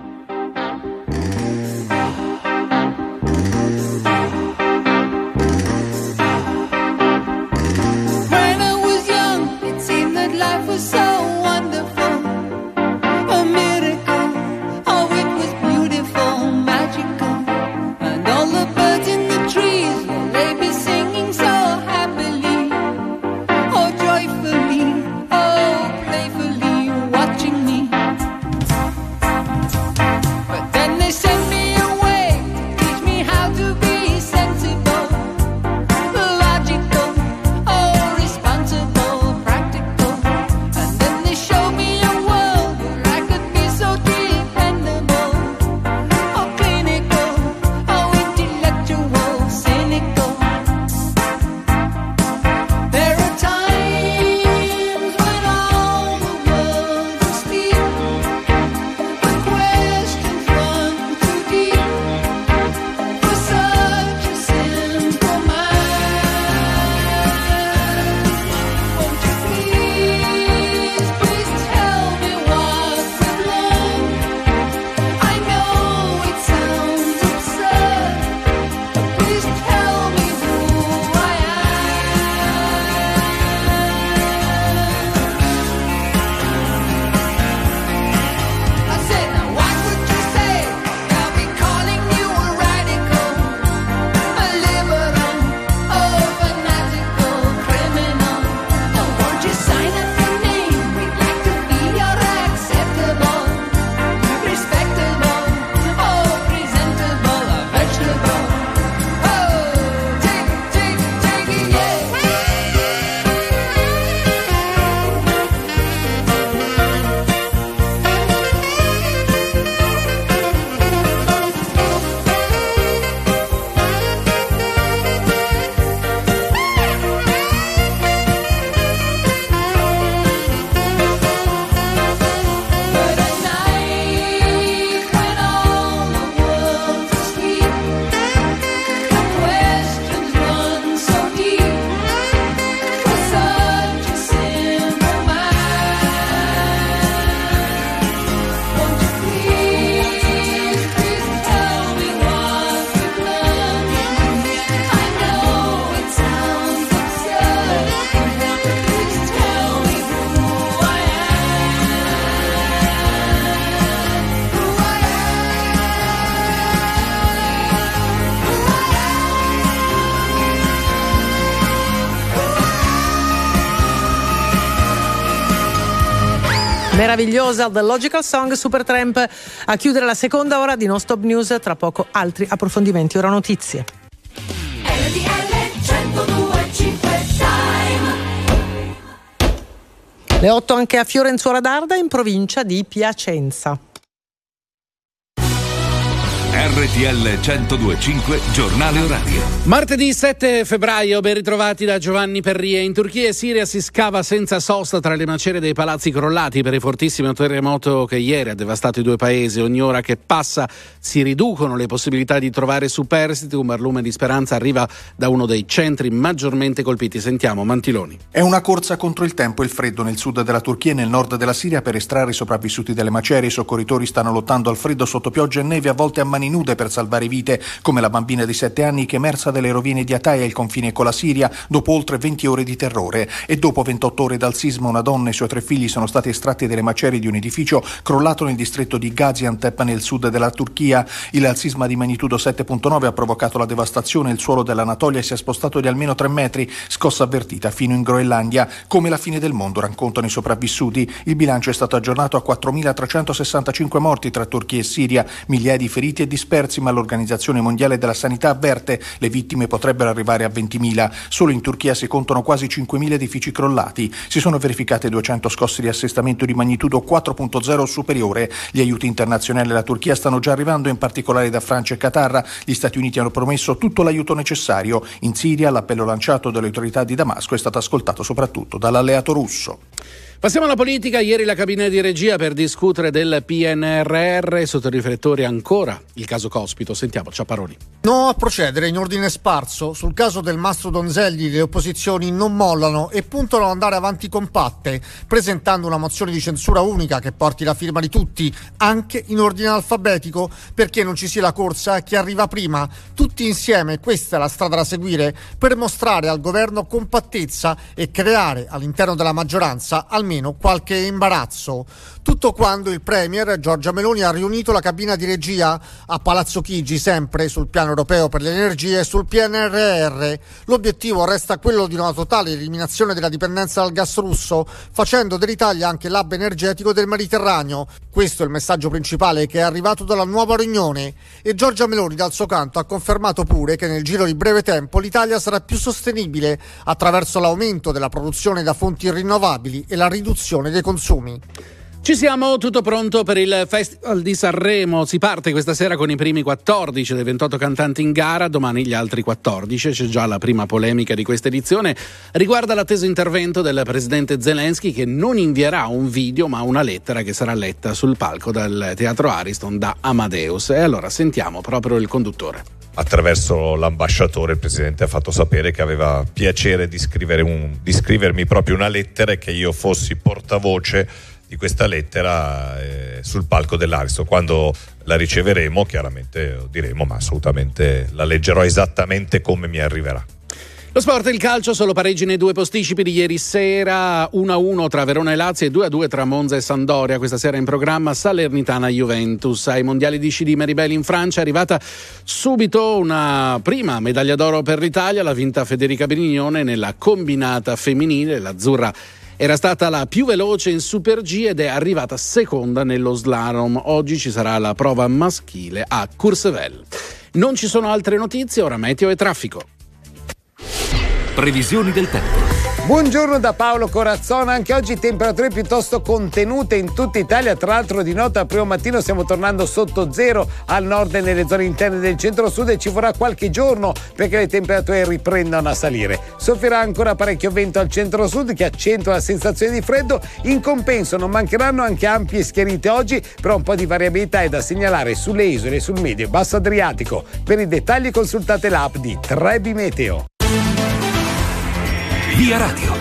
[SPEAKER 2] Meravigliosa The Logical Song, Supertramp a chiudere la seconda ora di Non Stop News. Tra poco altri approfondimenti, ora notizie. Le 8 anche a Fiorenzuola d'Arda, in provincia di Piacenza.
[SPEAKER 11] RTL 102.5 Giornale Orario.
[SPEAKER 19] Martedì 7 febbraio, ben ritrovati da Giovanni Perrie. In Turchia e Siria si scava senza sosta tra le macerie dei palazzi crollati per il fortissimo terremoto che ieri ha devastato i due paesi. Ogni ora che passa si riducono le possibilità di trovare superstiti. Un barlume di speranza arriva da uno dei centri maggiormente colpiti. Sentiamo Mantiloni.
[SPEAKER 20] È una corsa contro il tempo e il freddo nel sud della Turchia e nel nord della Siria per estrarre i sopravvissuti dalle macerie. I soccorritori stanno lottando al freddo sotto pioggia e neve, a volte a mani nude per salvare vite, come la bambina di 7 anni che è emersa dalle rovine di Hatay al confine con la Siria dopo oltre 20 ore di terrore. E dopo 28 ore dal sisma, una donna e i suoi 3 figli sono stati estratti dalle macerie di un edificio crollato nel distretto di Gaziantep nel sud della Turchia. Il sisma di magnitudo 7.9 ha provocato la devastazione, il suolo dell'Anatolia si è spostato di almeno 3 metri, scossa avvertita fino in Groenlandia. Come la fine del mondo, raccontano i sopravvissuti. Il bilancio è stato aggiornato a 4.365 morti tra Turchia e Siria, migliaia di feriti e dispersi, ma l'Organizzazione Mondiale della Sanità avverte le vittime potrebbero arrivare a 20.000. Solo in Turchia si contano quasi 5.000 edifici crollati. Si sono verificate 200 scosse di assestamento di magnitudo 4.0 superiore. Gli aiuti internazionali alla Turchia stanno già arrivando, in particolare da Francia e Qatar. Gli Stati Uniti hanno promesso tutto l'aiuto necessario. In Siria l'appello lanciato dalle autorità di Damasco è stato ascoltato soprattutto dall'alleato russo.
[SPEAKER 19] Passiamo alla politica. Ieri la cabina di regia per discutere del PNRR, sotto i riflettori ancora il caso Cospito. Sentiamo Ciapparoni.
[SPEAKER 13] No a procedere in ordine sparso. Sul caso del Mastro Donzelli le opposizioni non mollano e puntano ad andare avanti compatte, presentando una mozione di censura unica che porti la firma di tutti, anche in ordine alfabetico, perché non ci sia la corsa a chi arriva prima. Tutti insieme, questa è la strada da seguire per mostrare al governo compattezza e creare all'interno della maggioranza almeno qualche imbarazzo. Tutto quando il premier Giorgia Meloni ha riunito la cabina di regia a Palazzo Chigi, sempre sul piano europeo per le energie e sul PNRR. L'obiettivo resta quello di una totale eliminazione della dipendenza dal gas russo, facendo dell'Italia anche l'hub energetico del Mediterraneo. Questo è il messaggio principale che è arrivato dalla nuova riunione, e Giorgia Meloni dal suo canto ha confermato pure che nel giro di breve tempo l'Italia sarà più sostenibile attraverso l'aumento della produzione da fonti rinnovabili e la riduzione dei consumi.
[SPEAKER 19] Ci siamo, tutto pronto per il Festival di Sanremo. Si parte questa sera con i primi 14 dei 28 cantanti in gara, domani gli altri 14. C'è già la prima polemica di questa edizione, riguarda l'atteso intervento del presidente Zelensky, che non invierà un video ma una lettera che sarà letta sul palco del Teatro Ariston da Amadeus. E allora sentiamo proprio il conduttore.
[SPEAKER 14] Attraverso l'ambasciatore il presidente ha fatto sapere che aveva piacere di scrivermi proprio una lettera e che io fossi portavoce di questa lettera sul palco dell'Ariston. Quando la riceveremo chiaramente lo diremo, ma assolutamente la leggerò esattamente come mi arriverà.
[SPEAKER 19] Lo sport e il calcio, solo pareggi nei due posticipi di ieri sera, 1-1 tra Verona e Lazio e 2-2 tra Monza e Sampdoria. Questa sera in programma Salernitana-Juventus. Ai mondiali di sci di Meribel in Francia è arrivata subito una prima medaglia d'oro per l'Italia, l'ha vinta Federica Brignone nella combinata femminile. L'azzurra era stata la più veloce in Super G ed è arrivata seconda nello slalom. Oggi ci sarà la prova maschile a Courchevel. Non ci sono altre notizie, ora meteo e traffico.
[SPEAKER 11] Previsioni del tempo.
[SPEAKER 15] Buongiorno da Paolo Corazzona. Anche oggi temperature piuttosto contenute in tutta Italia. Tra l'altro di notte al primo mattino stiamo tornando sotto zero al nord e nelle zone interne del centro-sud, e ci vorrà qualche giorno perché le temperature riprendano a salire. Soffierà ancora parecchio vento al centro-sud che accentua la sensazione di freddo. In compenso non mancheranno anche ampie schiarite oggi, però un po' di variabilità è da segnalare sulle isole e sul medio e basso Adriatico. Per i dettagli consultate l'app di Trebi Meteo.
[SPEAKER 11] Via Radio.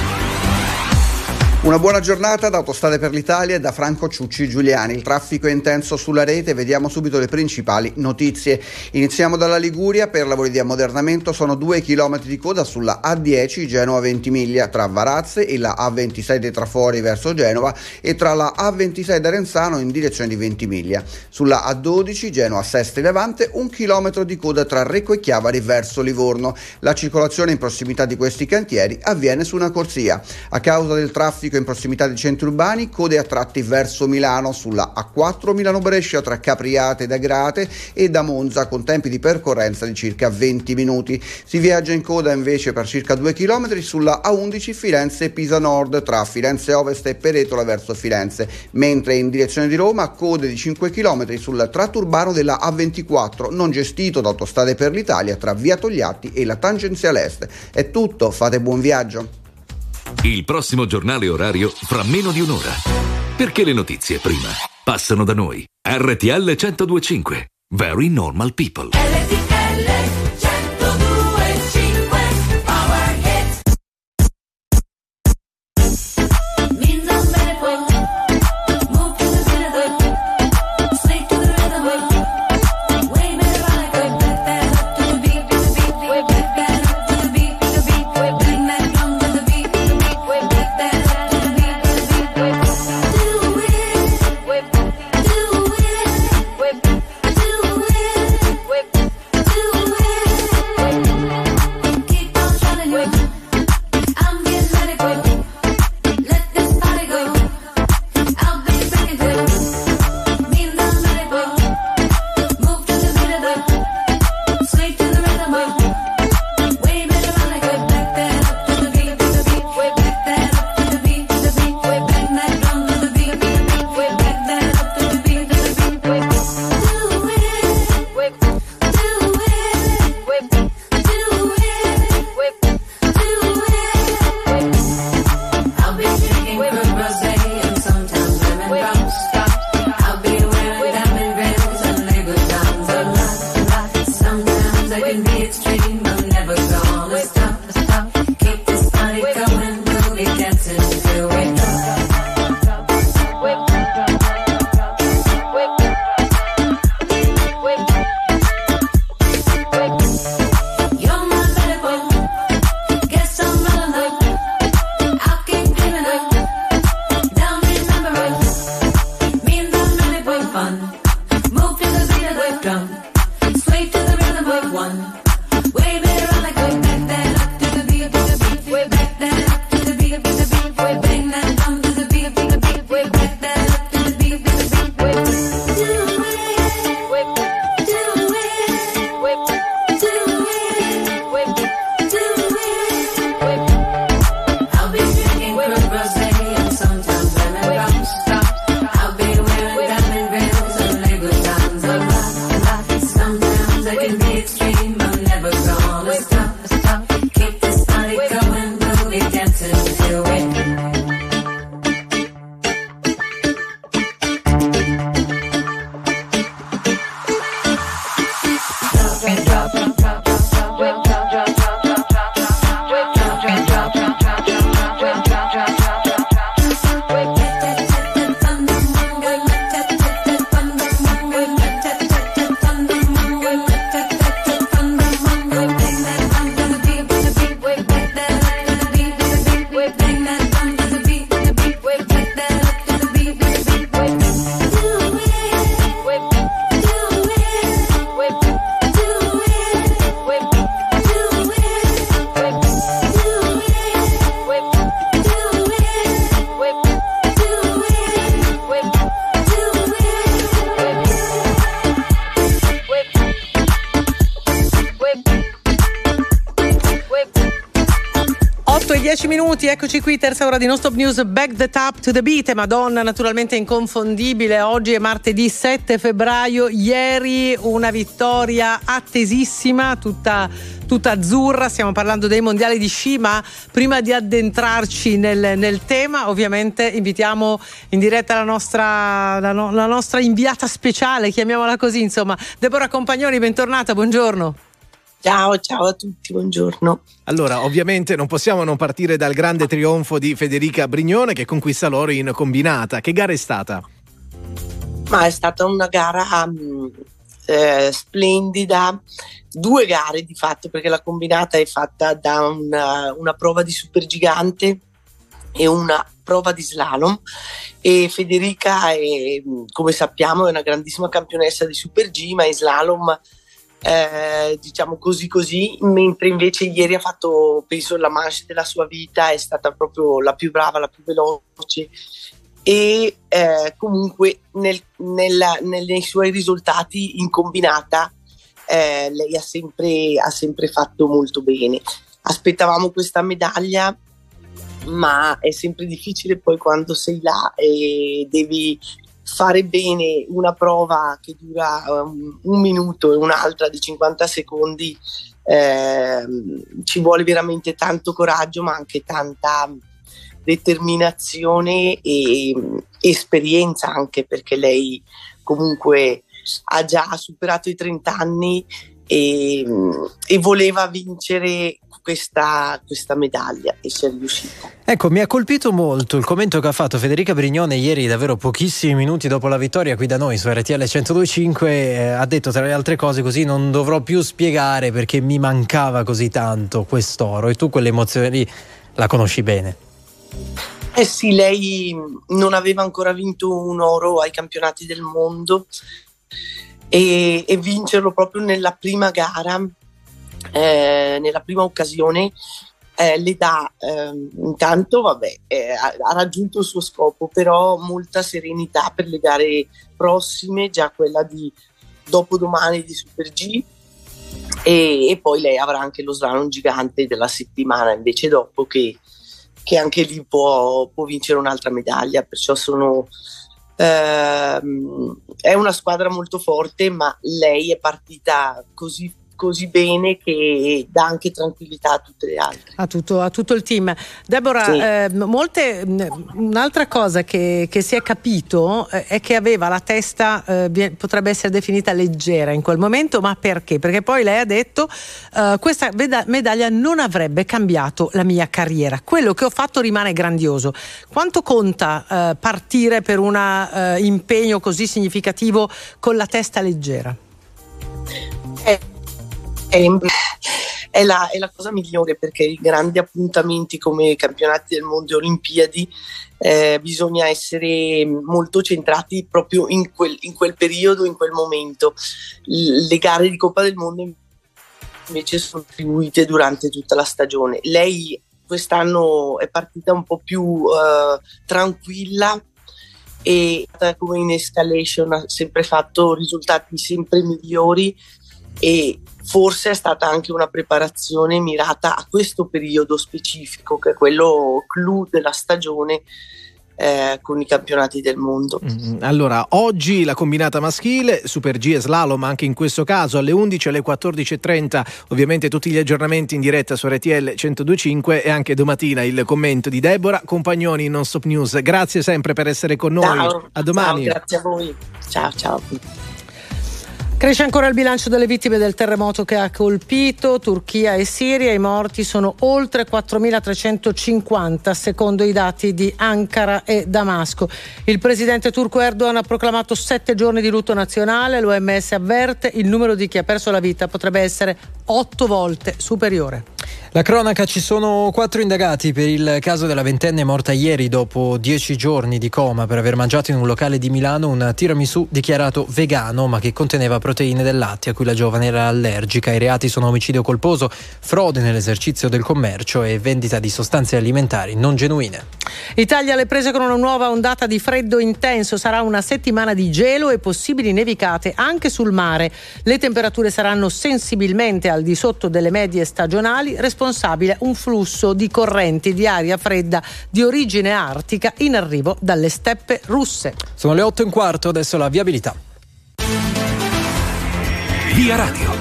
[SPEAKER 16] Una buona giornata da Autostrade per l'Italia e da Franco Ciucci Giuliani. Il traffico è intenso sulla rete, vediamo subito le principali notizie. Iniziamo dalla Liguria. Per lavori di ammodernamento sono 2 chilometri di coda sulla A10 Genova-Ventimiglia tra Varazze e la A26 dei Trafori verso Genova e tra la A26 d'Arenzano in direzione di Ventimiglia. Sulla A12 Genoa-Sestri Levante 1 chilometro di coda tra Recco e Chiavari verso Livorno. La circolazione in prossimità di questi cantieri avviene su una corsia. A causa del traffico in prossimità dei centri urbani, code a tratti verso Milano sulla A4 Milano-Brescia tra Capriate ed Agrate e da Monza con tempi di percorrenza di circa 20 minuti. Si viaggia in coda invece per circa 2 km sulla A11 Firenze-Pisa Nord tra Firenze Ovest e Peretola verso Firenze, mentre in direzione di Roma code di 5 km sul tratto urbano della A24 non gestito da Autostrade per l'Italia tra Via Togliatti e la tangenziale est. È tutto, fate buon viaggio.
[SPEAKER 11] Il prossimo giornale orario fra meno di un'ora. Perché le notizie prima passano da noi. RTL 102.5. Very normal people.
[SPEAKER 12] Whip. drum. Sway to the rhythm of one. Wave it around like a back that up to the beat, way back that up to the beat, way bang that drum to the beat, way back that up to the beat, way do it, way do it, way do it, way do it. I'll be drinking Crown Rosé and sometimes lemon rum. I'll be wearing diamond rings and Lego diamonds a lot. Sometimes I can be extreme, I'm never gonna stop. Keep this party going, we'll be dancing till we
[SPEAKER 2] minuti, eccoci qui, terza ora di Non Stop News, Back the Tap to the Beat. Madonna, naturalmente inconfondibile. Oggi è martedì 7 febbraio. Ieri una vittoria attesissima, tutta azzurra. Stiamo parlando dei mondiali di sci, ma prima di addentrarci nel tema, ovviamente invitiamo in diretta la nostra inviata speciale, chiamiamola così, insomma, Deborah Compagnoni. Bentornata, buongiorno.
[SPEAKER 17] Ciao a tutti, buongiorno.
[SPEAKER 3] Allora, ovviamente non possiamo non partire dal grande trionfo di Federica Brignone che conquista l'oro in combinata. Che gara è stata?
[SPEAKER 17] Ma è stata una gara splendida, 2 gare di fatto, perché la combinata è fatta da una prova di supergigante e una prova di slalom, e Federica è, come sappiamo, è una grandissima campionessa di super G, ma in slalom diciamo così, mentre invece ieri ha fatto, penso, la manche della sua vita, è stata proprio la più brava, la più veloce, e comunque nei suoi risultati in combinata lei ha sempre fatto molto bene. Aspettavamo questa medaglia, ma è sempre difficile poi quando sei là e devi fare bene una prova che dura 1 minuto e un'altra di 50 secondi. Ci vuole veramente tanto coraggio, ma anche tanta determinazione e esperienza, anche perché lei comunque ha già superato i 30 anni e voleva vincere questa medaglia, e ci è riuscita.
[SPEAKER 1] Ecco, mi ha colpito molto il commento che ha fatto Federica Brignone ieri, davvero pochissimi minuti dopo la vittoria qui da noi su RTL 102.5. Ha detto, tra le altre cose, così non dovrò più spiegare perché mi mancava così tanto quest'oro. E tu quell'emozione lì la conosci bene.
[SPEAKER 17] Eh sì, lei non aveva ancora vinto un oro ai campionati del mondo, e vincerlo proprio nella prima gara, nella prima occasione, le dà intanto ha raggiunto il suo scopo, però molta serenità per le gare prossime, già quella di dopodomani di Super G, e poi lei avrà anche lo slalom gigante della settimana invece dopo, che anche lì può vincere un'altra medaglia. Perciò è una squadra molto forte, ma lei è partita così bene che dà anche tranquillità a tutte le altre.
[SPEAKER 2] A tutto il team. Deborah, sì. Un'altra cosa che si è capito è che aveva la testa, potrebbe essere definita leggera in quel momento, ma perché? Perché poi lei ha detto questa medaglia non avrebbe cambiato la mia carriera, quello che ho fatto rimane grandioso. Quanto conta partire per un impegno così significativo con la testa leggera?
[SPEAKER 17] è la cosa migliore, perché i grandi appuntamenti come i campionati del mondo e Olimpiadi bisogna essere molto centrati proprio in quel periodo, in quel momento. Le gare di Coppa del Mondo invece sono distribuite durante tutta la stagione. Lei quest'anno è partita un po' più tranquilla e come in escalation ha sempre fatto risultati sempre migliori, e forse è stata anche una preparazione mirata a questo periodo specifico, che è quello clou della stagione con i campionati del mondo.
[SPEAKER 3] Allora, oggi la combinata maschile, Super G e slalom anche in questo caso, alle 11, alle 14.30, ovviamente tutti gli aggiornamenti in diretta su RTL 102.5, e anche domattina il commento di Deborah Compagnoni in Non Stop News. Grazie sempre per essere con noi.
[SPEAKER 17] Ciao,
[SPEAKER 3] a domani.
[SPEAKER 17] ciao, grazie a voi. Ciao.
[SPEAKER 2] Cresce ancora il bilancio delle vittime del terremoto che ha colpito Turchia e Siria. I morti sono oltre 4.350 secondo i dati di Ankara e Damasco. Il presidente turco Erdogan ha proclamato 7 giorni di lutto nazionale. L'OMS avverte il numero di chi ha perso la vita potrebbe essere 8 volte superiore.
[SPEAKER 1] La cronaca: ci sono 4 indagati per il caso della ventenne morta ieri dopo 10 giorni di coma per aver mangiato in un locale di Milano un tiramisù dichiarato vegano ma che conteneva proteine del latte a cui la giovane era allergica. I reati sono omicidio colposo, frode nell'esercizio del commercio e vendita di sostanze alimentari non genuine.
[SPEAKER 2] Italia alle prese con una nuova ondata di freddo intenso. Sarà una settimana di gelo e possibili nevicate anche sul mare. Le temperature saranno sensibilmente al di sotto delle medie stagionali, responsabile un flusso di correnti di aria fredda di origine artica in arrivo dalle steppe russe.
[SPEAKER 1] Sono le 8:15, adesso la viabilità.
[SPEAKER 11] Via Radio.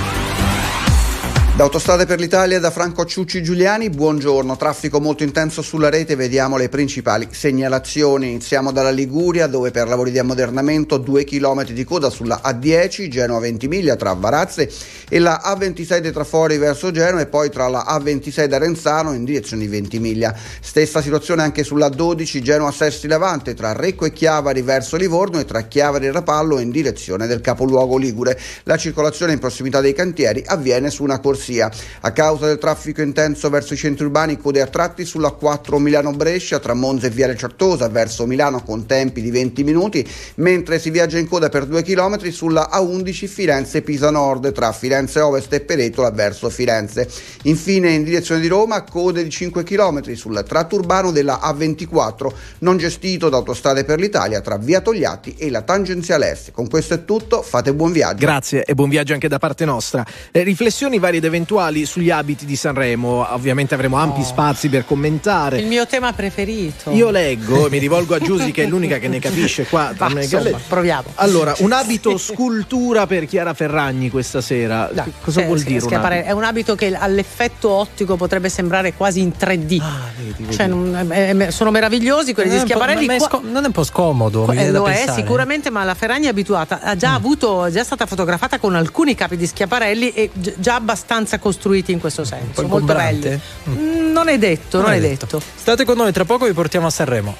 [SPEAKER 16] Da Autostrade per l'Italia, da Franco Ciucci Giuliani, buongiorno. Traffico molto intenso sulla rete, vediamo le principali segnalazioni. Iniziamo dalla Liguria, dove per lavori di ammodernamento 2 chilometri di coda sulla A10 Genova-Ventimiglia tra Varazze e la A26 dei Trafori verso Genova, e poi tra la A26 da Renzano in direzione di Ventimiglia. Stessa situazione anche sulla A12 Genova-Sesti Levante tra Recco e Chiavari verso Livorno e tra Chiavari e Rapallo in direzione del capoluogo ligure. La circolazione in prossimità dei cantieri avviene su una corsia. A causa del traffico intenso verso i centri urbani, code a tratti sulla 4 Milano-Brescia tra Monza e Viale Certosa verso Milano con tempi di 20 minuti, mentre si viaggia in coda per 2 km sulla A11 Firenze-Pisa Nord tra Firenze Ovest e Peretola verso Firenze. Infine in direzione di Roma, code di 5 km sul tratto urbano della A24 non gestito da Autostrade per l'Italia tra Via Togliatti e la tangenziale est. Con questo è tutto, fate buon viaggio.
[SPEAKER 3] Grazie e buon viaggio anche da parte nostra. Riflessioni varie ed eventuali sugli abiti di Sanremo, ovviamente avremo ampi spazi per commentare.
[SPEAKER 2] Il mio tema preferito.
[SPEAKER 3] Io leggo e mi rivolgo a Giusy che è l'unica che ne capisce qua.
[SPEAKER 2] Insomma, proviamo.
[SPEAKER 3] Allora, un abito scultura per Chiara Ferragni questa sera. Cosa vuol dire?
[SPEAKER 2] È un abito che all'effetto ottico potrebbe sembrare quasi in 3D.
[SPEAKER 1] Vedi.
[SPEAKER 2] Cioè, sono meravigliosi quelli di Schiaparelli.
[SPEAKER 1] Non è un po' scomodo?
[SPEAKER 2] Lo è sicuramente, ma la Ferragni è abituata. Ha già è stata fotografata con alcuni capi di Schiaparelli e già abbastanza costruiti in questo senso, molto belli. Non è detto, non è detto.
[SPEAKER 1] State con noi, tra poco vi portiamo a Sanremo.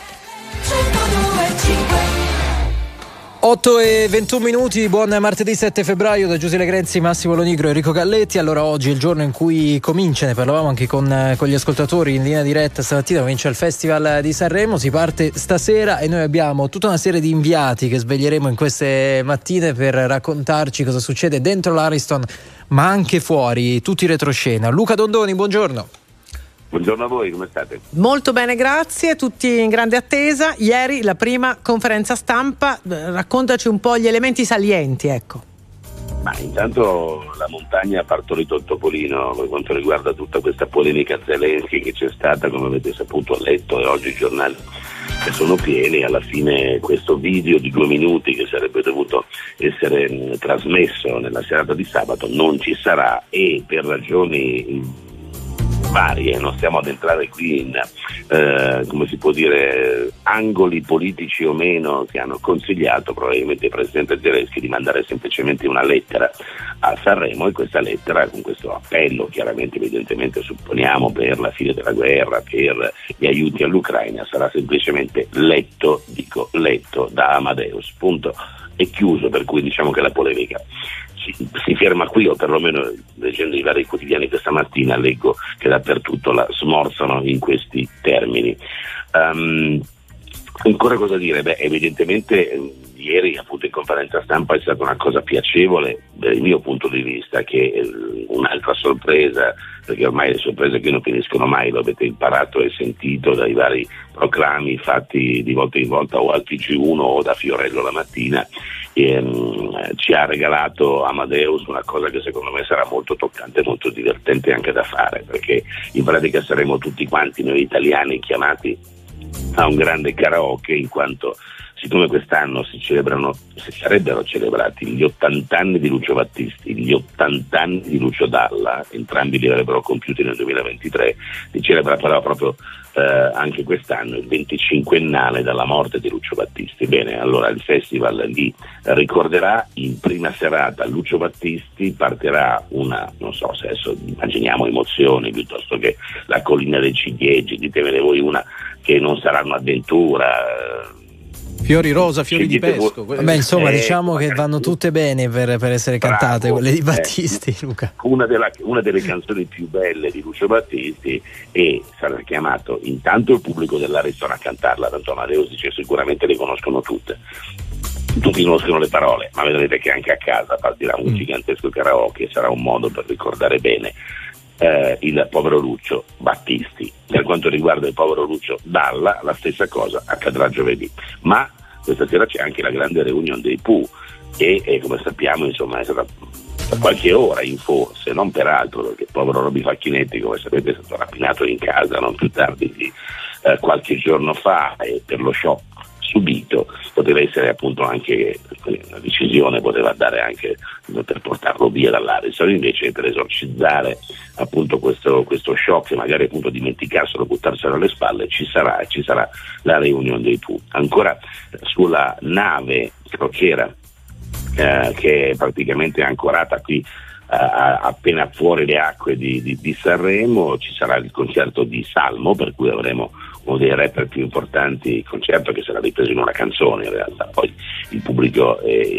[SPEAKER 1] 8:21, buon martedì 7 febbraio da Giuseppe Grenzi, Massimo Lonigro e Enrico Galletti. Allora, oggi è il giorno in cui comincia, ne parlavamo anche con gli ascoltatori in linea diretta stamattina, comincia il Festival di Sanremo, si parte stasera e noi abbiamo tutta una serie di inviati che sveglieremo in queste mattine per raccontarci cosa succede dentro l'Ariston ma anche fuori, tutti retroscena. Luca Dondoni, buongiorno.
[SPEAKER 10] Buongiorno a voi, come state?
[SPEAKER 2] Molto bene, grazie, tutti in grande attesa. Ieri la prima conferenza stampa, raccontaci un po' gli elementi salienti, ecco.
[SPEAKER 10] Ma intanto la montagna ha partorito il topolino per quanto riguarda tutta questa polemica Zelensky che c'è stata, come avete saputo, letto, e oggi i giornali sono pieni. Alla fine questo video di 2 minuti che sarebbe dovuto essere trasmesso nella serata di sabato non ci sarà, e per ragioni varie, non stiamo ad entrare qui in come si può dire, angoli politici o meno che hanno consigliato probabilmente il presidente Zelensky di mandare semplicemente una lettera a Sanremo, e questa lettera con questo appello, chiaramente evidentemente supponiamo per la fine della guerra, per gli aiuti all'Ucraina, sarà semplicemente letto da Amadeus, punto, è chiuso, per cui diciamo che la polemica
[SPEAKER 18] si ferma qui, o perlomeno leggendo i vari quotidiani questa mattina leggo che dappertutto la smorzano in questi termini. Ancora cosa dire? Evidentemente ieri appunto in conferenza stampa è stata una cosa piacevole dal mio punto di vista, che un'altra sorpresa, perché ormai le sorprese qui non finiscono mai, lo avete imparato e sentito dai vari proclami fatti di volta in volta o al TG1 o da Fiorello la mattina, ci ha regalato Amadeus una cosa che secondo me sarà molto toccante e molto divertente anche da fare, perché in pratica saremo tutti quanti noi italiani chiamati a un grande karaoke, in quanto siccome quest'anno si sarebbero celebrati gli 80 anni di Lucio Battisti, gli 80 anni di Lucio Dalla, entrambi li avrebbero compiuti nel 2023, si celebra però proprio anche quest'anno il 25ennale dalla morte di Lucio Battisti. Bene, allora il festival li ricorderà. In prima serata Lucio Battisti partirà non so se adesso immaginiamo emozioni piuttosto che la collina dei ciliegi, ditemene voi una che non sarà un'avventura,
[SPEAKER 3] fiori rosa, fiori di pesco.
[SPEAKER 1] Beh, insomma, diciamo che vanno tutte bene per essere cantate, quelle di Battisti, Luca.
[SPEAKER 18] Una delle canzoni più belle di Lucio Battisti, e sarà chiamato intanto il pubblico dell'Ariston a cantarla, tanto Amadeus dice sicuramente le conoscono tutte. Tutti conoscono le parole, ma vedrete che anche a casa partirà un gigantesco karaoke, sarà un modo per ricordare bene il povero Lucio Battisti. Per quanto riguarda il povero Lucio Dalla, la stessa cosa accadrà giovedì, ma questa sera c'è anche la grande reunion dei Pooh e come sappiamo insomma è stata per qualche ora in forse, non per altro, perché il povero Roby Facchinetti, come sapete, è stato rapinato in casa non più tardi di qualche giorno fa, e per lo shock subito poteva essere appunto anche una decisione, poteva andare anche per portarlo via dall'Ariston, invece per esorcizzare appunto questo shock e magari appunto dimenticarselo, buttarselo alle spalle, ci sarà la reunion dei Pooh. Ancora sulla nave crociera che è praticamente ancorata qui appena fuori le acque di Sanremo, ci sarà il concerto di Salmo, per cui avremo uno dei rapper più importanti, il concerto che sarà ripreso in una canzone in realtà, poi il pubblico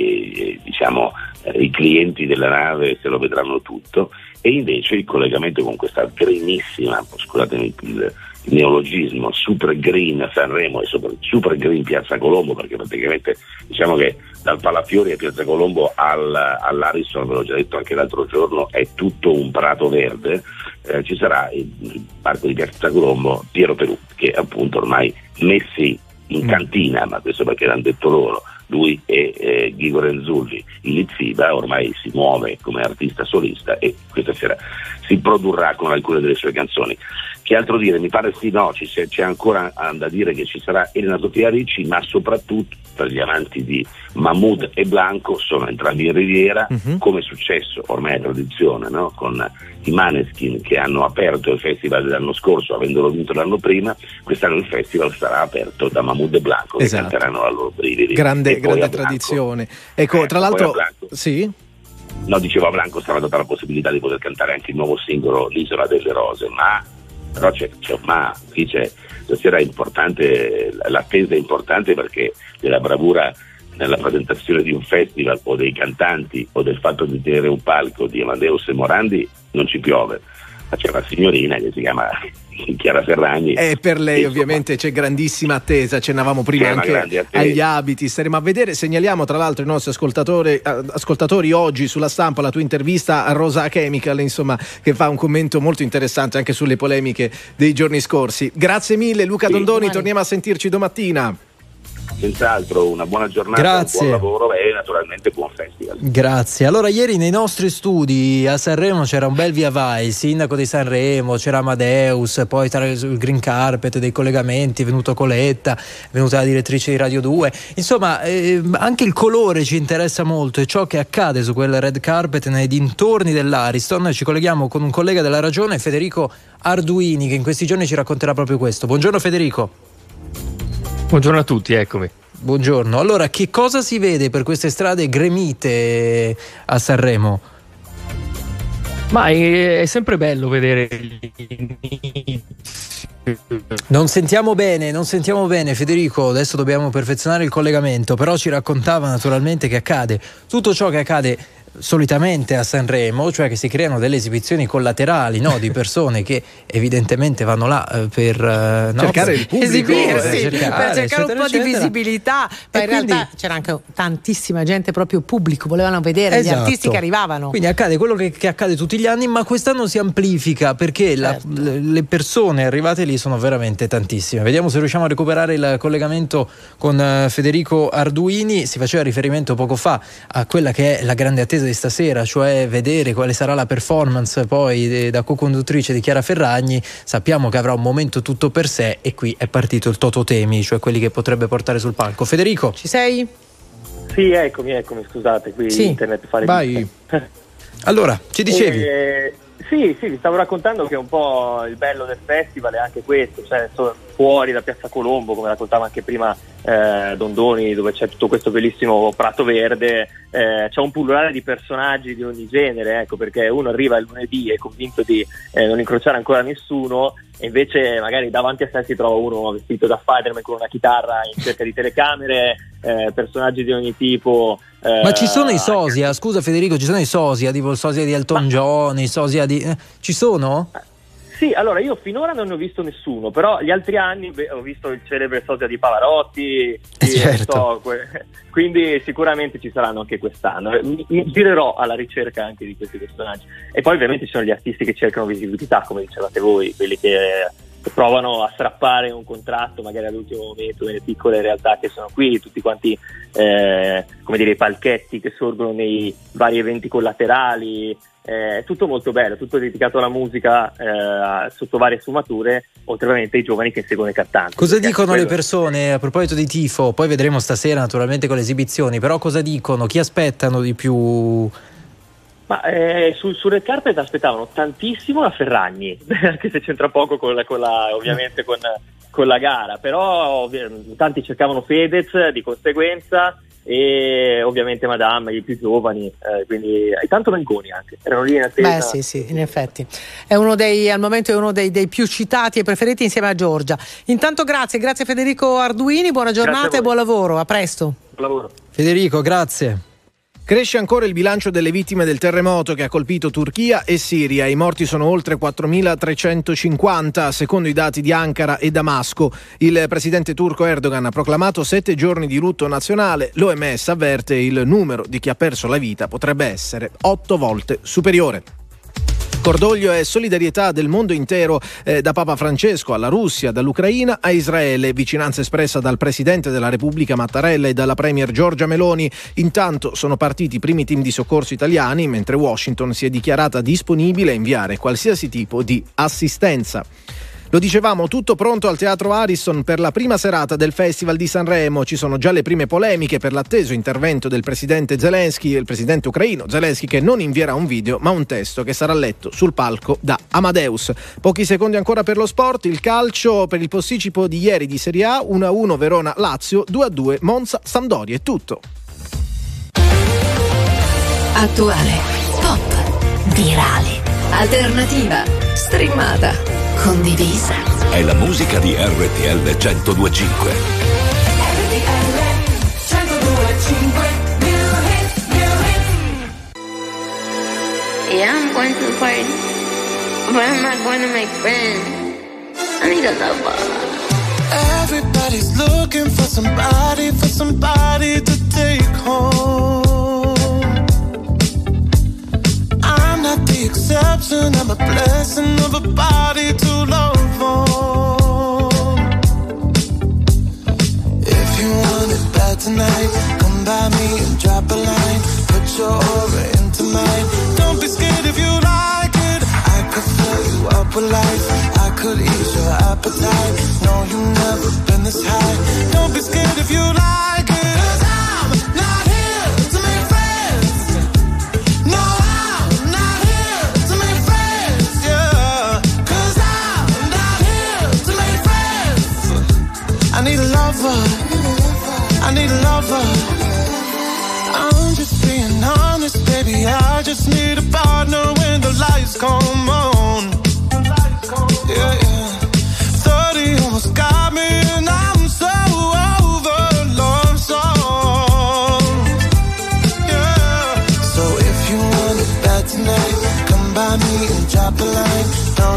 [SPEAKER 18] diciamo i clienti della nave se lo vedranno tutto, e invece il collegamento con questa greenissima, scusatemi il neologismo, super green Sanremo e super green Piazza Colombo, perché praticamente diciamo che dal Palafiori a Piazza Colombo all'Ariston, ve l'ho già detto anche l'altro giorno, è tutto un prato verde. Ci sarà il parco di Piazza Colombo Piero Perù, che appunto ormai messi in cantina, ma questo perché l'hanno detto loro, lui e Ghigo Renzulli, il Litfiba ormai si muove come artista solista e questa sera si produrrà con alcune delle sue canzoni. Che altro dire? Mi pare c'è ancora da dire che ci sarà Elena Sofia Ricci, ma soprattutto per gli amanti di Mahmood e Blanco, sono entrambi in Riviera, come è successo, ormai è tradizione, no? Con i Maneskin che hanno aperto il festival dell'anno scorso, avendolo vinto l'anno prima. Quest'anno il festival sarà aperto da Mahmood e Blanco, che canteranno la loro Brividi.
[SPEAKER 3] Grande tradizione. Ecco, tra l'altro, sì?
[SPEAKER 18] No, dicevo, a Blanco sarà data la possibilità di poter cantare anche il nuovo singolo L'Isola delle Rose, però qui c'è stasera è importante, l'attesa è importante, perché della bravura nella presentazione di un festival o dei cantanti o del fatto di tenere un palco di Amadeus e Morandi non ci piove, ma c'è una signorina che si chiama Chiara Ferragni,
[SPEAKER 3] e per lei ovviamente c'è grandissima attesa, accennavamo prima anche agli abiti, staremo a vedere. Segnaliamo tra l'altro i nostri ascoltatori oggi sulla Stampa la tua intervista a Rosa Chemical, insomma, che fa un commento molto interessante anche sulle polemiche dei giorni scorsi. Grazie mille Luca Dondoni, torniamo a sentirci domattina.
[SPEAKER 18] Senz'altro una buona giornata,
[SPEAKER 1] grazie.
[SPEAKER 18] Un buon lavoro e naturalmente buon festival.
[SPEAKER 1] Grazie. Allora, ieri nei nostri studi a Sanremo c'era un bel via vai, il sindaco di Sanremo, c'era Amadeus, poi tra il green carpet dei collegamenti è venuto Coletta, è venuta la direttrice di Radio 2, insomma anche il colore ci interessa molto e ciò che accade su quel red carpet nei dintorni dell'Ariston. Ci colleghiamo con un collega della Ragione, Federico Arduini, che in questi giorni ci racconterà proprio questo. Buongiorno Federico.
[SPEAKER 21] Buongiorno a tutti, eccomi.
[SPEAKER 1] Buongiorno. Allora, che cosa si vede per queste strade gremite a Sanremo?
[SPEAKER 21] Ma è sempre bello vedere.
[SPEAKER 1] Non sentiamo bene Federico, adesso dobbiamo perfezionare il collegamento, però ci raccontava naturalmente che accade tutto ciò che accade solitamente a Sanremo, cioè che si creano delle esibizioni collaterali, no, di persone che evidentemente vanno là per
[SPEAKER 3] cercare il pubblico,
[SPEAKER 2] esibirsi, per cercare
[SPEAKER 1] eccetera,
[SPEAKER 2] un po' di
[SPEAKER 1] eccetera.
[SPEAKER 2] visibilità, ma in
[SPEAKER 1] quindi-
[SPEAKER 2] realtà c'era anche tantissima gente, proprio pubblico, volevano vedere gli
[SPEAKER 1] Esatto.
[SPEAKER 2] artisti che arrivavano.
[SPEAKER 1] Quindi accade quello che accade tutti gli anni, ma quest'anno si amplifica perché le persone arrivate lì sono veramente tantissime. Vediamo se riusciamo a recuperare il collegamento con Federico Arduini. Si faceva riferimento poco fa a quella che è la grande attesa di stasera, cioè vedere quale sarà la performance poi da co-conduttrice di Chiara Ferragni. Sappiamo che avrà un momento tutto per sé e qui è partito il tototemi, cioè quelli che potrebbe portare sul palco. Federico,
[SPEAKER 2] ci sei?
[SPEAKER 4] Sì, eccomi, scusate, qui
[SPEAKER 1] Sì.
[SPEAKER 4] internet fa le
[SPEAKER 1] Vai. Allora, ci dicevi?
[SPEAKER 4] Sì, vi stavo raccontando che un po' il bello del festival è anche questo, cioè fuori da Piazza Colombo, come raccontava anche prima Dondoni, dove c'è tutto questo bellissimo prato verde, c'è un pullulare di personaggi di ogni genere, ecco, perché uno arriva il lunedì è convinto di non incrociare ancora nessuno, e invece magari davanti a sé si trova uno vestito da Spider-Man con una chitarra in cerca di telecamere, personaggi di ogni tipo.
[SPEAKER 1] Ma ci sono i sosia, scusa Federico, ci sono i sosia, tipo il sosia di Elton John, i sosia di... ci sono?
[SPEAKER 4] Sì, allora io finora non ne ho visto nessuno, però gli altri anni ho visto il celebre sosia di Pavarotti,
[SPEAKER 1] certo.
[SPEAKER 4] Quindi sicuramente ci saranno anche quest'anno. Mi girerò alla ricerca anche di questi personaggi. E poi ovviamente ci sono gli artisti che cercano visibilità, come dicevate voi, quelli che provano a strappare un contratto magari all'ultimo momento nelle piccole realtà che sono qui, tutti quanti come dire, i palchetti che sorgono nei vari eventi collaterali. È tutto molto bello, tutto dedicato alla musica sotto varie sfumature, oltre ovviamente ai giovani che seguono i cantanti.
[SPEAKER 1] Cosa
[SPEAKER 4] Perché
[SPEAKER 1] dicono
[SPEAKER 4] quello-
[SPEAKER 1] le persone a proposito di tifo? Poi vedremo stasera naturalmente con le esibizioni, però cosa dicono? Chi aspettano di più?
[SPEAKER 4] Ma sul Red Carpet aspettavano tantissimo la Ferragni, anche se c'entra poco ovviamente con la gara, però tanti cercavano Fedez di conseguenza, e ovviamente Madame, i più giovani, quindi e tanto Mengoni anche, erano lì in attesa.
[SPEAKER 2] Beh, sì, in effetti è al momento è uno dei più citati e preferiti insieme a Giorgia. Intanto grazie Federico Arduini, buona giornata e buon lavoro, a presto.
[SPEAKER 4] Buon lavoro.
[SPEAKER 1] Federico, grazie.
[SPEAKER 3] Cresce ancora il bilancio delle vittime del terremoto che ha colpito Turchia e Siria. I morti sono oltre 4.350, secondo i dati di Ankara e Damasco. Il presidente turco Erdogan ha proclamato 7 giorni di lutto nazionale. L'OMS avverte il numero di chi ha perso la vita potrebbe essere 8 volte superiore. Cordoglio e solidarietà del mondo intero da Papa Francesco alla Russia, dall'Ucraina a Israele, vicinanza espressa dal Presidente della Repubblica Mattarella e dalla Premier Giorgia Meloni. Intanto sono partiti i primi team di soccorso italiani, mentre Washington si è dichiarata disponibile a inviare qualsiasi tipo di assistenza. Lo dicevamo, tutto pronto al Teatro Ariston per la prima serata del Festival di Sanremo. Ci sono già le prime polemiche per l'atteso intervento del presidente Zelensky, il presidente ucraino Zelensky, che non invierà un video ma un testo che sarà letto sul palco da Amadeus. Pochi secondi ancora per lo sport, il calcio per il posticipo di ieri di Serie A, 1-1 Verona-Lazio, 2-2 Monza-Sampdoria. È tutto.
[SPEAKER 22] Attuale, pop, virale, alternativa, streamata, condivisa.
[SPEAKER 11] È la musica di RTL 102.5.
[SPEAKER 23] Yeah, I'm going to the party, but I'm not going to make friends. I need a lover.
[SPEAKER 12] Everybody's looking for somebody to take home. I'm not the exception, I'm a blessing of a body to love on. If you want it bad tonight, come by me and drop a line. Put your aura into mine. Don't be scared if you like it. I could fill you up with life. I could ease your appetite. No, you've never been this high. Don't be scared if you like it. 'Cause I'm not here to make friends. No, I'm not here to make friends, yeah. 'Cause I'm not here to make friends. I need a lover. I need a lover. I'm just being honest, baby. I just need a partner when the lights come on. Yeah, yeah. 30 almost got me and I'm so over love songs. Yeah. So if you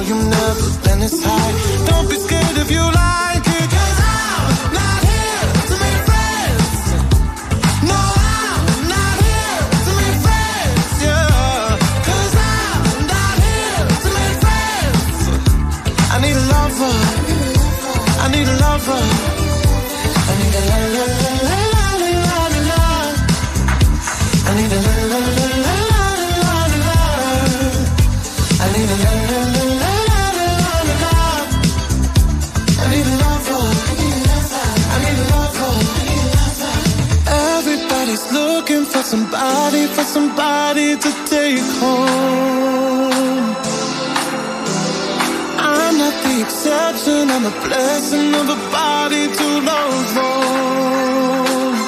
[SPEAKER 12] you've never been this high. Don't be scared if you like it, 'cause I'm not here to make friends. No, I'm not here to make friends, yeah. 'Cause I'm not here to make friends. I need a lover, I need a lover, I need a la la la la la la la la. I need a la la la la la la la la. I need a la la la la la la la la. I need a lover, I need a lover. Everybody's looking for somebody to take home. I'm not the exception, I'm a blessing of a body to love for.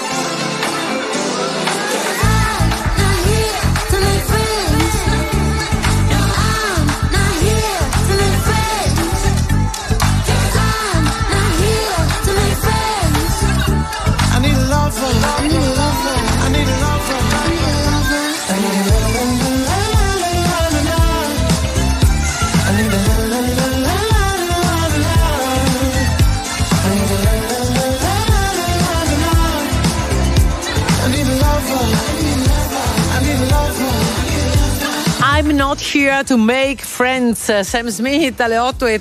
[SPEAKER 2] I'm not here to make friends. Sam Smith alle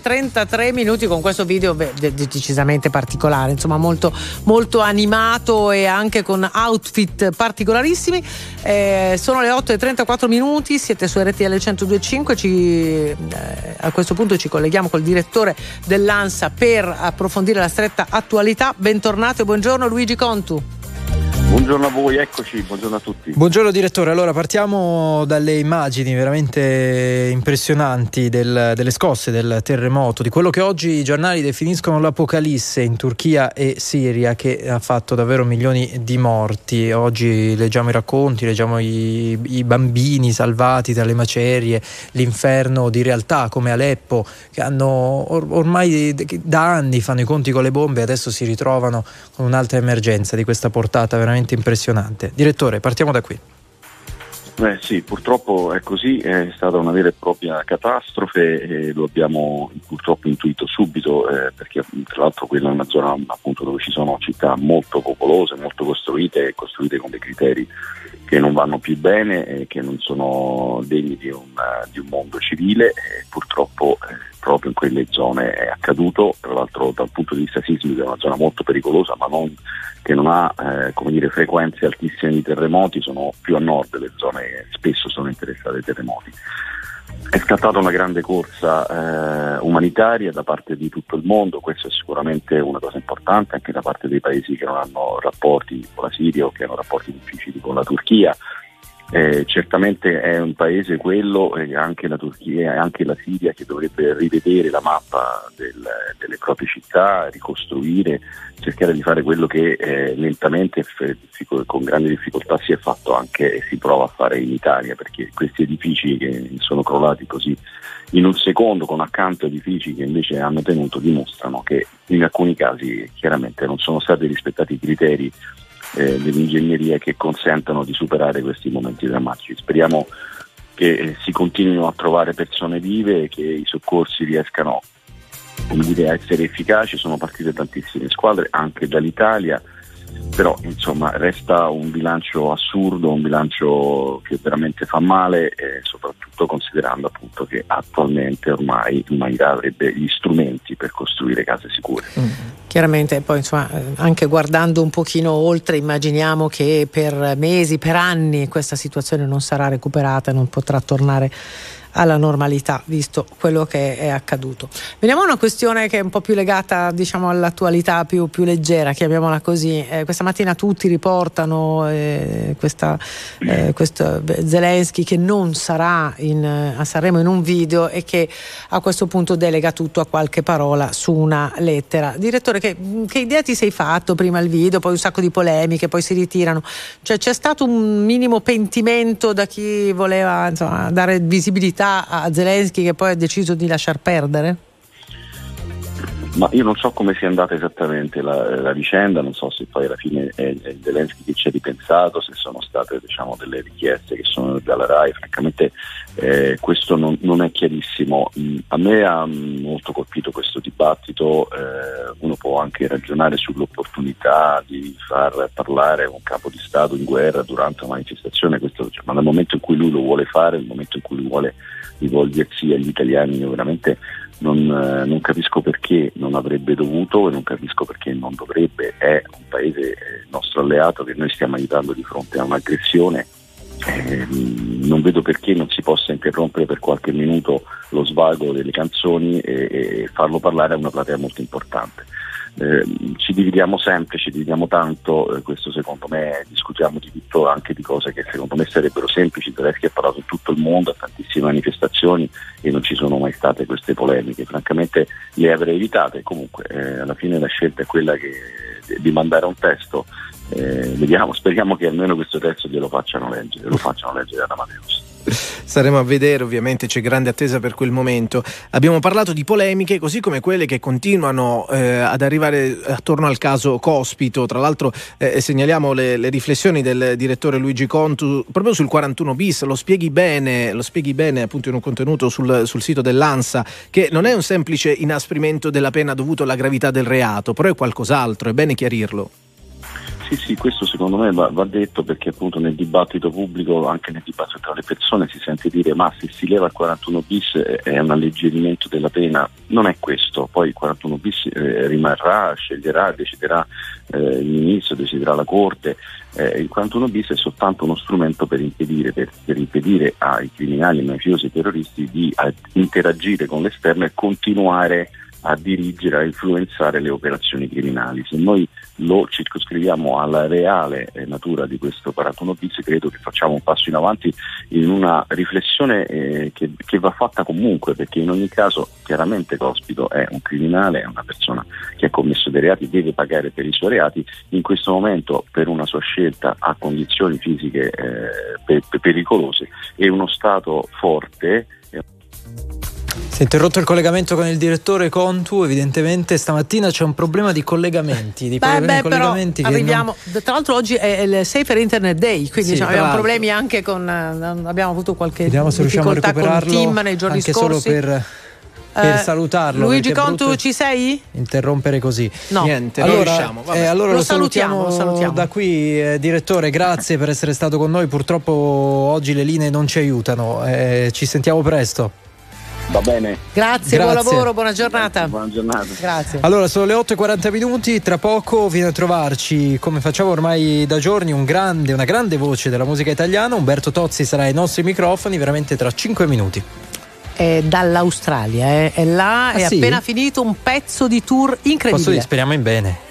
[SPEAKER 2] 8:33 con questo video decisamente particolare, insomma molto, molto animato e anche con outfit particolarissimi. Sono le 8:34, siete su RTL 102.5. A questo punto ci colleghiamo col direttore dell'ANSA per approfondire la stretta attualità. Bentornato e buongiorno Luigi Contu.
[SPEAKER 10] Buongiorno a voi, eccoci, buongiorno a tutti.
[SPEAKER 1] Buongiorno direttore, allora partiamo dalle immagini veramente impressionanti delle scosse del terremoto, di quello che oggi i giornali definiscono l'apocalisse in Turchia e Siria, che ha fatto davvero milioni di morti. Oggi leggiamo i racconti, leggiamo i bambini salvati dalle macerie, l'inferno di realtà come Aleppo, che hanno ormai da anni fanno i conti con le bombe e adesso si ritrovano con un'altra emergenza di questa portata veramente impressionante. Direttore, partiamo da qui.
[SPEAKER 10] Sì, purtroppo è così, è stata una vera e propria catastrofe e lo abbiamo purtroppo intuito subito, perché tra l'altro quella è una zona appunto dove ci sono città molto popolose, molto costruite con dei criteri che non vanno più bene e che non sono degni di un mondo civile, e purtroppo proprio in quelle zone è accaduto. Tra l'altro dal punto di vista sismico è una zona molto pericolosa, ma che non ha frequenze altissime di terremoti, sono più a nord le zone che spesso sono interessate ai terremoti. È scattata una grande corsa umanitaria da parte di tutto il mondo, questo è sicuramente una cosa importante, anche da parte dei paesi che non hanno rapporti con la Siria o che hanno rapporti difficili con la Turchia. Certamente è un paese quello, anche la Turchia e anche la Siria, che dovrebbe rivedere la mappa delle proprie città, ricostruire, cercare di fare quello che lentamente con grande difficoltà si è fatto anche e si prova a fare in Italia, perché questi edifici che sono crollati così in un secondo, con accanto edifici che invece hanno tenuto, dimostrano che in alcuni casi chiaramente non sono stati rispettati i criteri dell'ingegneria che consentano di superare questi momenti drammatici. Speriamo che si continuino a trovare persone vive e che i soccorsi riescano a essere efficaci. Sono partite tantissime squadre anche dall'Italia, però insomma resta un bilancio assurdo, un bilancio che veramente fa male, soprattutto considerando appunto che attualmente ormai l'umanità avrebbe gli strumenti per costruire case sicure.
[SPEAKER 2] Chiaramente poi insomma anche guardando un pochino oltre, immaginiamo che per mesi, per anni questa situazione non sarà recuperata, non potrà tornare alla normalità, visto quello che è accaduto. Veniamo a una questione che è un po' più legata, diciamo, all'attualità più leggera, chiamiamola così. Questa mattina tutti riportano questo Zelensky che non sarà a Sanremo in un video e che a questo punto delega tutto a qualche parola su una lettera. Direttore, che idea ti sei fatto prima il video, poi un sacco di polemiche, poi si ritirano, cioè c'è stato un minimo pentimento da chi voleva, insomma, dare visibilità a Zelensky, che poi ha deciso di lasciar perdere?
[SPEAKER 10] Ma io non so come sia andata esattamente la vicenda, non so se poi alla fine è Zelensky che ci ha ripensato, se sono state delle richieste che sono dalla RAI, francamente questo non è chiarissimo. A me ha molto colpito questo dibattito, uno può anche ragionare sull'opportunità di far parlare un capo di Stato in guerra durante una manifestazione, ma nel momento in cui lui lo vuole fare, nel momento in cui lui vuole rivolgersi agli italiani, io veramente non capisco perché non avrebbe dovuto e non capisco perché non dovrebbe. È un paese, il nostro alleato, che noi stiamo aiutando di fronte a un'aggressione. Non vedo perché non si possa interrompere per qualche minuto lo svago delle canzoni e farlo parlare a una platea molto importante. Ci dividiamo sempre, ci dividiamo tanto, questo secondo me, discutiamo di tutto, anche di cose che secondo me sarebbero semplici. Zelensky ha parlato in tutto il mondo, a tantissime manifestazioni, e non ci sono mai state queste polemiche. Francamente le avrei evitate. Comunque alla fine la scelta è quella di mandare un testo. Vediamo, speriamo che almeno questo testo lo facciano leggere ad Amadeus.
[SPEAKER 3] Staremo a vedere, ovviamente c'è grande attesa per quel momento. Abbiamo parlato di polemiche, così come quelle che continuano ad arrivare attorno al caso Cospito. Tra l'altro segnaliamo le riflessioni del direttore Luigi Contu proprio sul 41 bis. Lo spieghi bene appunto in un contenuto sul sito dell'ANSA, che non è un semplice inasprimento della pena dovuto alla gravità del reato, però è qualcos'altro, è bene chiarirlo.
[SPEAKER 10] Sì, questo secondo me va detto, perché appunto nel dibattito pubblico, anche nel dibattito tra le persone, si sente dire ma se si leva il 41 bis è un alleggerimento della pena. Non è questo, poi il 41 bis rimarrà, sceglierà, deciderà il ministro, deciderà la Corte. Il 41 bis è soltanto uno strumento per impedire ai criminali, mafiosi e terroristi di interagire con l'esterno e continuare a dirigere, a influenzare le operazioni criminali. Se noi lo circoscriviamo alla reale natura di questo 41 bis, credo che facciamo un passo in avanti in una riflessione che va fatta comunque, perché in ogni caso chiaramente Cospito è un criminale, è una persona che ha commesso dei reati, deve pagare per i suoi reati. In questo momento, per una sua scelta, ha condizioni fisiche pericolose, e uno Stato forte.
[SPEAKER 1] Si è interrotto il collegamento con il direttore Contu, evidentemente stamattina c'è un problema di collegamenti.
[SPEAKER 2] Collegamenti arriviamo. Tra l'altro oggi è il Safer Internet Day, quindi
[SPEAKER 1] sì,
[SPEAKER 2] abbiamo problemi anche con. Abbiamo avuto qualche difficoltà con il team nei giorni
[SPEAKER 1] anche
[SPEAKER 2] scorsi.
[SPEAKER 1] Solo per salutarlo.
[SPEAKER 2] Luigi Contu, ci sei?
[SPEAKER 1] Interrompere così.
[SPEAKER 2] No.
[SPEAKER 3] Niente, non riusciamo.
[SPEAKER 1] Allora lo salutiamo da qui, direttore, grazie per essere stato con noi. Purtroppo oggi le linee non ci aiutano. Ci sentiamo presto.
[SPEAKER 10] Va bene.
[SPEAKER 2] Grazie, buon lavoro, buona giornata.
[SPEAKER 10] Buona giornata.
[SPEAKER 2] Grazie.
[SPEAKER 1] Allora, sono le 8:40, tra poco viene a trovarci, come facciamo ormai da giorni, una grande voce della musica italiana. Umberto Tozzi sarà ai nostri microfoni veramente tra 5 minuti.
[SPEAKER 2] È dall'Australia, è là, è
[SPEAKER 1] sì?
[SPEAKER 2] appena finito un pezzo di tour incredibile.
[SPEAKER 1] Speriamo in bene.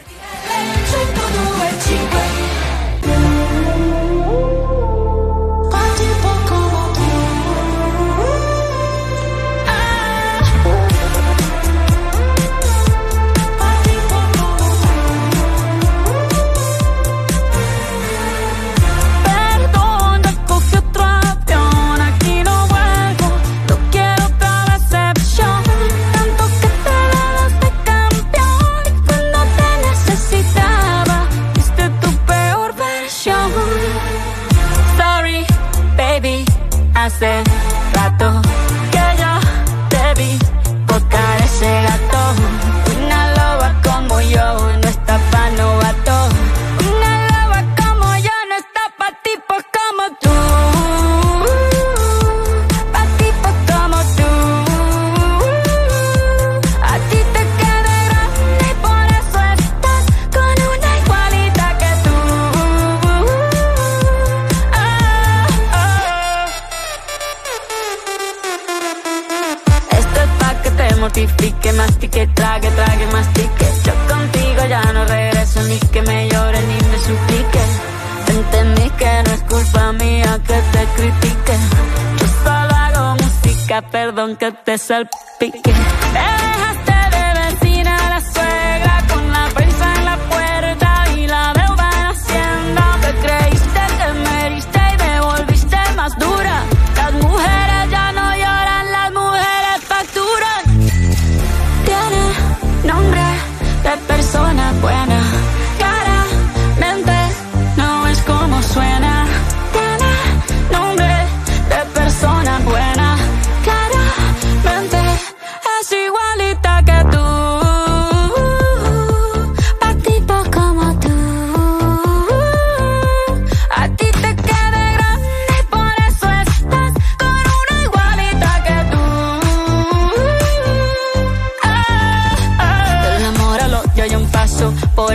[SPEAKER 5] Hace rato que yo te vi tocar ese gato. Una loba como yo no está pa' novato. Una loba como yo no está pa' tipos como tú. Pa' tipos como tú. A ti te queda grande y por eso estás con una igualita que tú. Mortifique, mastique, trague, mastique. Yo contigo ya no regreso, ni que me llore ni me suplique. Entendí que no es culpa mía que te critique. Yo solo hago música, perdón que te salpique. Te dejaste de vecina a la suegra, con la prensa en la puerta y la deuda en Hacienda. Te creíste que me heriste y me volviste más dura. Las mujeres ya no lloran, las mujeres facturan. Nombre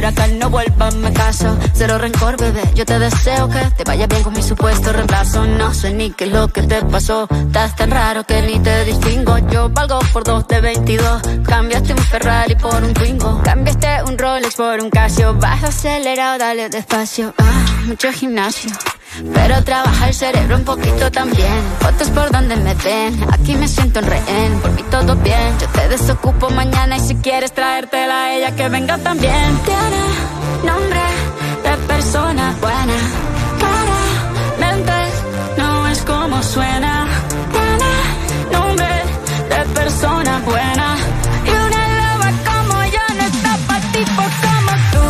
[SPEAKER 5] espera que no vuelva, me caso. Cero rencor, bebé, yo te deseo que te vaya bien con mi supuesto reemplazo. No sé ni qué es lo que te pasó, estás tan raro que ni te distingo. Yo valgo por 2 de 22, cambiaste un Ferrari por un Twingo. Cambiaste un Rolex por un Casio, vas acelerado, dale despacio. Mucho gimnasio, pero trabaja el cerebro un poquito también. Fotos por donde me ven, aquí me siento en rehén. Por mí todo bien, yo te desocupo mañana. Y si quieres traértela a ella, que venga también. Tiene nombre de persona buena, claramente no es como suena. Tiene nombre de persona buena, y una loba como yo no está pa' tipos como tú.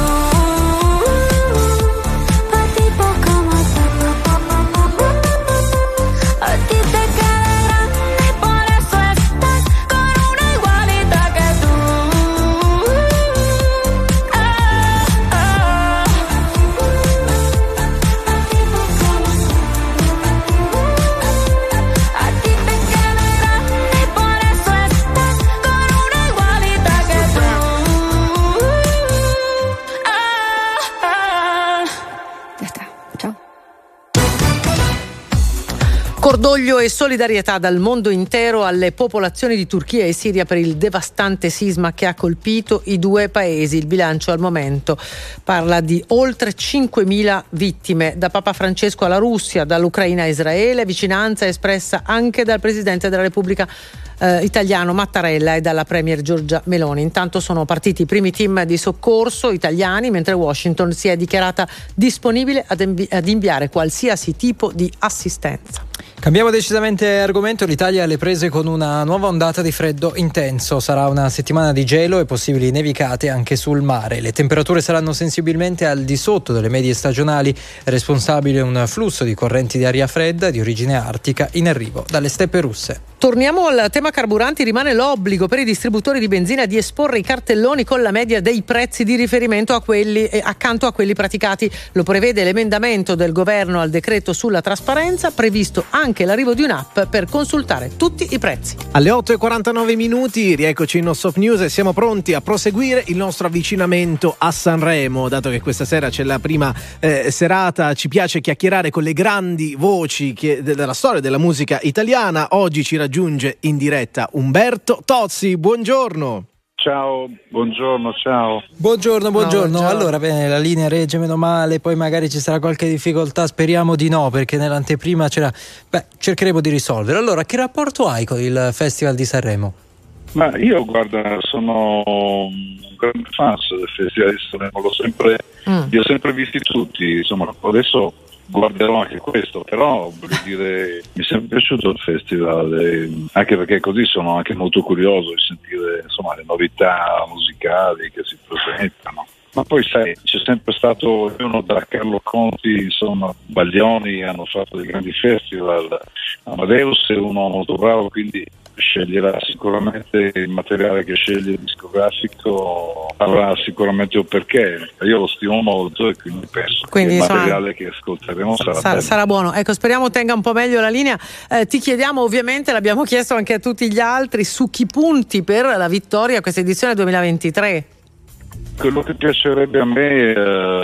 [SPEAKER 2] Cordoglio e solidarietà dal mondo intero alle popolazioni di Turchia e Siria per il devastante sisma che ha colpito i due paesi. Il bilancio al momento parla di oltre 5.000 vittime. Da Papa Francesco alla Russia, dall'Ucraina a Israele, vicinanza espressa anche dal Presidente della Repubblica italiano Mattarella e dalla Premier Giorgia Meloni. Intanto sono partiti i primi team di soccorso italiani, mentre Washington si è dichiarata disponibile ad inviare qualsiasi tipo di assistenza.
[SPEAKER 1] Cambiamo decisamente argomento. L'Italia alle prese con una nuova ondata di freddo intenso. Sarà una settimana di gelo e possibili nevicate anche sul mare. Le temperature saranno sensibilmente al di sotto delle medie stagionali, responsabile un flusso di correnti di aria fredda di origine artica in arrivo dalle steppe russe.
[SPEAKER 2] Torniamo al tema carburanti. Rimane l'obbligo per i distributori di benzina di esporre i cartelloni con la media dei prezzi di riferimento accanto a quelli praticati. Lo prevede l'emendamento del governo al decreto sulla trasparenza, previsto anche l'arrivo di un'app per consultare tutti i prezzi.
[SPEAKER 3] Alle 8:49 minuti, rieccoci in No Stop News e siamo pronti a proseguire il nostro avvicinamento a Sanremo. Dato che questa sera c'è la prima serata, ci piace chiacchierare con le grandi voci della storia della musica italiana. Oggi ci raggiunge in diretta Umberto Tozzi. Buongiorno.
[SPEAKER 6] Ciao, buongiorno, ciao.
[SPEAKER 1] Buongiorno. Allora, bene, la linea regge, meno male, poi magari ci sarà qualche difficoltà, speriamo di no, perché nell'anteprima cercheremo di risolvere. Allora, che rapporto hai con il Festival di Sanremo?
[SPEAKER 6] Ma io, guarda, sono un grande fan del Festival di Sanremo, li ho sempre visti tutti, insomma, adesso guarderò anche questo, però voglio dire, mi è sempre piaciuto il festival, anche perché così sono anche molto curioso di sentire, insomma, le novità musicali che si presentano. Ma poi sai, c'è sempre stato uno da Carlo Conti, insomma, Baglioni, hanno fatto dei grandi festival. Amadeus è uno molto bravo, quindi sceglierà sicuramente il materiale che sceglie discografico, avrà sicuramente un perché. Io lo stimo molto e quindi penso che il materiale che ascolteremo sarà
[SPEAKER 2] buono. Ecco, speriamo tenga un po' meglio la linea. Ti chiediamo, ovviamente, l'abbiamo chiesto anche a tutti gli altri, su chi punti per la vittoria questa edizione 2023.
[SPEAKER 6] Quello che piacerebbe a me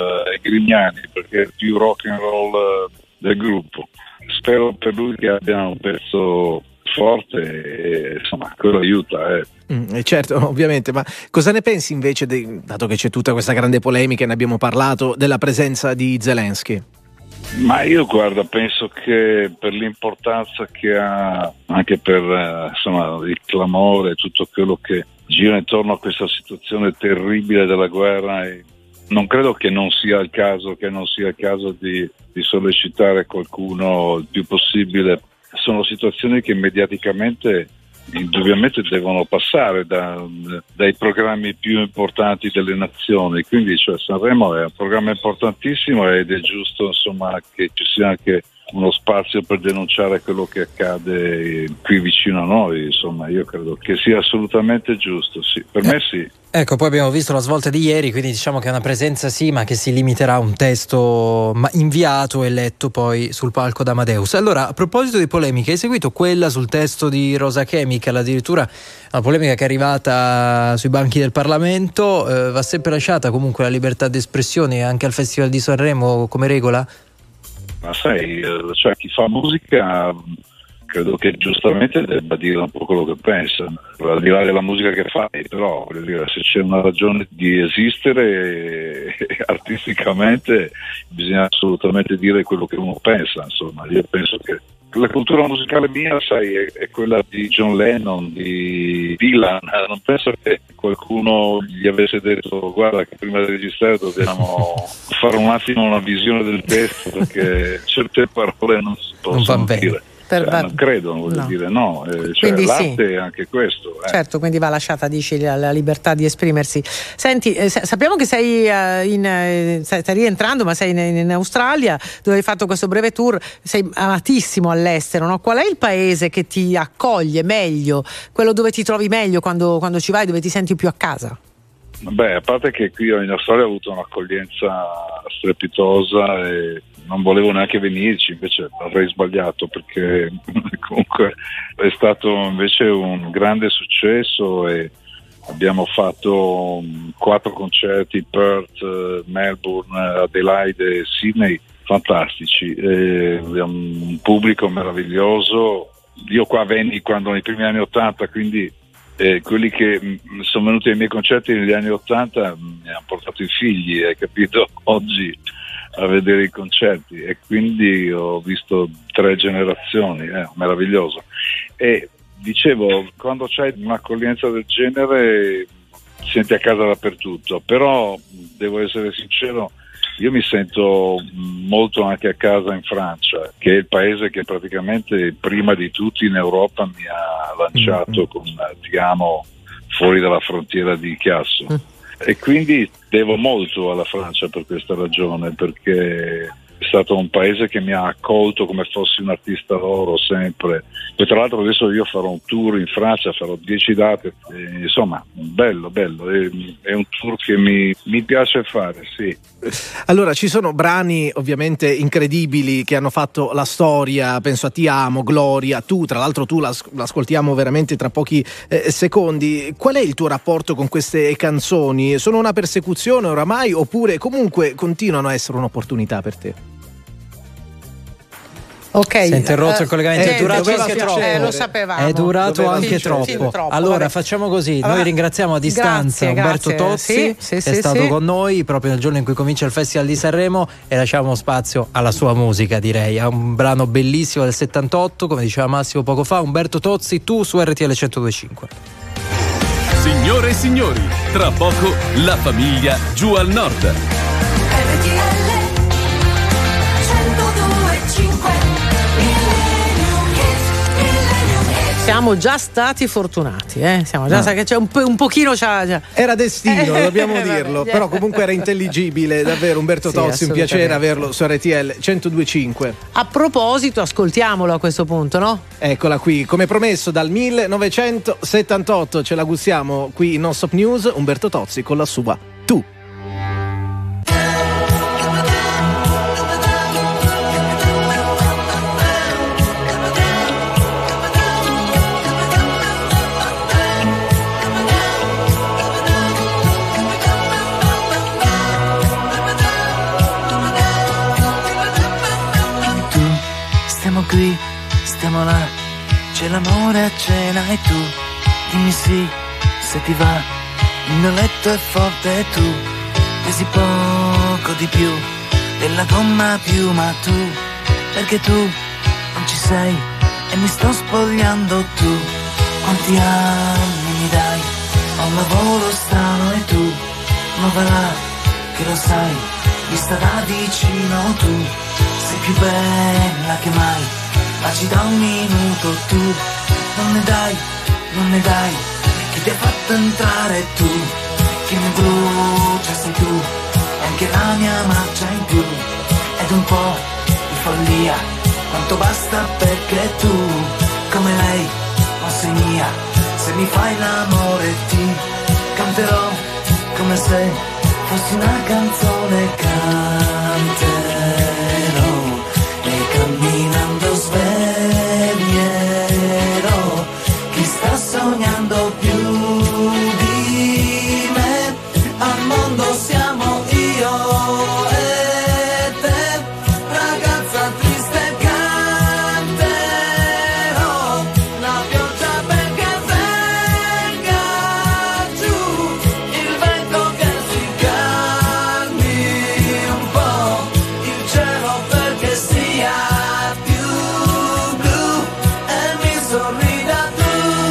[SPEAKER 6] è Grignani, perché è più rock and roll del gruppo. Spero per lui che abbia un pezzo forte e insomma quello aiuta.
[SPEAKER 3] Certo, ovviamente, ma cosa ne pensi invece, dato che c'è tutta questa grande polemica e ne abbiamo parlato, della presenza di Zelensky?
[SPEAKER 6] Ma io, guarda, penso che per l'importanza che ha, anche per insomma il clamore, tutto quello che gira intorno a questa situazione terribile della guerra, non credo che non sia il caso di sollecitare qualcuno il più possibile. Sono situazioni che mediaticamente indubbiamente devono passare dai programmi più importanti delle nazioni, quindi Sanremo è un programma importantissimo ed è giusto, insomma, che ci sia anche uno spazio per denunciare quello che accade qui vicino a noi, insomma io credo che sia assolutamente giusto, sì. Per me sì.
[SPEAKER 1] Ecco, poi abbiamo visto la svolta di ieri, quindi diciamo che è una presenza sì, ma che si limiterà a un testo inviato e letto poi sul palco da Amadeus. Allora, a proposito di polemiche, hai seguito quella sul testo di Rosa Chemical, addirittura una polemica che è arrivata sui banchi del Parlamento, va sempre lasciata comunque la libertà d'espressione anche al Festival di Sanremo come regola?
[SPEAKER 6] Ma sai, cioè chi fa musica credo che giustamente debba dire un po' quello che pensa, al di là della musica che fai, però voglio dire, se c'è una ragione di esistere artisticamente bisogna assolutamente dire quello che uno pensa, insomma. Io penso che la cultura musicale mia, sai, è quella di John Lennon, di Dylan. Non penso che qualcuno gli avesse detto guarda che prima di registrare dobbiamo fare un attimo una visione del testo perché certe parole non si possono dire. Non credo, voglio dire, no. Cioè, l'arte sì. È anche questo.
[SPEAKER 2] Certo, quindi va lasciata, dici, la libertà di esprimersi. Senti, sappiamo che stai rientrando, ma sei in Australia, dove hai fatto questo breve tour, sei amatissimo all'estero, no? Qual è il paese che ti accoglie meglio, quello dove ti trovi meglio quando ci vai, dove ti senti più a casa?
[SPEAKER 6] Beh, a parte che qui in Australia ho avuto un'accoglienza strepitosa e non volevo neanche venirci, invece avrei sbagliato perché comunque è stato invece un grande successo e abbiamo fatto 4 concerti, Perth, Melbourne, Adelaide e Sydney, fantastici, e abbiamo un pubblico meraviglioso. Io qua venni quando nei primi anni 80, quindi quelli che sono venuti ai miei concerti negli anni 80 mi hanno portato i figli, hai capito, oggi a vedere i concerti, e quindi ho visto 3 generazioni, meraviglioso. E dicevo, quando c'hai un'accoglienza del genere ti senti a casa dappertutto, però devo essere sincero, io mi sento molto anche a casa in Francia, che è il paese che praticamente prima di tutti in Europa mi ha lanciato con Ti amo fuori dalla frontiera di Chiasso. E quindi devo molto alla Francia per questa ragione, perché è stato un paese che mi ha accolto come fossi un artista loro sempre. E tra l'altro adesso io farò un tour in Francia, farò 10 date, e, insomma bello, è un tour che mi piace fare, sì.
[SPEAKER 3] Allora, ci sono brani ovviamente incredibili che hanno fatto la storia, penso a Ti amo, Gloria, tra l'altro tu l'ascoltiamo veramente tra pochi secondi. Qual è il tuo rapporto con queste canzoni? Sono una persecuzione oramai oppure comunque continuano a essere un'opportunità per te?
[SPEAKER 2] Ok,
[SPEAKER 1] si è interrotto il collegamento, è durato
[SPEAKER 2] anche troppo. Lo sapevamo.
[SPEAKER 1] È durato anche troppo. Allora vabbè. Facciamo così, noi ringraziamo a distanza Umberto Tozzi, che è stato con noi proprio nel giorno in cui comincia il Festival di Sanremo, e lasciamo spazio alla sua musica, direi. Ha un brano bellissimo del 78, come diceva Massimo poco fa. Umberto Tozzi, Tu su RTL 102.5.
[SPEAKER 11] Signore e signori, tra poco la famiglia giù al nord.
[SPEAKER 2] Siamo già stati fortunati, siamo già che c'è un pochino
[SPEAKER 3] era destino, dobbiamo dirlo, però comunque era intelligibile, davvero. Umberto Tozzi, un piacere averlo su RTL 102.5.
[SPEAKER 2] A proposito, ascoltiamolo a questo punto, no?
[SPEAKER 3] Eccola qui, come promesso dal 1978, ce la gustiamo qui in Non Stop News, Umberto Tozzi con la sua Tu.
[SPEAKER 7] Qui, stiamo là, c'è l'amore a cena e tu dimmi sì, se ti va, il mio letto è forte e tu pesi poco di più della gomma a piuma, tu, perché tu non ci sei e mi sto spogliando. Tu, quanti anni mi dai, ho un lavoro strano e tu non va là, che lo sai, vista da vicino tu sei più bella che mai, ma ci da un minuto. Tu non ne dai, chi ti ha fatto entrare? Tu, chi mi brucia sei tu, e anche la mia marcia in più, ed un po' di follia quanto basta perché tu, come lei, non sei mia. Se mi fai l'amore ti canterò come se fossi una canzone, canterò e camminando sveglierò chi sta sognando più di me. Al mondo siamo io e te, ragazza triste canterò la pioggia perché venga giù, il vento che si calmi un po', il cielo perché sia più blu e mi sorrida tu.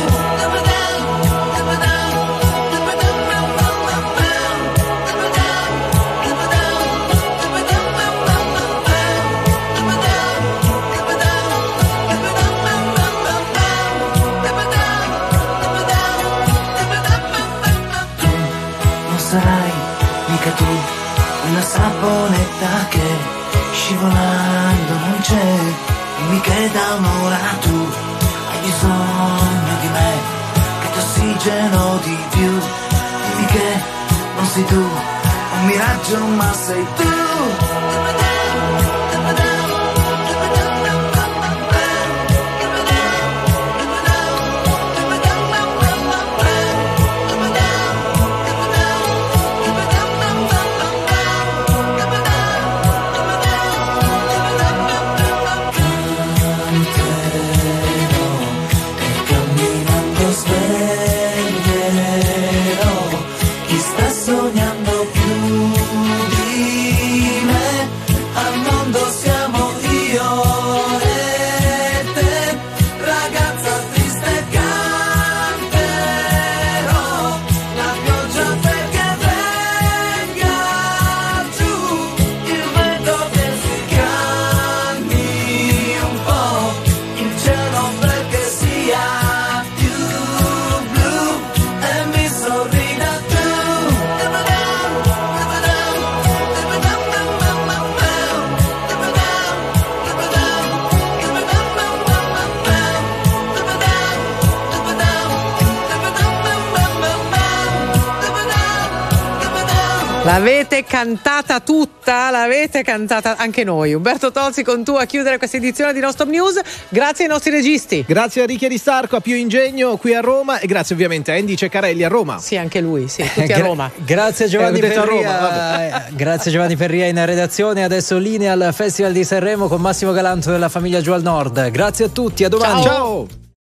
[SPEAKER 7] Non sarai mica tu una saponetta che scivolando non c'è, dimmi che da un'ora tu hai bisogno di me, che ti ossigeno di più, dimmi che non sei tu un miraggio ma sei tu. Camminando sveglierò chi sta sognando più di me. Al mondo siamo io e te, ragazza triste canterò la pioggia perché venga giù, il vento che si calmi un po', il cielo perché sia più blu e mi sorrida tu.
[SPEAKER 2] L'avete cantata tutta, l'avete cantata anche noi. Umberto Tozzi con tu a chiudere questa edizione di Non Stop News. Grazie ai nostri registi.
[SPEAKER 3] Grazie a Ricchi Aristarco, a Pio Ingegno qui a Roma, e grazie ovviamente a Andy Ceccarelli a Roma.
[SPEAKER 2] Sì, anche lui, sì, tutti a Roma.
[SPEAKER 1] Grazie a Giovanni
[SPEAKER 3] Ho detto a
[SPEAKER 1] Perria.
[SPEAKER 3] Roma,
[SPEAKER 1] Grazie a Giovanni Perria in redazione. Adesso linea al Festival di Sanremo con Massimo Galanto della famiglia Giù al Nord. Grazie a tutti, a domani.
[SPEAKER 3] Ciao.